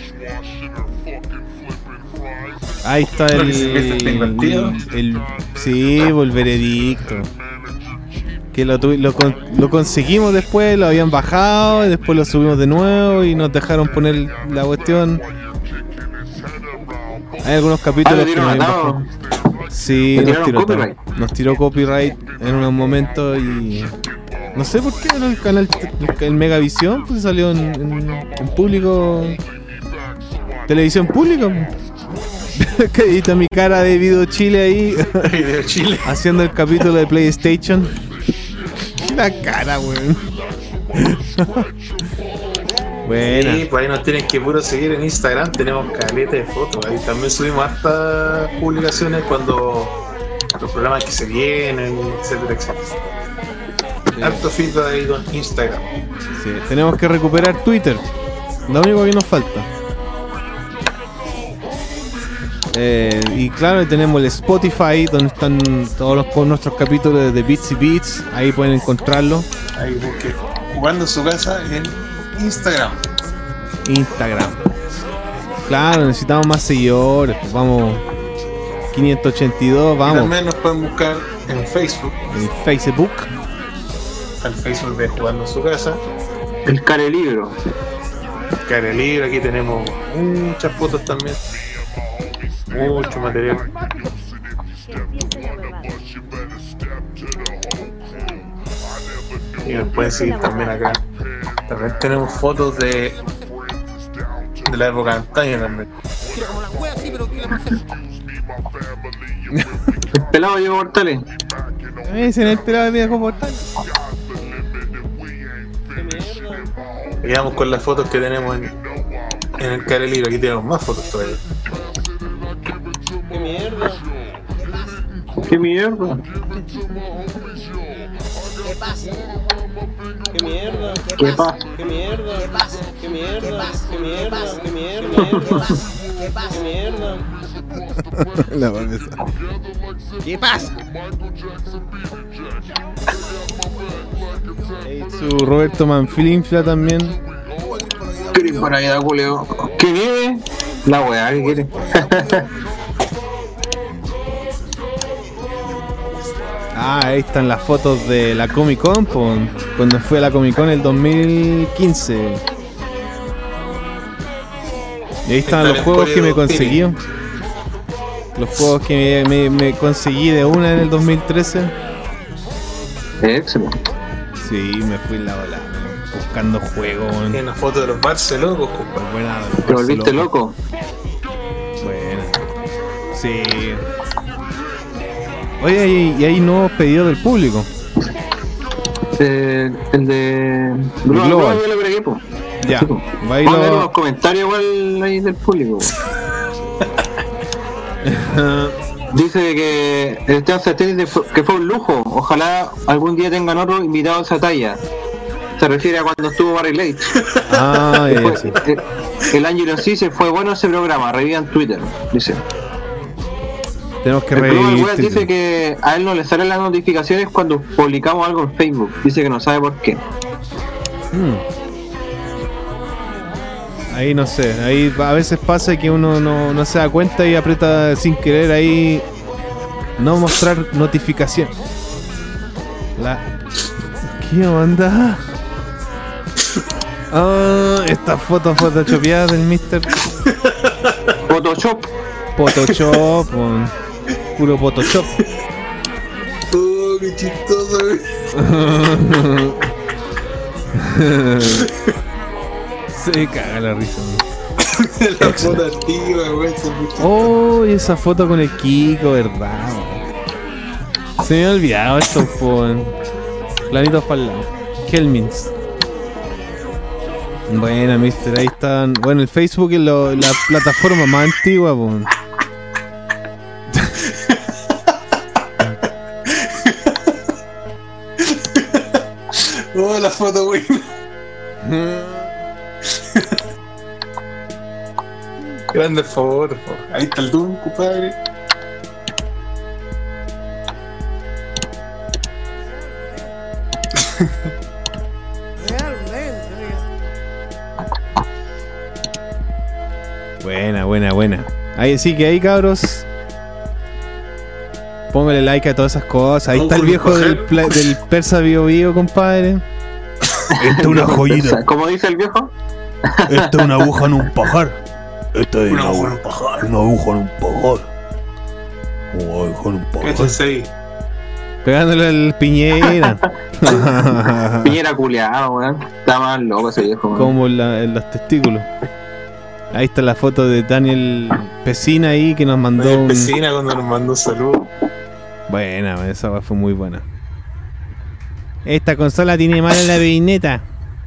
Ahí está Creo que se ve este invertido. sí, el veredicto. Que lo conseguimos después, lo habían bajado y después lo subimos de nuevo y nos dejaron poner la cuestión. Hay algunos capítulos lo que tiraron nos habían atado. bajado. Sí, ¿Te nos tiraron tiró, copyright? nos tiró copyright en un momento y no sé por qué el canal, el Megavisión, pues salió en público, televisión pública. Que ahí está mi cara de Video Chile ahí Video Chile. haciendo el capítulo de PlayStation. La cara, weón. Buena. Sí, pues ahí nos tienen que puro seguir en Instagram. Tenemos caleta de fotos. Ahí también subimos hartas publicaciones cuando los programas que se vienen, etcétera, etcétera. Harto feedback ahí con Instagram. Sí, tenemos que recuperar Twitter. Lo único que nos falta. Y claro, tenemos el Spotify, donde están todos nuestros capítulos de Beats y Beats. Ahí pueden encontrarlo. Ahí busque jugando en su casa en Instagram. Instagram. Claro, necesitamos más seguidores. Pues vamos, 582, Y vamos. también nos pueden buscar en Facebook. En Facebook. El Facebook de Jugando en su casa. El care libro. Cara libre, aquí tenemos muchas fotos también. Mucho material. Y nos pueden seguir también acá. También tenemos fotos de la época de antaño también. El pelado Diego Mortales. Ese en el pelado de viejo portal. Quedamos con las fotos que tenemos en el Careliro. Aquí tenemos más fotos todavía. ¡Qué mierda! ¡Qué mierda! ¡Qué mierda! ¿Qué pasa? ¡Qué mierda! ¡Qué mierda! ¡Qué mierda! ¡Qué mierda! ¡Qué mierda! La cabeza. ¿Qué pasa? Hey, su Roberto Manflinfla también. ¿Qué por ahí da culeo? ¿Qué vive? La weá, ¿qué quiere? Ahí están las fotos de la Comic Con, cuando fue a la Comic Con el 2015. Y ahí están los juegos que me conseguí. Los juegos que me conseguí de una en el 2013. Excelente. Sí, me fui en la ola, buscando juegos. Hay una foto de los Barcelocos, compadre. Buena, ¿Te volviste loco? Bueno, sí. Oye, y hay nuevos pedidos del público. El de Global. Yo lo agregué, po. Ya, Sí, po. bailo. Vamos a ver unos comentarios igual ahí del público. Dice que el Esteban Satélite dice que fue un lujo. Ojalá algún día tengan otro invitado a esa talla. Se refiere a cuando estuvo Barry Late. Ah, ya, sí. El Ángelo sí se fue bueno ese programa. Revivan Twitter, dice. Tenemos que El Global revivir. Web dice que a él no le salen las notificaciones cuando publicamos algo en Facebook. Dice que no sabe por qué. Ahí no sé, ahí a veces pasa que uno no se da cuenta y aprieta sin querer ahí no mostrar notificación. ¿Qué onda? Ah, esta foto photoshopeada del Mr. Photoshop. Photoshop, puro Photoshop. Oh, qué chistoso, güey. Se caga la risa. La foto antigua, güey. Oh, y esa foto con el Kiko, ¿verdad? Se me ha olvidado esto, planitos para el lado. Helmins. Buena, mister, ahí están. Bueno, el Facebook es la plataforma más antigua, pues. Oh, la foto, güey. Grande favor. Ahí está el Doom, compadre. Buena. Ahí sí que ahí, cabros. Póngale like a todas esas cosas. Ahí está el viejo del Persa Bio Bio, compadre. Esta es una joyita. ¿Cómo dice el viejo? Esta es una aguja en un pajar. Esta es una aguja en un pajar. Una aguja en un pajar. Échense ahí. Pegándole al Piñera. Piñera culiado, weón. Está más loco ese viejo, weón. Como en los testículos. Ahí está la foto de Daniel Pesina ahí que nos mandó Daniel Pesina cuando nos mandó un saludo. Buena, esa fue muy buena. Esta consola tiene mala la peineta.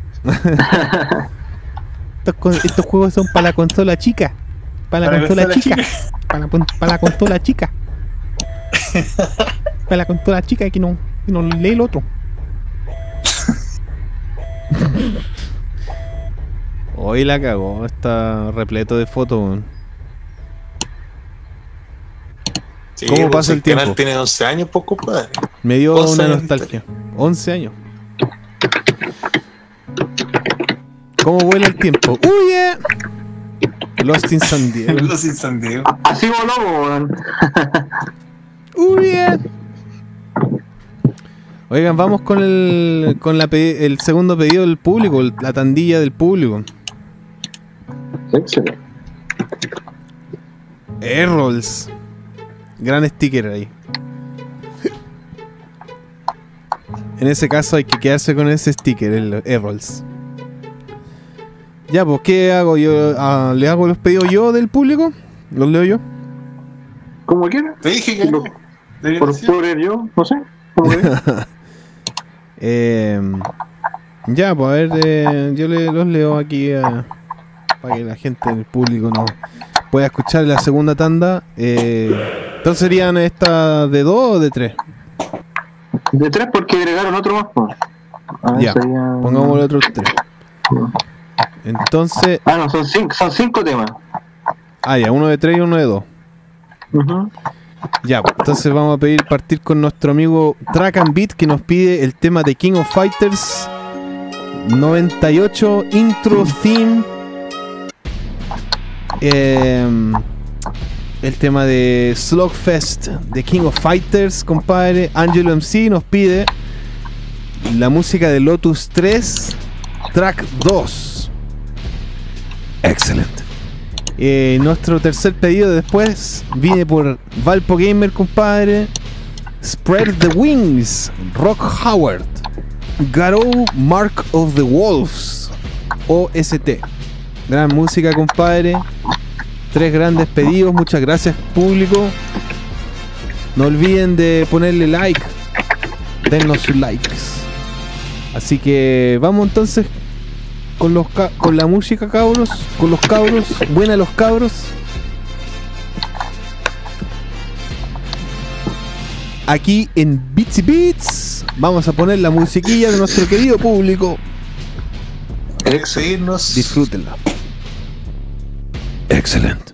Estos juegos son para la consola chica. Para la consola chica. Para la consola chica. Para la consola chica que no lee el otro. Hoy la cagó, está repleto de fotos, weón. Sí, ¿Cómo pasa el tiempo? Canal tiene 11 años, pues, compadre. Me dio 11 una años. nostalgia. 11 años. ¿Cómo vuela el tiempo? ¡Uy! Yeah. Lost in San Diego. Los incendios. Así voló, weón. ¡Uy! Yeah. Oigan, vamos con el segundo pedido del público, la tandilla del público. Excelente. Errols. Gran sticker ahí. En ese caso hay que quedarse con ese sticker, el Errols. Ya, pues, ¿qué hago yo? ¿Le hago los pedidos yo del público? ¿Los leo yo? Como quieras. Te dije que no. Por poder yo, no sé. ¿Cómo querés? Ya, pues a ver, yo los leo aquí para que la gente del público no pueda escuchar la segunda tanda. Entonces serían estas de 2 o de 3. De 3 porque agregaron otro más. Pues. Ya, pongamos los otros 3. Entonces... no, son 5 temas. Ya, uno de 3 y uno de 2. Ya, entonces vamos a partir con nuestro amigo Track and Beat, que nos pide el tema de King of Fighters 98 Intro Theme. El tema de Slugfest de King of Fighters, compadre. Angelo MC nos pide la música de Lotus 3 Track 2. Excelente. Nuestro tercer pedido después viene por Valpo Gamer, compadre. Spread the Wings, Rock Howard. Garou, Mark of the Wolves, OST. Gran música, compadre. 3 grandes pedidos. Muchas gracias, público. No olviden de ponerle like. Dennos sus likes. Así que vamos entonces con la música, cabros. Con los cabros. Buena los cabros. Aquí en Beatsy Beats vamos a poner la musiquilla de nuestro querido público. Hay que seguirnos. Disfrútenla. Excelente.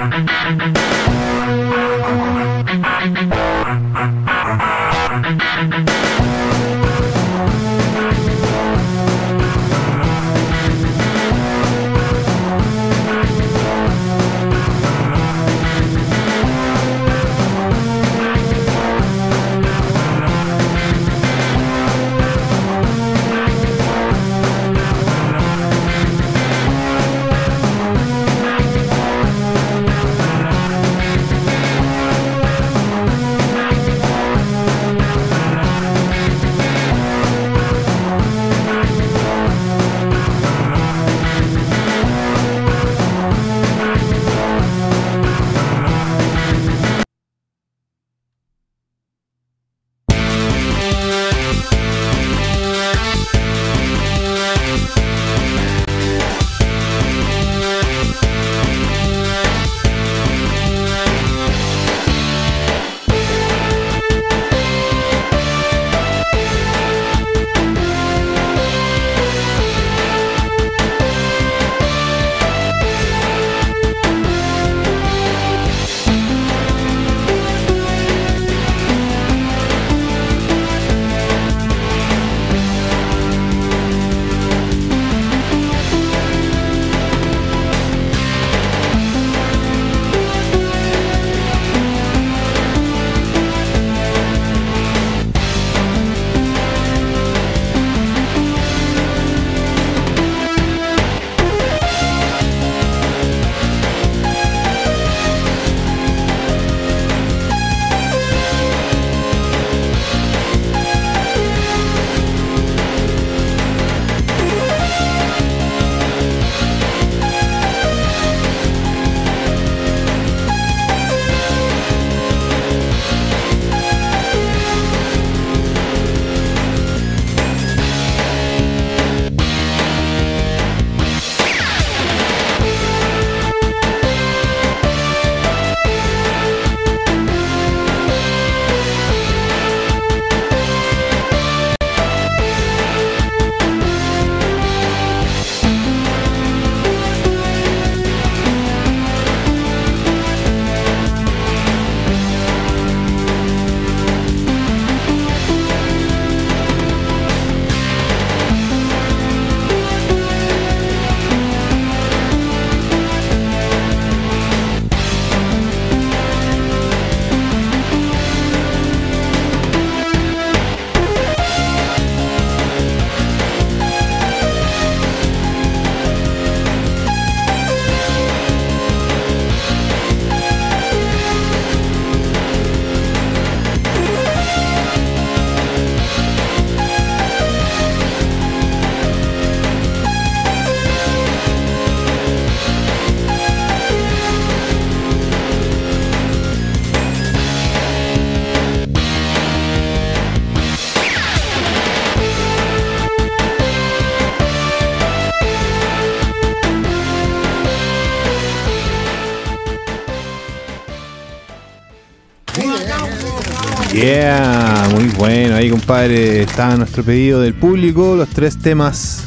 Yeah, muy bueno. Ahí, compadre, está nuestro pedido del público. Los 3 temas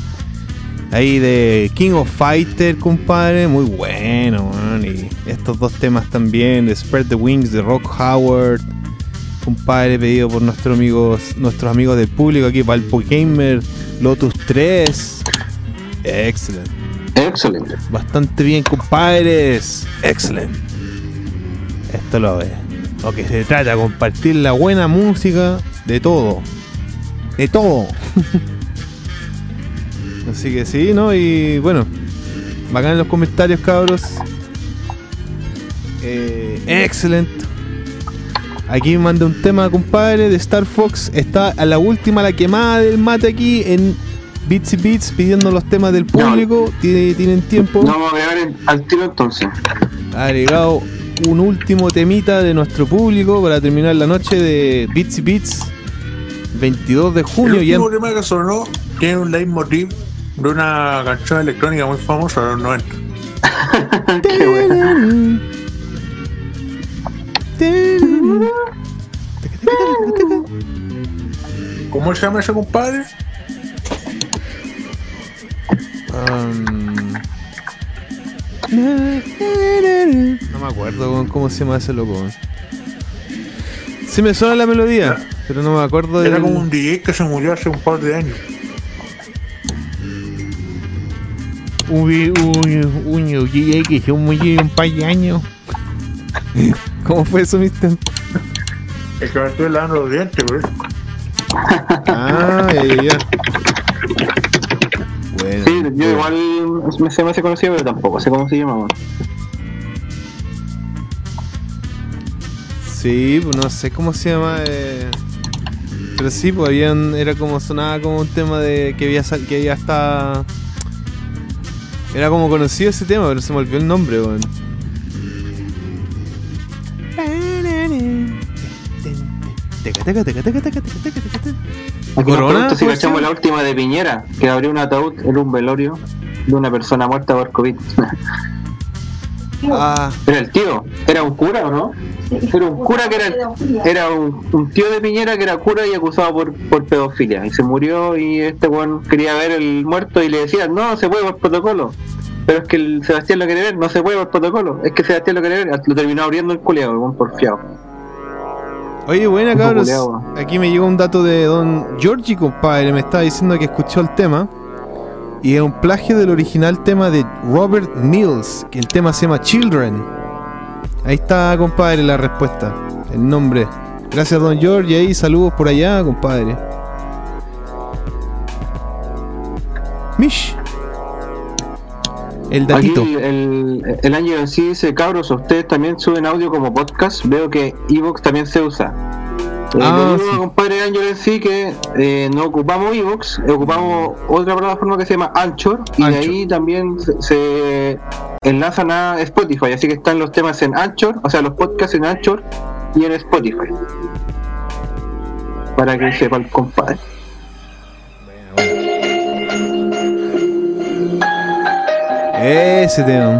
ahí de King of Fighter, compadre. Muy bueno, man. Y estos 2 temas también de Spread the Wings de Rock Howard, compadre, pedido por nuestros amigos del público aquí, Valpo Gamer, Lotus 3. Excelente. Excelente. Bastante bien, compadres. Excelente. Esto lo es. Lo que se trata, compartir la buena música de todo. De todo. Así que sí, ¿no? Y bueno, bacán en los comentarios, cabros. Excelente. Aquí me manda un tema, compadre, de Star Fox. Está a la última, la quemada del mate aquí en Beats y Beats, pidiendo los temas del público. No. ¿Tienen tiempo? No, vamos a ver al tiro entonces. Ha agregado un último temita de nuestro público para terminar la noche de Beats y Beats, 22 de junio. El último tema que sonó tiene un leitmotiv de una canción electrónica muy famosa de los 90. Qué buena. ¿Cómo se llama ese compadre? No me acuerdo weón, cómo se llama ese loco. Weón. Sí me suena la melodía, pero no me acuerdo de. Era como un DJ que se murió hace un par de años. Un DJ que se murió un par de años. ¿Cómo fue eso, mister? Es que me estoy lavando los dientes, güey. Ah, ya. Bueno, Sí, yo bueno. igual se me hace conocido, pero tampoco sé cómo se llama. weón. Sí, pues no sé cómo se llama. Pero sí, pues era como sonaba como un tema de que ya está. Era como conocido ese tema, pero se me olvidó el nombre, weón. Aquí nos ¿Corona? pregunta si ¿Puede cachamos ser? la última de Piñera, que abrió un ataúd en un velorio de una persona muerta por COVID. Ah, Era el tío, era un cura, ¿o no? Era un cura que era un tío de Piñera que era cura y acusado por pedofilia. Y se murió y este weón quería ver el muerto y le decían, no, se puede por protocolo. Pero es que el Sebastián lo quiere ver, no se puede por protocolo. Es que Sebastián lo quiere ver, lo terminó abriendo el culiao, el weón porfiado. oye, buena Un cabros. culeado. Aquí me llegó un dato de don Georgie, compadre. Me estaba diciendo que escuchó el tema. Y es un plagio del original tema de Robert Mills. Que el tema se llama Children. Ahí está, compadre, la respuesta. El nombre. Gracias, don Georgie. Ahí, saludos por allá, compadre. Mish. El datito. Aquí el Ángel en sí dice, cabros, ustedes también suben audio como podcast. Veo que Evox también se usa. Le digo, Sí. compadre Ángel en sí que no ocupamos Evox, ocupamos otra plataforma que se llama Anchor y Anchor. de ahí también se enlazan a Spotify, así que están los temas en Anchor, o sea los podcasts en Anchor y en Spotify, para que sepa el compadre. Ese tema.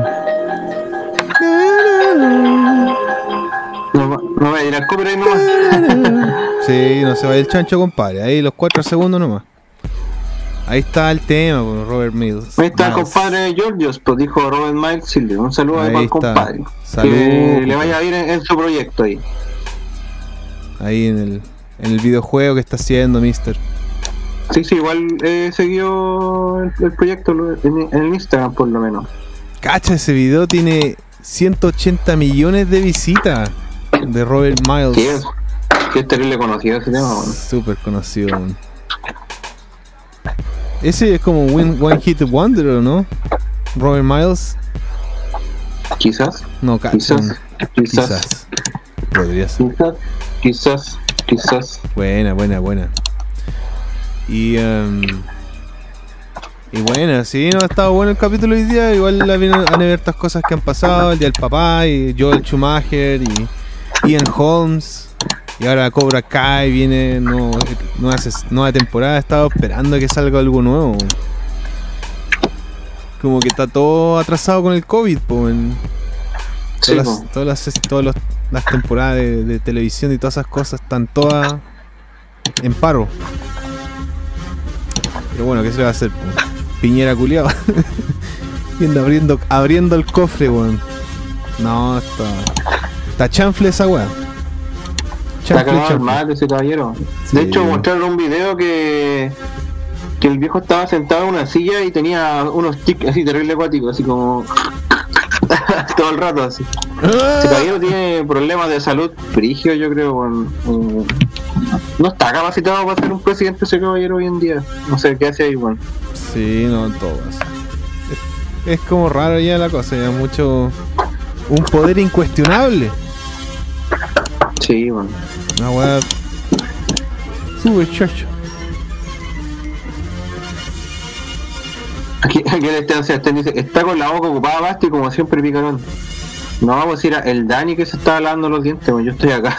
No voy a ir al copyright nomás. Sí, no se vaya el chancho, compadre. Ahí los 4 segundos nomás. Ahí está el tema, pues, Robert Mills. Ahí está el Miles. compadre Georgios, pues dijo Robert Miles Silvio. Un saludo Ahí para el está. compadre. Salud, Que le compadre. vaya bien en su proyecto ahí. Ahí en el videojuego que está haciendo, mister. Sí, igual seguió el proyecto en el Instagram por lo menos. Cacha, ese video tiene 180 millones de visitas de Robert Miles. Que es terrible conocido ese tema, bueno. Súper conocido. Man. Ese es como One Hit Wonder, ¿o no? Robert Miles. Quizás. No, cacha. Quizás. Podría ser. Quizás. Buena. Y bueno, sí, no ha estado bueno el capítulo hoy día. Igual han habido estas cosas que han pasado. El día del papá y Joel Schumacher y Ian Holmes. Y ahora Cobra Kai viene nueva temporada. He estado esperando que salga algo nuevo. Como que está todo atrasado con el COVID, po, Sí, todas las temporadas de televisión y todas esas cosas están todas en paro. Pero bueno, ¿qué se le va a hacer? Po? Piñera culiado. Viendo abriendo el cofre, weón. No, está chanfle esa weá. Está cagado mal ese caballero. Sí. De hecho, mostraron un video que el viejo estaba sentado en una silla y tenía unos tics así terrible acuáticos, así como todo el rato así. Ese caballero tiene problemas de salud frigio, yo creo. No está capacitado para ser un presidente ese caballero hoy en día. No sé qué hace ahí, weón. Sí, no, todo eso. Es como raro ya la cosa, ya mucho. Un poder incuestionable. Sí, weón. Una weá. Sube, chacho. Aquí el Esteban dice, está con la boca ocupada Basti como siempre picarón. No vamos a ir a el Dani que se está lavando los dientes, weón. Yo estoy acá.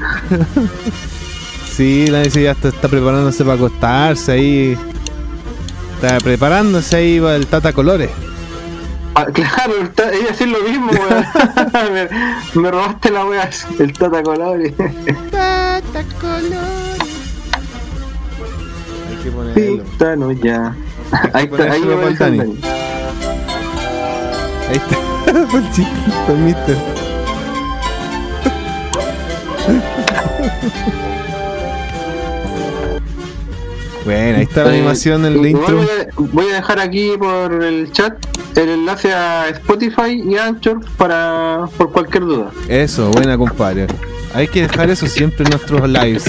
Sí, la dice ya está preparándose para acostarse ahí. Está preparándose ahí para el Tata Colores. Ah, claro, ella hace lo mismo, weón. me robaste la weá, el Tata Colores. Tata Colores. Hay que ponerlo. Pítanos ya. Ahí está, ahí ponérselo lo pa'l ves, Dani. Dani. Ahí está. Por el chiste, por el mister. Bueno, ahí está la animación, el intro. Voy a dejar aquí por el chat el enlace a Spotify y Anchor por cualquier duda. Eso, buena compadre. Hay que dejar eso siempre en nuestros lives.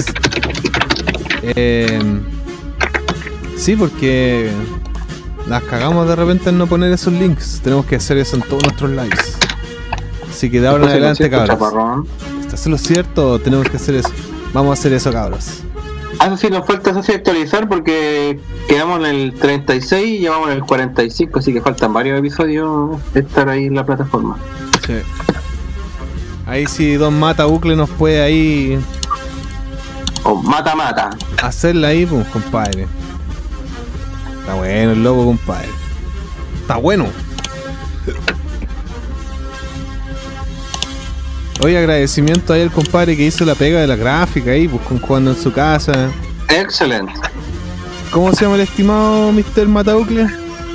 Sí, porque las cagamos de repente en no poner esos links. Tenemos que hacer eso en todos nuestros lives. Así que de ahora en adelante, cabros. ¿Estás en lo cierto? Tenemos que hacer eso. Vamos a hacer eso, cabros. Eso sí, nos falta eso sí actualizar porque quedamos en el 36 y llevamos en el 45, así que faltan varios episodios de estar ahí en la plataforma. Sí. Ahí sí, Don Mata Bucle nos puede ahí... O Mata. Hacerla ahí, pues, compadre. Está bueno el logo, compadre. Está bueno. Oye, agradecimiento ahí al compadre que hizo la pega de la gráfica ahí, pues, jugando en su casa. Excelente. ¿Cómo se llama el estimado Mr. Matabucle?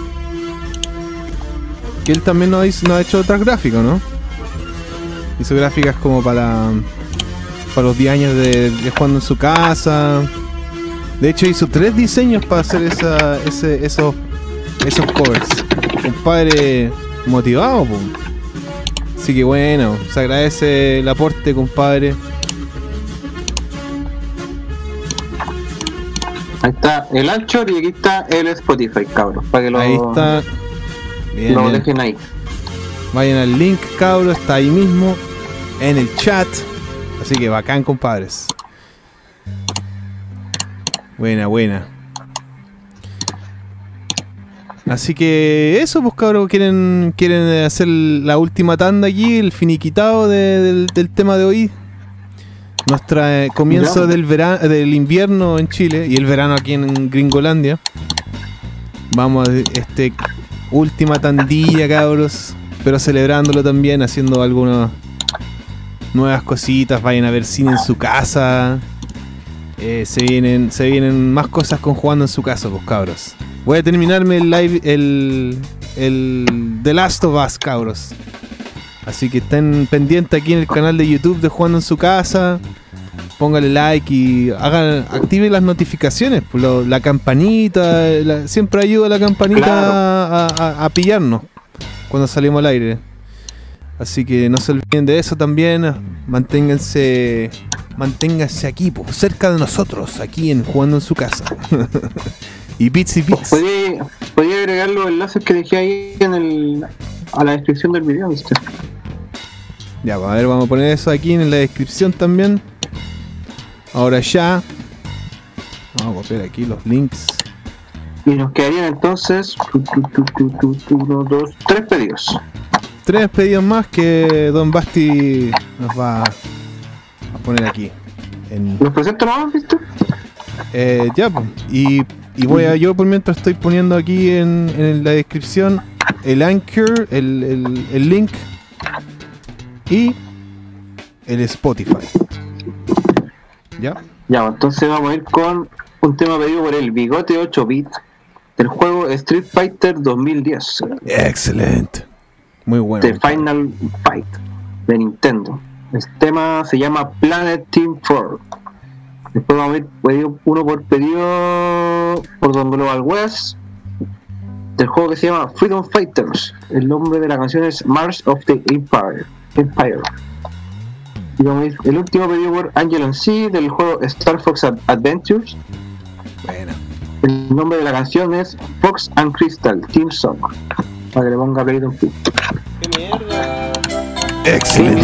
Que él también nos ha hecho otras gráficas, ¿no? Hizo gráficas como para los 10 años de jugando en su casa. De hecho hizo 3 diseños para hacer esos covers. Compadre motivado, pues. Así que bueno, se agradece el aporte, compadre. Ahí está el Anchor y aquí está el Spotify, cabros, para que ahí está. Bien, lo bien. dejen ahí. Vayan al link, cabros, está ahí mismo en el chat. Así que bacán, compadres. Buena. Así que eso, pues, cabros, quieren hacer la última tanda aquí, el finiquitado del tema de hoy. Nuestro comienzo del invierno en Chile y el verano aquí en Gringolandia. Vamos a última tandilla, cabros, pero celebrándolo también, haciendo algunas nuevas cositas. Vayan a ver cine en su casa. Se vienen más cosas con jugando en su casa, pues, cabros. Voy a terminarme el live, el The Last of Us, cabros. Así que estén pendientes aquí en el canal de YouTube de Jugando en su Casa. Póngale like y activen las notificaciones. La campanita, siempre ayuda la campanita, claro, a pillarnos cuando salimos al aire. Así que no se olviden de eso también. Manténganse aquí, pues, cerca de nosotros, aquí en Jugando en su Casa. Y Bits. Podría agregar los enlaces que dejé ahí a la descripción del video, ¿viste? Ya, a ver, vamos a poner eso aquí en la descripción también. Ahora ya. Vamos a copiar aquí los links. Y nos quedarían entonces 1, 2, 3 pedidos. 3 pedidos más que Don Basti nos va a poner aquí. ¿Los presento nomás, viste? Ya, pues. Y yo por mientras estoy poniendo aquí en la descripción el Anchor, el link y el Spotify. ¿Ya? Ya, entonces vamos a ir con un tema pedido por el Bigote 8-bit del juego Street Fighter 2010. Excelente. Muy bueno. The Final Fight de Nintendo. El tema se llama Planet Team 4. Después vamos a ir pedido, uno por pedido por Don Global West, del juego que se llama Freedom Fighters. El nombre de la canción es March of the Empire. Y vamos a ir el último pedido por Angel and C del juego Star Fox Adventures. Bueno. El nombre de la canción es Fox and Crystal Team Song. Para que le ponga pedido en fin. ¡Qué mierda! Excelente.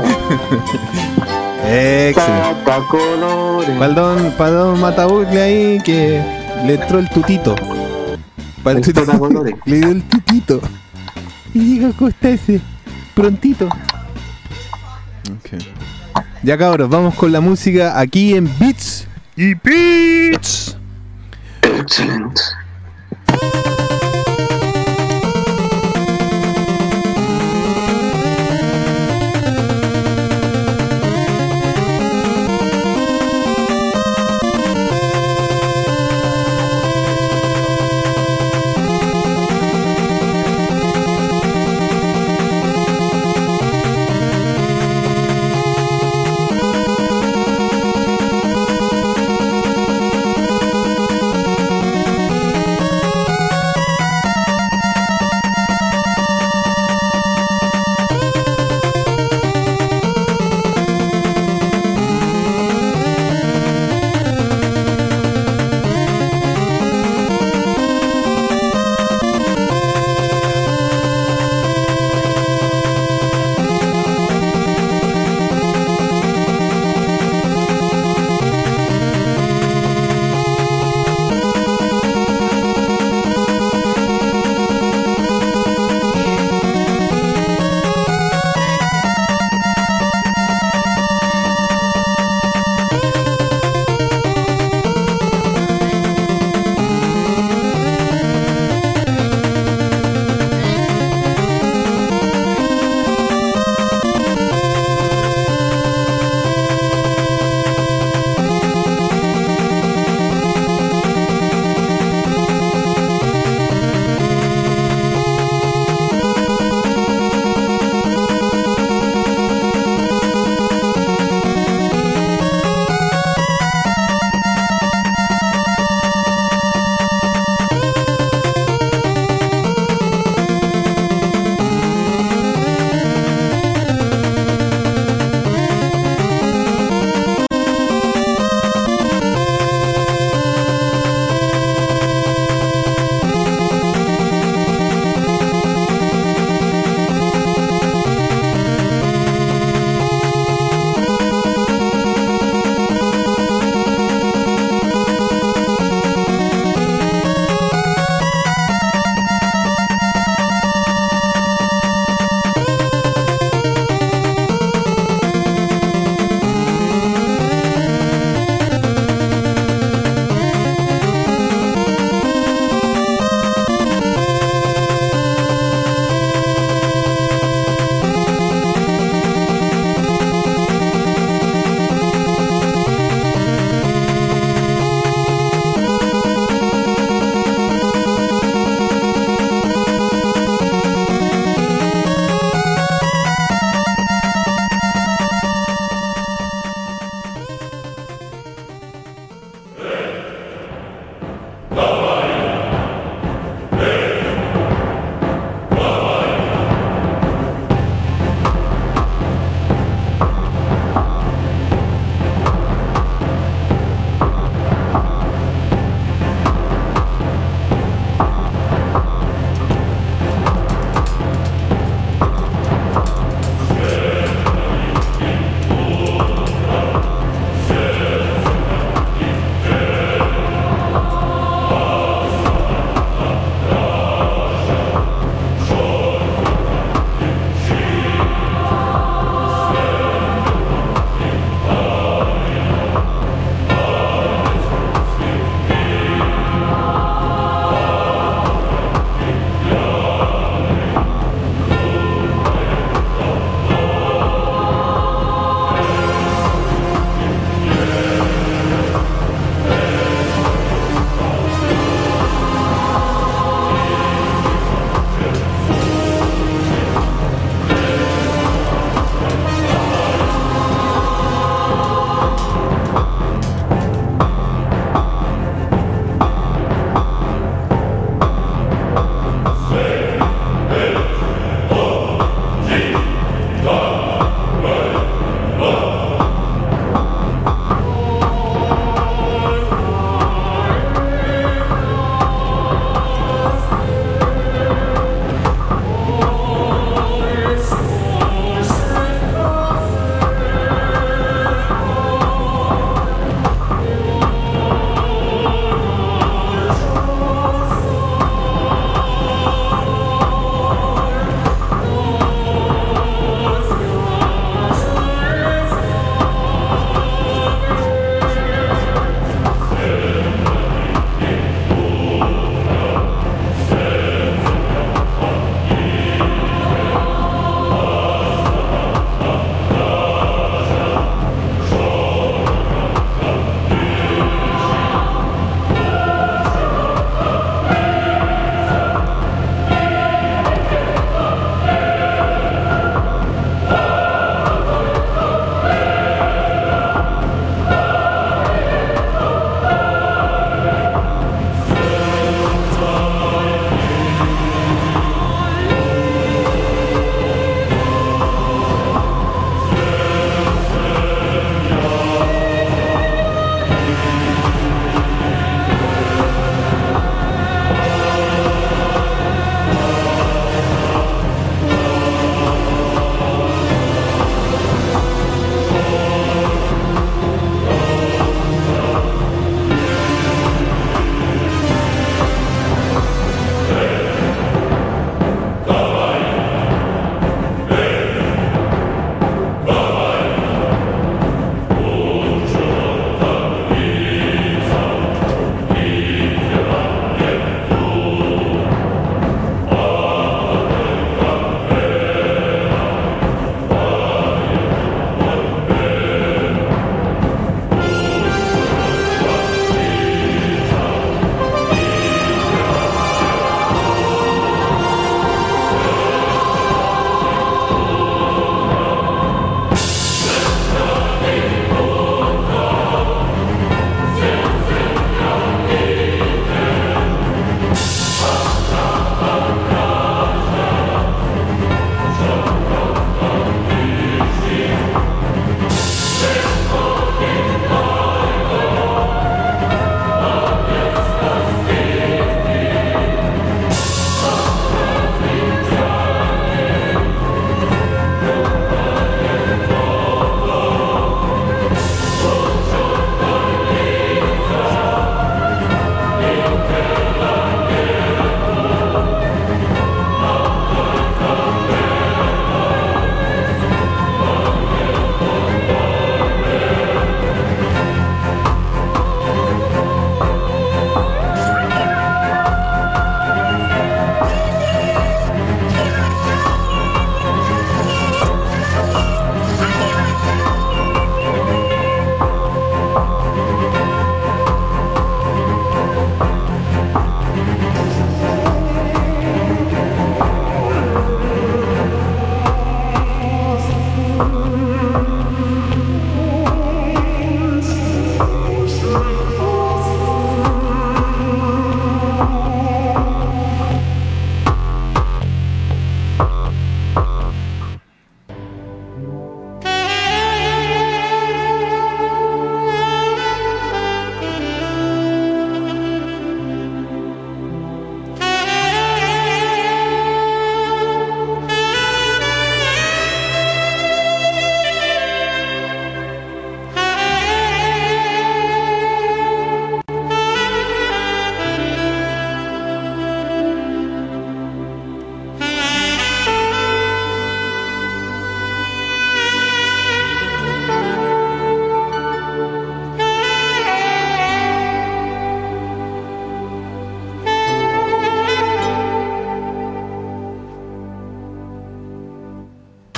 Excelente. Para don Matabucle ahí que le entró el tutito. Le dio el tutito. Y dijo, ¿cómo está ese? Prontito. Okay. Ya, cabros, vamos con la música aquí en Beats y Beats. Excelente.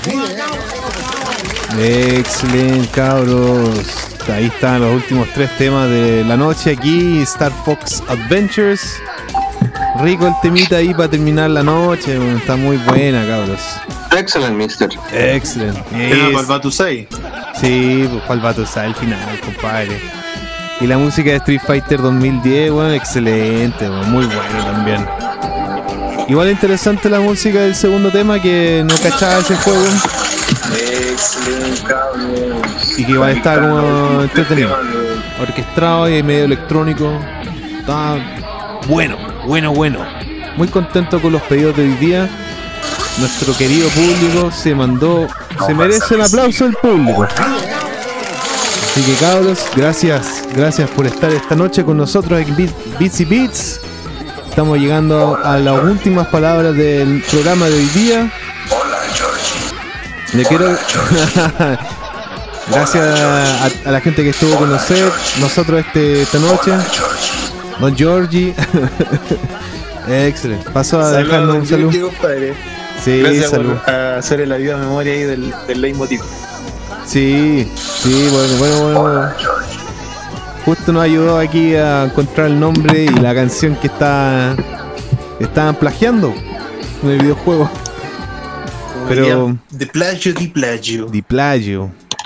Excelente, cabros. Ahí están los últimos 3 temas de la noche aquí. Star Fox Adventures. Rico el temita ahí para terminar la noche. Está muy buena, cabros. Excellent, mister. Excelente. Tema para el Batusai. Sí, pues para el Batusai al final, compadre. Y la música de Street Fighter 2010, bueno, excelente, bueno, muy bueno también. Igual interesante la música del segundo tema, que no cachaba ese juego. Y que igual está como entretenido, orquestado y medio electrónico. Está bueno. Muy contento con los pedidos de hoy día. Nuestro querido público se merece un aplauso del público. Así que cabros, gracias por estar esta noche con nosotros en Beats y Beats. Estamos llegando a las últimas palabras del programa de hoy día. Le quiero gracias a la gente que estuvo con nosotros esta noche. Don Georgie. Excelente. Pasó a dejarnos un saludo. Sí, gracias salud. por hacer la vida memoria ahí del leitmotiv. Sí, bueno. Justo nos ayudó aquí a encontrar el nombre y la canción que estaban plagiando en el videojuego. Pero De plagio. Di plagio.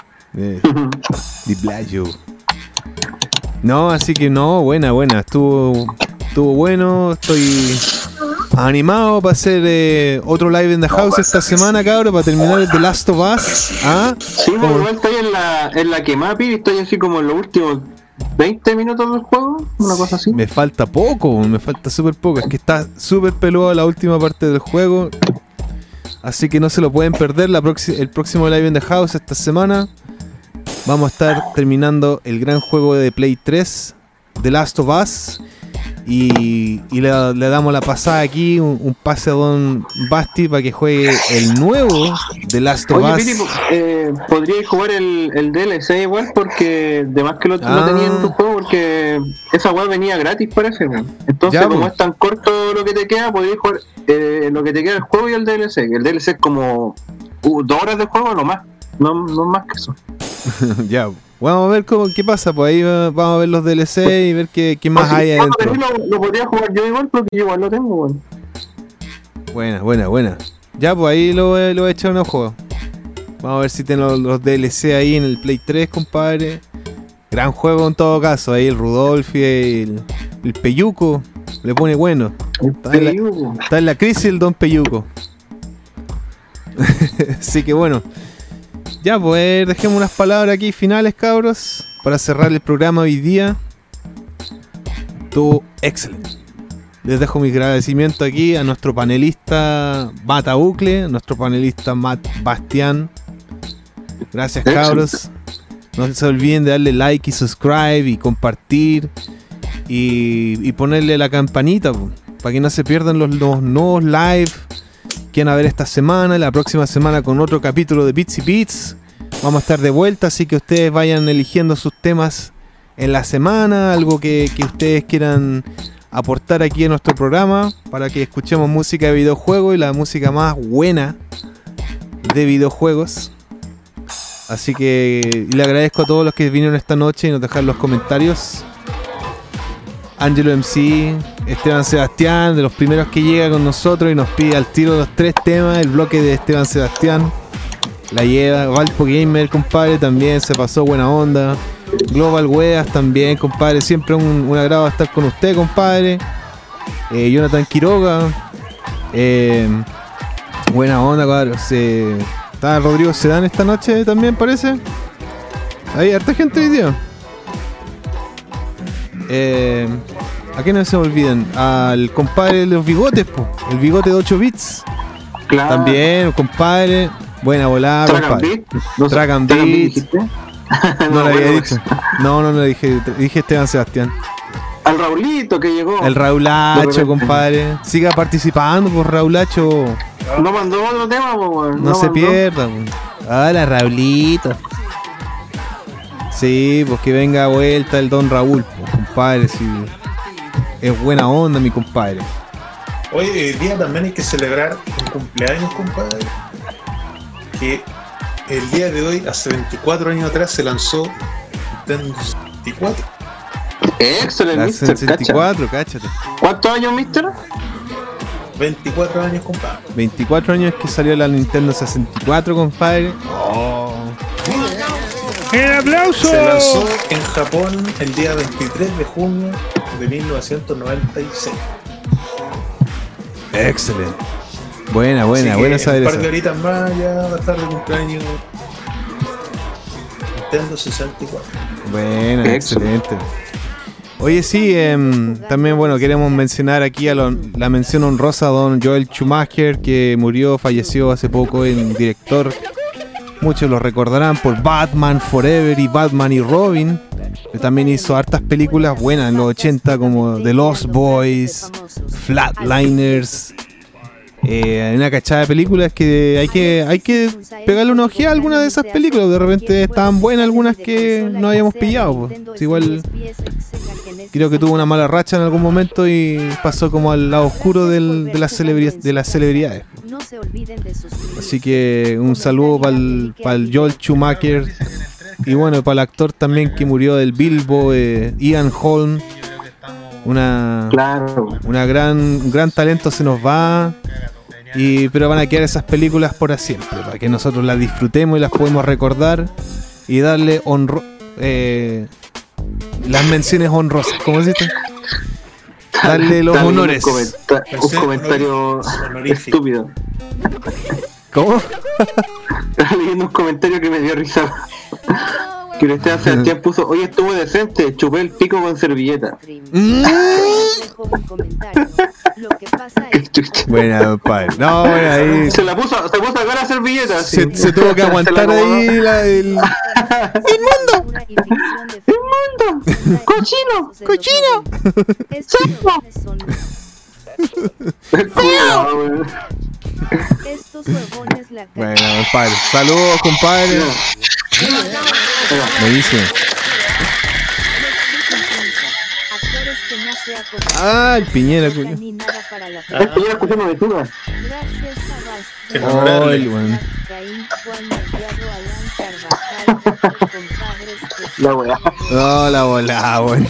No, así que no, buena. Estuvo bueno. Estoy animado para hacer otro live in the house esta semana, cabrón, para terminar el The Last of Us. ¿Ah? Sí, pues igual estoy en la quemada, y estoy así como en los últimos 20 minutos del juego, una cosa así. Me falta súper poco. Es que está súper peludo la última parte del juego. Así que no se lo pueden perder el próximo live in the house esta semana. Vamos a estar terminando el gran juego de Play 3, The Last of Us. Y le damos la pasada aquí, un pase a Don Basti para que juegue el nuevo The Last of Us. Oye, Piti, podríais jugar el DLC igual, porque de más que lo tenía en tu juego, porque esa web venía gratis, parece. Entonces, ya, como es tan corto lo que te queda, podríais jugar lo que te queda del juego y el DLC. El DLC es como 2 horas de juego, no más. No más que eso. Ya, vamos a ver qué pasa, pues ahí vamos a ver los DLC y ver qué más hay adentro. Lo podría jugar yo igual, porque yo igual lo tengo, Buena. Ya, pues ahí lo he echado un ojo. Vamos a ver si tengo los DLC ahí en el Play 3, compadre. Gran juego en todo caso, ahí el Rudolph y el Peyuco le pone bueno. Está en la crisis el Don Peyuco. Así que bueno. Ya, pues dejemos unas palabras aquí finales, cabros, para cerrar el programa hoy día. Estuvo excelente. Les dejo mi agradecimiento aquí a nuestro panelista Mata Bucle, a nuestro panelista Matt Bastián. Gracias, cabros. No se olviden de darle like y subscribe y compartir y ponerle la campanita para que no se pierdan los nuevos live que van a ver esta semana, la próxima semana con otro capítulo de Beats y Beats. Vamos a estar de vuelta, así que ustedes vayan eligiendo sus temas en la semana, algo que ustedes quieran aportar aquí en nuestro programa para que escuchemos música de videojuegos y la música más buena de videojuegos. Así que le agradezco a todos los que vinieron esta noche y nos dejaron los comentarios. Angelo MC, Esteban Sebastián, de los primeros que llega con nosotros y nos pide al tiro los 3 temas, el bloque de Esteban Sebastián. La lleva, Valpo Gamer, compadre, también se pasó buena onda. Global Weas también, compadre, siempre un agrado estar con usted, compadre. Jonathan Quiroga, buena onda, cabros. Está Rodrigo Sedán esta noche también, parece. Hay harta gente hoy día. ¿A qué no se me olviden? Al compadre de los bigotes, el bigote de 8 bits. Claro. También, compadre. Buena volada, compadre. Track and Beat. No lo había dicho. No le dije Esteban Sebastián. Al Raulito que llegó. El Raulacho, compadre. Siga participando, por Raulacho. No mandó otro tema, no se pierda. Hola, Raulito. Sí, pues que venga a vuelta el Don Raúl, compadre. Sí. Es buena onda, mi compadre. Hoy día también hay que celebrar un cumpleaños, compadre. que el día de hoy, hace 24 años atrás, se lanzó Nintendo 64. Excelente, La Mister, 64, cáchate. ¿Cuántos años, Mister? 24 años, compadre. 24 años que salió la Nintendo 64, compadre. ¡Oh! ¡El aplauso! Se lanzó en Japón el día 23 de junio de 1996. Excelente. Buena Así saber un par eso. de horitas más ya va a estar de cumpleaños Nintendo 64. Buena, excelente. Oye, sí, también, bueno, queremos mencionar aquí la mención honrosa a don Joel Schumacher, que falleció hace poco en director. Muchos lo recordarán por Batman Forever y Batman y Robin. También hizo hartas películas buenas en los 80 como The Lost Boys, Flatliners. Una cachada de películas que hay que pegarle una ojeada a algunas de esas películas. De repente estaban buenas algunas que no habíamos pillado. Pues. Igual creo que tuvo una mala racha en algún momento y pasó como al lado oscuro de las celebridades. Así que un saludo para el Joel Schumacher y bueno, para el actor también que murió del Bilbo, Ian Holm. Un gran talento se nos va. Pero van a quedar esas películas para siempre, para que nosotros las disfrutemos y las podemos recordar y darle las menciones honrosas, ¿cómo dijiste? Darle los honores. Un comentario estúpido. ¿Cómo? Estaba leyendo un comentario que me dio risa. Que el Esteban Sebastián puso: hoy estuvo decente, chupé el pico con servilleta. Buena, padre. No, bueno, ahí. Se puso a sacar la servilleta. Se tuvo que aguantar ahí el. ¡Inmundo! ¡Cochino! ¡Sapo! Bueno, compadre. Saludos, compadre. Me dice. El Piñera, culo. El Piñera escuchando aventuras. Oh, el weón. La weá. No, la volá, weón.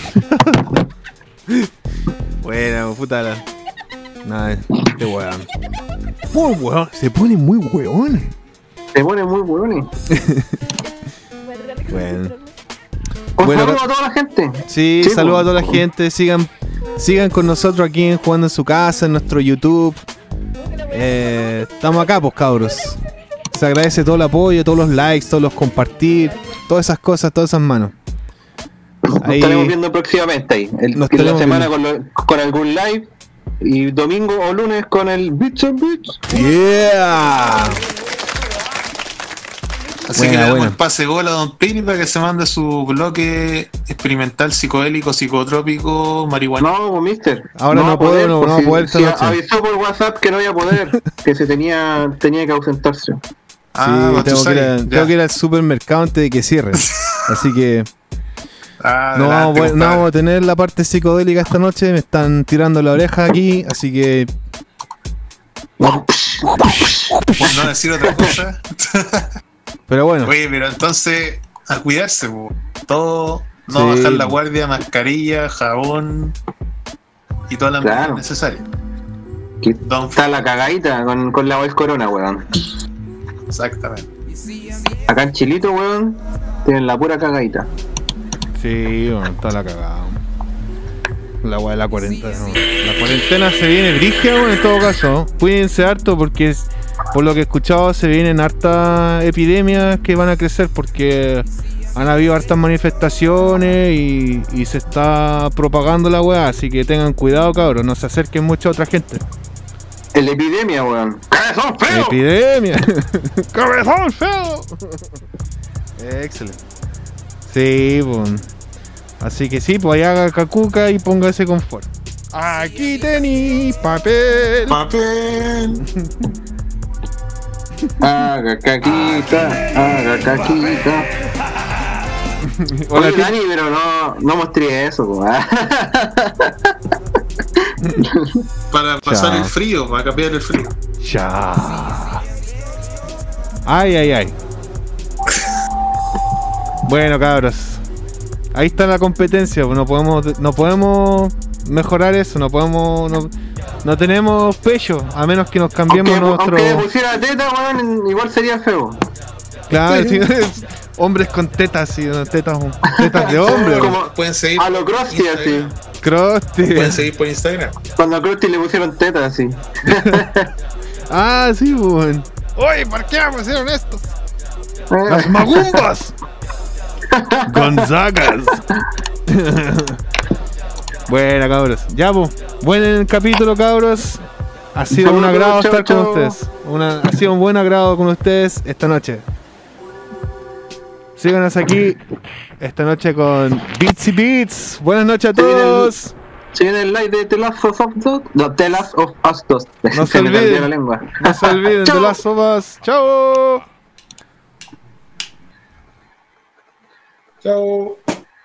Buena, puta la. Nada, este weón. Muy weón. Se pone muy weones. Bueno. Saludos a toda la gente. Sí, saludos a toda la gente. Sigan con nosotros aquí en Jugando en su Casa, en nuestro YouTube. Estamos acá, pues, cabros. Se agradece todo el apoyo, todos los likes, todos los compartir, todas esas cosas, todas esas manos. Nos estaremos viendo próximamente ahí. La semana con algún live. Y domingo o lunes con el Beats and Beats. Yeah. Así que le damos el pase gol a Don Pini para que se mande su bloque experimental psicodélico, psicotrópico, marihuana. No, mister. Ahora no va a poder esta noche. Avisó por WhatsApp que no iba a poder, que se tenía que ausentarse. Sí, tengo que ir al supermercado antes de que cierren. Así que no vamos a tener la parte psicodélica esta noche. Me están tirando la oreja aquí, así que por no decir otra cosa. Pero bueno. Oye, pero entonces a cuidarse, todo, no bajar la guardia, mascarilla, jabón y todas las medidas necesarias. Está la cagadita con la voz corona, weón. Exactamente. Acá en Chilito, weón, tienen la pura cagadita. Sí, bueno, está la cagada. La weá de la cuarentena. ¿No? La cuarentena se viene brígida, bueno, en todo caso. Cuídense harto porque por lo que he escuchado se vienen hartas epidemias que van a crecer porque han habido hartas manifestaciones y se está propagando la weá, así que tengan cuidado, cabros, no se acerquen mucho a otra gente. La epidemia, weón. ¡Cabezón feo! ¡Epidemia! ¡Cabezón feo! Excelente. Sí, pues. Así que sí, pues ahí haga cacuca y póngase confort. Aquí tenéis papel. Haga caquita. Oye, Dani, pero no mostré eso, weón. Para pasar el frío, para cambiar el frío. Ya. Ay, ay, ay. Bueno, cabros. Ahí está la competencia. No podemos mejorar eso. No tenemos pecho. A menos que nos cambiemos nuestro. Aunque le pusiera teta, weón, igual sería feo. Claro, sí, hombres con tetas, sí, tetas de hombre. Pueden seguir a lo Krusty, así. Krusty. Pueden seguir por Instagram. Cuando a Krusty le pusieron tetas, así. Ah, sí, weón. Oye, ¿por qué me pusieron estos? ¡Las magumbas! Gonzagas. Buena, cabros. Ya, pues. Buen capítulo, cabros. Ha sido un agrado estar con ustedes. Ha sido un buen agrado con ustedes esta noche. Síganos aquí esta noche con Beats y Beats. Buenas noches a todos. Se viene el live de The Last of Us 2. No, The Last of Us 2. No se olviden The Last of Us. Chao. Chao.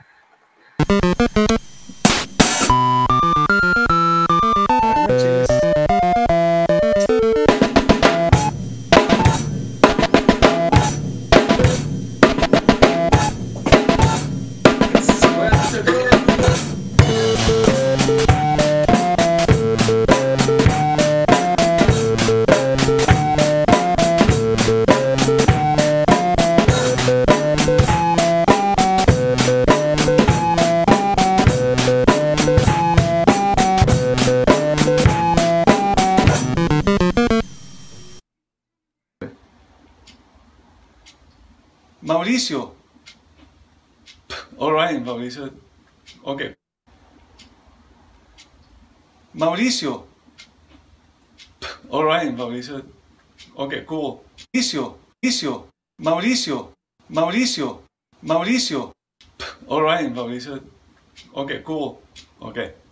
Mauricio. All right, Mauricio. Okay. Mauricio. All right, Mauricio. Okay, cool. Mauricio. All right, Mauricio. Okay, cool. Okay.